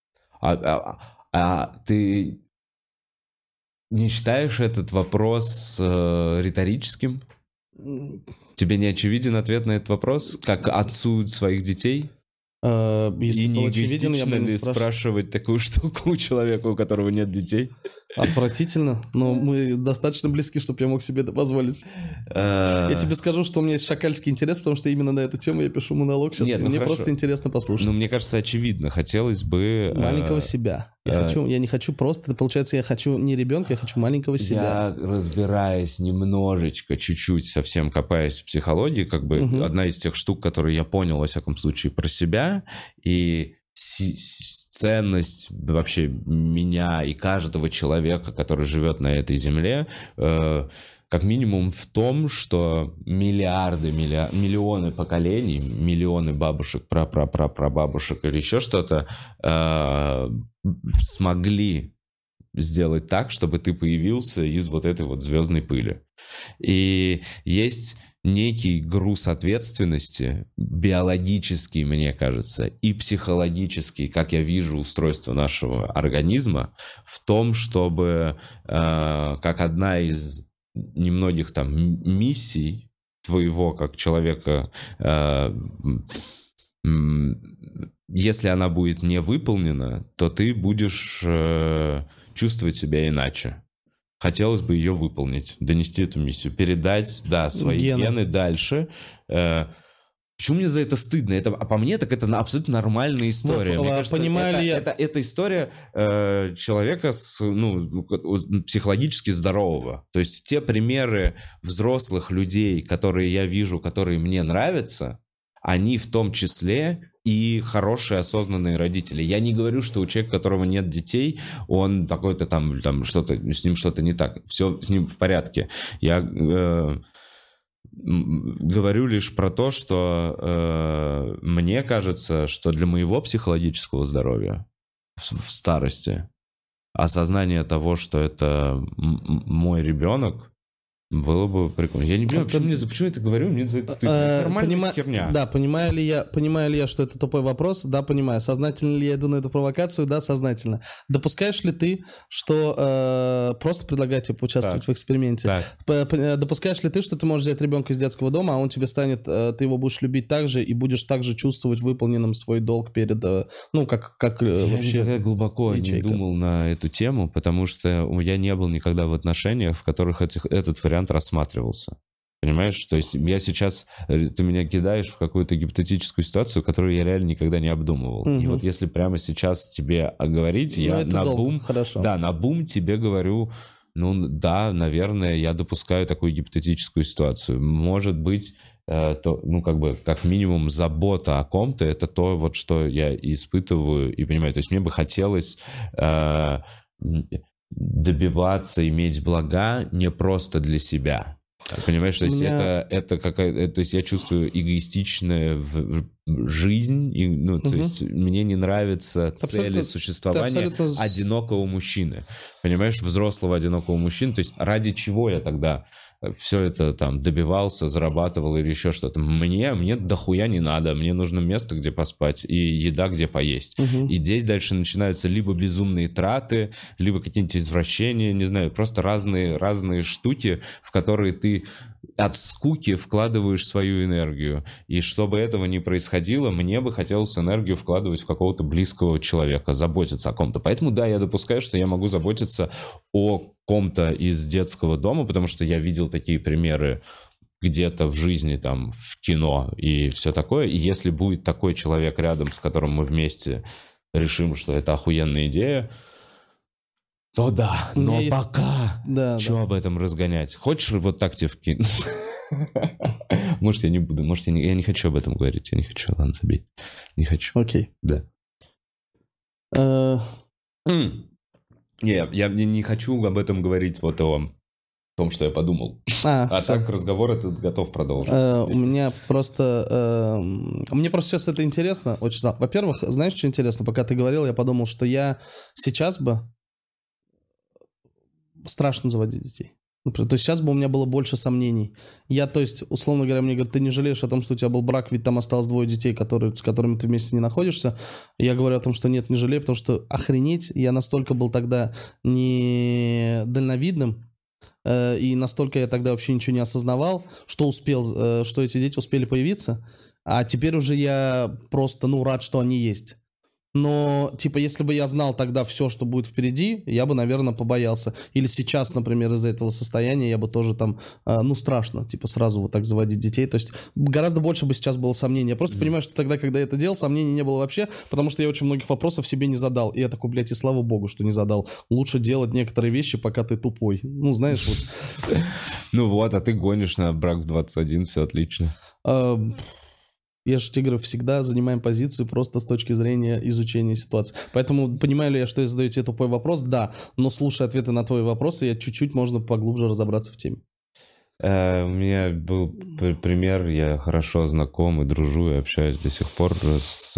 Ты... Не считаешь этот вопрос риторическим? Тебе не очевиден ответ на этот вопрос? Как отцу своих детей? Если И был не очевиден, я бы эгоистично не ли спрашивал. спрашивать такую штуку у человека, у которого нет детей? Отвратительно, но мы достаточно близки, чтобы я мог себе это позволить. Я тебе скажу, что у меня есть шакальский интерес, потому что именно на эту тему я пишу монолог сейчас, Нет, и ну мне хорошо. просто интересно послушать. Ну, мне кажется, очевидно. Хотелось бы... Маленького себя. Я не хочу просто, это получается, я хочу не ребенка, я хочу маленького себя. Я разбираюсь немножечко, чуть-чуть, совсем копаясь в психологии, как бы одна из тех штук, которые я понял, во всяком случае, про себя, и ценность вообще меня и каждого человека, который живет на этой земле, как минимум в том, что миллионы поколений, миллионы бабушек, прапрапрапрабабушек или еще что-то смогли сделать так, чтобы ты появился из вот этой вот звездной пыли. И есть некий груз ответственности, биологический, мне кажется, и психологический, как я вижу устройство нашего организма, в том, чтобы, как одна из немногих там миссий твоего как человека, если она будет не выполнена, то ты будешь чувствовать себя иначе. Хотелось бы ее выполнить, донести эту миссию, передать, да, свои гены дальше. Почему мне за это стыдно? А по мне, так это абсолютно нормальная история. Мне кажется, это история человека психологически здорового. То есть те примеры взрослых людей, которые я вижу, которые мне нравятся, они в том числе и хорошие осознанные родители. Я не говорю, что у человека, у которого нет детей, он такой-то там что-то, с ним что-то не так. Все с ним в порядке. Я говорю лишь про то, что мне кажется, что для моего психологического здоровья в старости осознание того, что это мой ребенок, было бы прикольно. Я не понимаю, почему я это говорю, мне за это стыдно. Нормальная херня. Да, понимаю ли я, что это тупой вопрос? Да, понимаю. Сознательно ли я иду на эту провокацию? Да, сознательно. Допускаешь ли ты, что просто предлагаю тебе поучаствовать в эксперименте? Допускаешь ли ты, что ты можешь взять ребенка из детского дома, а он тебе станет, ты его будешь любить так же и будешь так же чувствовать выполненным свой долг перед, как вообще... Я никогда глубоко не думал на эту тему, потому что я не был никогда в отношениях, в которых этот вариант рассматривался. Понимаешь? То есть ты меня кидаешь в какую-то гипотетическую ситуацию, которую я реально никогда не обдумывал. И вот если прямо сейчас тебе говорить, я наобум тебе говорю, наверное, я допускаю такую гипотетическую ситуацию. Может быть, как минимум забота о ком-то, это то, вот что я испытываю и понимаю. То есть мне бы хотелось добиваться, иметь блага не просто для себя. Понимаешь, то есть это какая-то... То есть я чувствую эгоистичную жизнь, то есть мне не нравятся цели существования одинокого мужчины. Понимаешь, взрослого одинокого мужчины. То есть ради чего я тогда все это там добивался, зарабатывал или еще что-то? Мне дохуя не надо. Мне нужно место, где поспать, и еда, где поесть. И здесь дальше начинаются либо безумные траты, либо какие-нибудь извращения, не знаю, просто разные штуки, в которые ты от скуки вкладываешь свою энергию. И чтобы этого не происходило, мне бы хотелось энергию вкладывать в какого-то близкого человека, заботиться о ком-то. Поэтому, да, я допускаю, что я могу заботиться о ком-то из детского дома, потому что я видел такие примеры где-то в жизни, там, в кино и все такое. И если будет такой человек рядом, с которым мы вместе решим, что это охуенная идея, то да, но пока что об этом разгонять? Хочешь вот так тебе вкинуть? Может, я не буду, может, я не хочу об этом говорить, я не хочу, ладно, забей. Не хочу. Окей. Да. Я не хочу об этом говорить, вот о том, что я подумал. Так разговор этот готов продолжить. Мне просто сейчас это интересно. Очень. Во-первых, знаешь, что интересно? Пока ты говорил, я подумал, что я сейчас бы страшно заводить детей. То есть сейчас бы у меня было больше сомнений. То есть, условно говоря, мне говорят, ты не жалеешь о том, что у тебя был брак, ведь там осталось 2 детей, с которыми ты вместе не находишься. Я говорю о том, что нет, не жалею, потому что охренеть, я настолько был тогда недальновидным, и настолько я тогда вообще ничего не осознавал, что эти дети успели появиться, а теперь уже я просто, рад, что они есть. Но, типа, если бы я знал тогда все, что будет впереди, я бы, наверное, побоялся. Или сейчас, например, из-за этого состояния я бы тоже там, страшно, типа, сразу вот так заводить детей. То есть гораздо больше бы сейчас было сомнений. Я просто понимаю, что тогда, когда я это делал, сомнений не было вообще, потому что я очень многих вопросов себе не задал. И я такой, блядь, и слава богу, что не задал. Лучше делать некоторые вещи, пока ты тупой. Знаешь, вот. Ну вот, а ты гонишь на брак в 21, все отлично. Я же тебе говорю, всегда занимаем позицию просто с точки зрения изучения ситуации. Поэтому понимаю ли я, что я задаю тебе тупой вопрос? Да, но слушая ответы на твои вопросы, я чуть-чуть можно поглубже разобраться в теме. У меня был пример, я хорошо знаком и дружу, и общаюсь до сих пор с...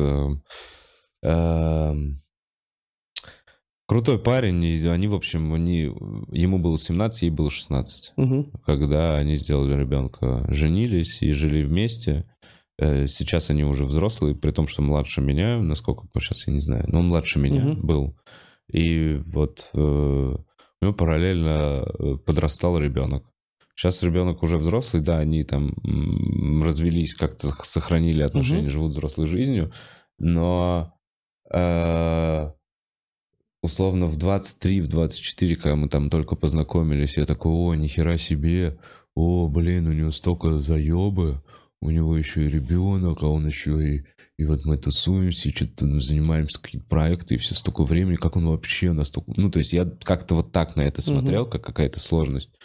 Крутой парень, и они, в общем, ему было 17, ей было 16. Когда они сделали ребенка, женились и жили вместе. Сейчас они уже взрослые, при том, что младше меня, насколько, сейчас я не знаю, но он младше меня был. И вот у него параллельно подрастал ребенок. Сейчас ребенок уже взрослый, да, они там развелись, как-то сохранили отношения, живут взрослой жизнью, но условно в 23, в 24, когда мы там только познакомились, я такой, о, нихера себе, о, блин, у него столько заебы. У него еще и ребенок, а он еще и вот мы тусуемся, и что-то занимаемся, какие-то проекты, и все столько времени, как он вообще настолько... То есть я как-то вот так на это смотрел, как какая-то сложность.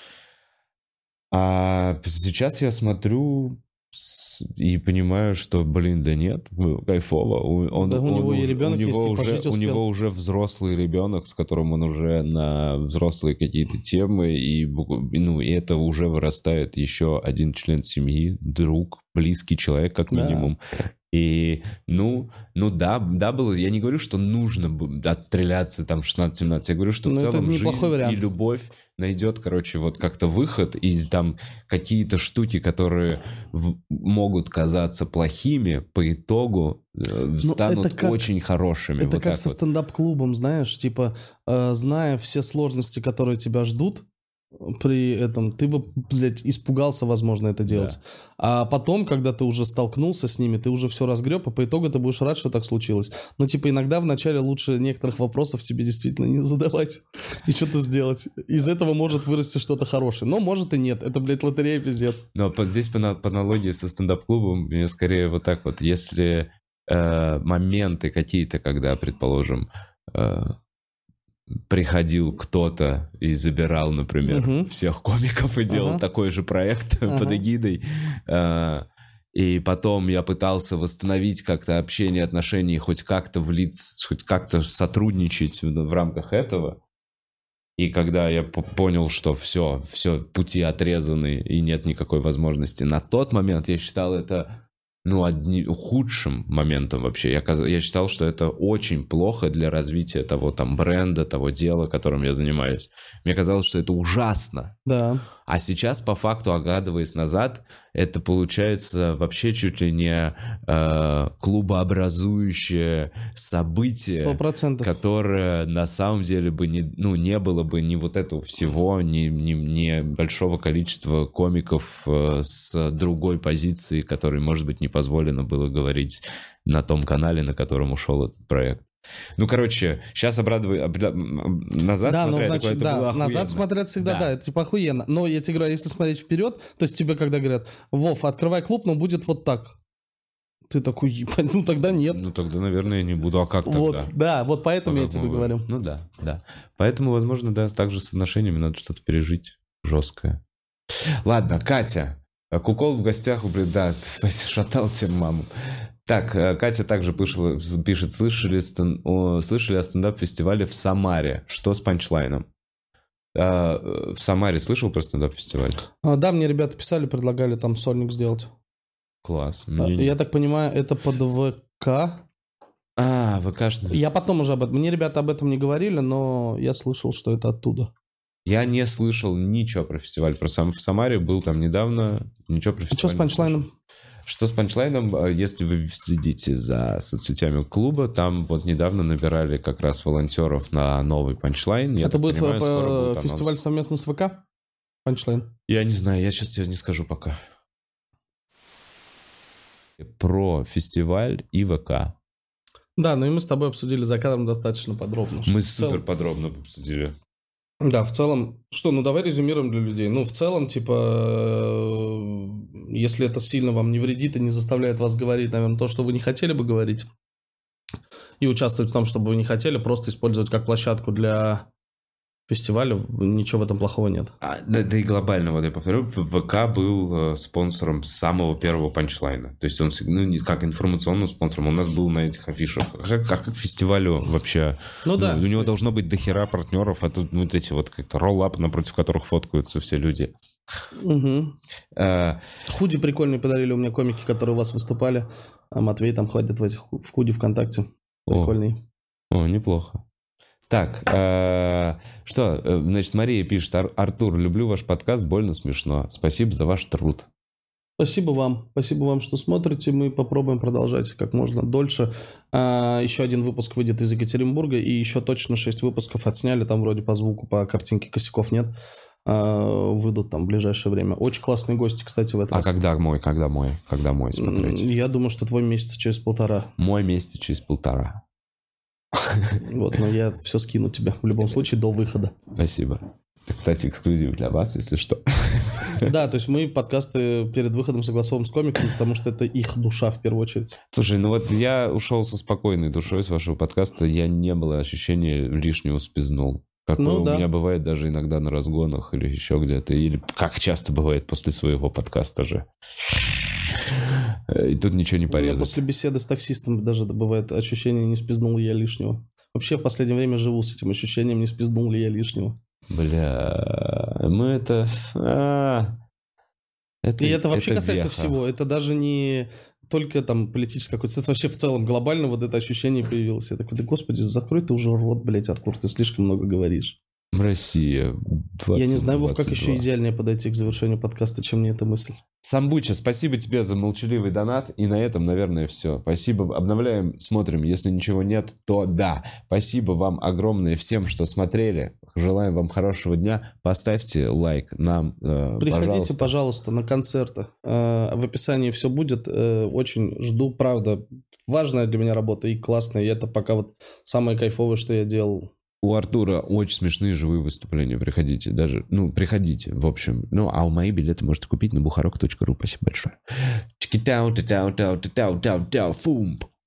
А сейчас я смотрю и понимаю, что, блин, да нет, кайфово. У него уже взрослый ребенок, с которым он уже на взрослые какие-то темы, и это уже вырастает еще один член семьи, друг, близкий человек, как минимум. Да. И, да, было... Я не говорю, что нужно отстреляться там в 16-17. Я говорю, что в целом жизнь вариант. И любовь найдет, вот как-то выход. И там какие-то штуки, которые могут казаться плохими, по итогу станут очень хорошими. Это вот как со стендап-клубом, знаешь, типа, зная все сложности, которые тебя ждут, при этом ты бы, блядь, испугался, возможно, это делать. Да. А потом, когда ты уже столкнулся с ними, ты уже все разгреб, и по итогу ты будешь рад, что так случилось. Но, иногда вначале лучше некоторых вопросов тебе действительно не задавать и что-то сделать. Из этого может вырасти что-то хорошее. Но может и нет. Это, блядь, лотерея пиздец. Но здесь по аналогии со стендап-клубом, мне скорее вот так вот. Если моменты какие-то, когда, предположим... приходил кто-то и забирал, например, всех комиков и делал такой же проект под эгидой. И потом я пытался восстановить как-то общение, отношения, хоть как-то влиться, хоть как-то сотрудничать в рамках этого. И когда я понял, что все, пути отрезаны и нет никакой возможности, на тот момент я считал это... худшим моментом вообще. Я считал, что это очень плохо для развития того там бренда, того дела, которым я занимаюсь. Мне казалось, что это ужасно. Да. А сейчас, по факту, оглядываясь назад, это получается вообще чуть ли не клубообразующее событие, 100%. которое на самом деле бы не было бы ни вот этого всего, ни большого количества комиков с другой позиции, которой, может быть, не позволено было говорить на том канале, на котором ушел этот проект. Сейчас назад смотря, это было охуенно. Назад смотреть всегда, да, это типа охуенно. Но я тебе говорю, если смотреть вперед, то есть тебе когда говорят, Вов, открывай клуб, но будет вот так. Ты такой, тогда нет. Тогда, наверное, я не буду, а как тогда? Да, вот поэтому я тебе говорю. Да. Поэтому, возможно, да, также с отношениями надо что-то пережить жесткое. Ладно, Катя. Кукол в гостях, да, шатал тебе маму. Так, Катя также пишет, слышали о стендап-фестивале в Самаре. Что с панчлайном? В Самаре слышал про стендап-фестиваль? Да, мне ребята писали, предлагали там сольник сделать. Класс. Я так понимаю, это под ВК. ВК. Я потом уже об этом... Мне ребята об этом не говорили, но я слышал, что это оттуда. Я не слышал ничего про фестиваль. В Самаре был там недавно. Ничего про фестиваль. Что с панчлайном? Что с панчлайном, если вы следите за соцсетями клуба, там вот недавно набирали как раз волонтеров на новый панчлайн. Это будет фестиваль совместно с ВК? Панчлайн. Я не знаю, я сейчас тебе не скажу пока. Про фестиваль и ВК. Да, ну и мы с тобой обсудили за кадром достаточно подробно. Мы супер подробно обсудили. Да, в целом... Что, ну давай резюмируем для людей. Ну, в целом, типа, если это сильно вам не вредит и не заставляет вас говорить, наверное, то, что вы не хотели бы говорить, и участвовать в том, чтобы вы не хотели, просто использовать как площадку для фестиваля, ничего в этом плохого нет. Да и глобально, вот я повторю, ВК был спонсором самого первого панчлайна. То есть он, ну, как информационным спонсором, у нас был на этих афишах. Как к фестивалю вообще? Ну да. У него должно быть дохера партнеров, а тут вот эти вот как-то ролл-ап, напротив которых фоткаются все люди. Угу. Худи прикольные подарили у меня комики, которые у вас выступали. А Матвей там ходит в худи ВКонтакте. Прикольный. О, неплохо. Так, что, значит, Мария пишет: Артур, люблю ваш подкаст, больно смешно. Спасибо за ваш труд. Спасибо вам, что смотрите. Мы попробуем продолжать как можно дольше. Еще один выпуск выйдет из Екатеринбурга, и еще точно 6 выпусков отсняли. Там вроде по звуку, по картинке косяков нет. Выйдут там в ближайшее время. Очень классные гости, кстати, в этот раз. Когда мой смотреть? Я думаю, что твой месяц через 1,5. Мой месяц через 1,5. Вот, но я все скину тебе в любом случае до выхода. Спасибо. Это, кстати, эксклюзив для вас, если что. Да, то есть мы подкасты перед выходом согласовываем с комиками, потому что это их душа в первую очередь. Слушай, ну вот я ушел со спокойной душой с вашего подкаста, я не было ощущения лишнего спизнул. Как у меня бывает даже иногда на разгонах или еще где-то, или как часто бывает после своего подкаста же. И тут ничего не порезать. У меня после беседы с таксистом даже бывает ощущение, не спизнул ли я лишнего. Вообще в последнее время живу с этим ощущением, не спизнул ли я лишнего. Бля, мы это... И это вообще касается всего. Это даже не только там политическое какое-то, это вообще в целом глобально вот это ощущение появилось. Я такой: да господи, закрой ты уже рот, блядь, Артур, ты слишком много говоришь. В России 20, я не знаю, Вов, как еще идеальнее подойти к завершению подкаста, чем мне эта мысль. Самбуча, спасибо тебе за молчаливый донат. И на этом, наверное, все. Спасибо. Обновляем, смотрим. Если ничего нет, то да. Спасибо вам огромное всем, что смотрели. Желаем вам хорошего дня. Поставьте лайк нам, приходите, пожалуйста, на концерты. В описании все будет. Очень жду, правда. Важная для меня работа и классная. И это пока вот самое кайфовое, что я делал. У Артура очень смешные живые выступления. Приходите. Приходите, в общем. А у мои билеты можете купить на buharok.ru. Спасибо большое. Фумп.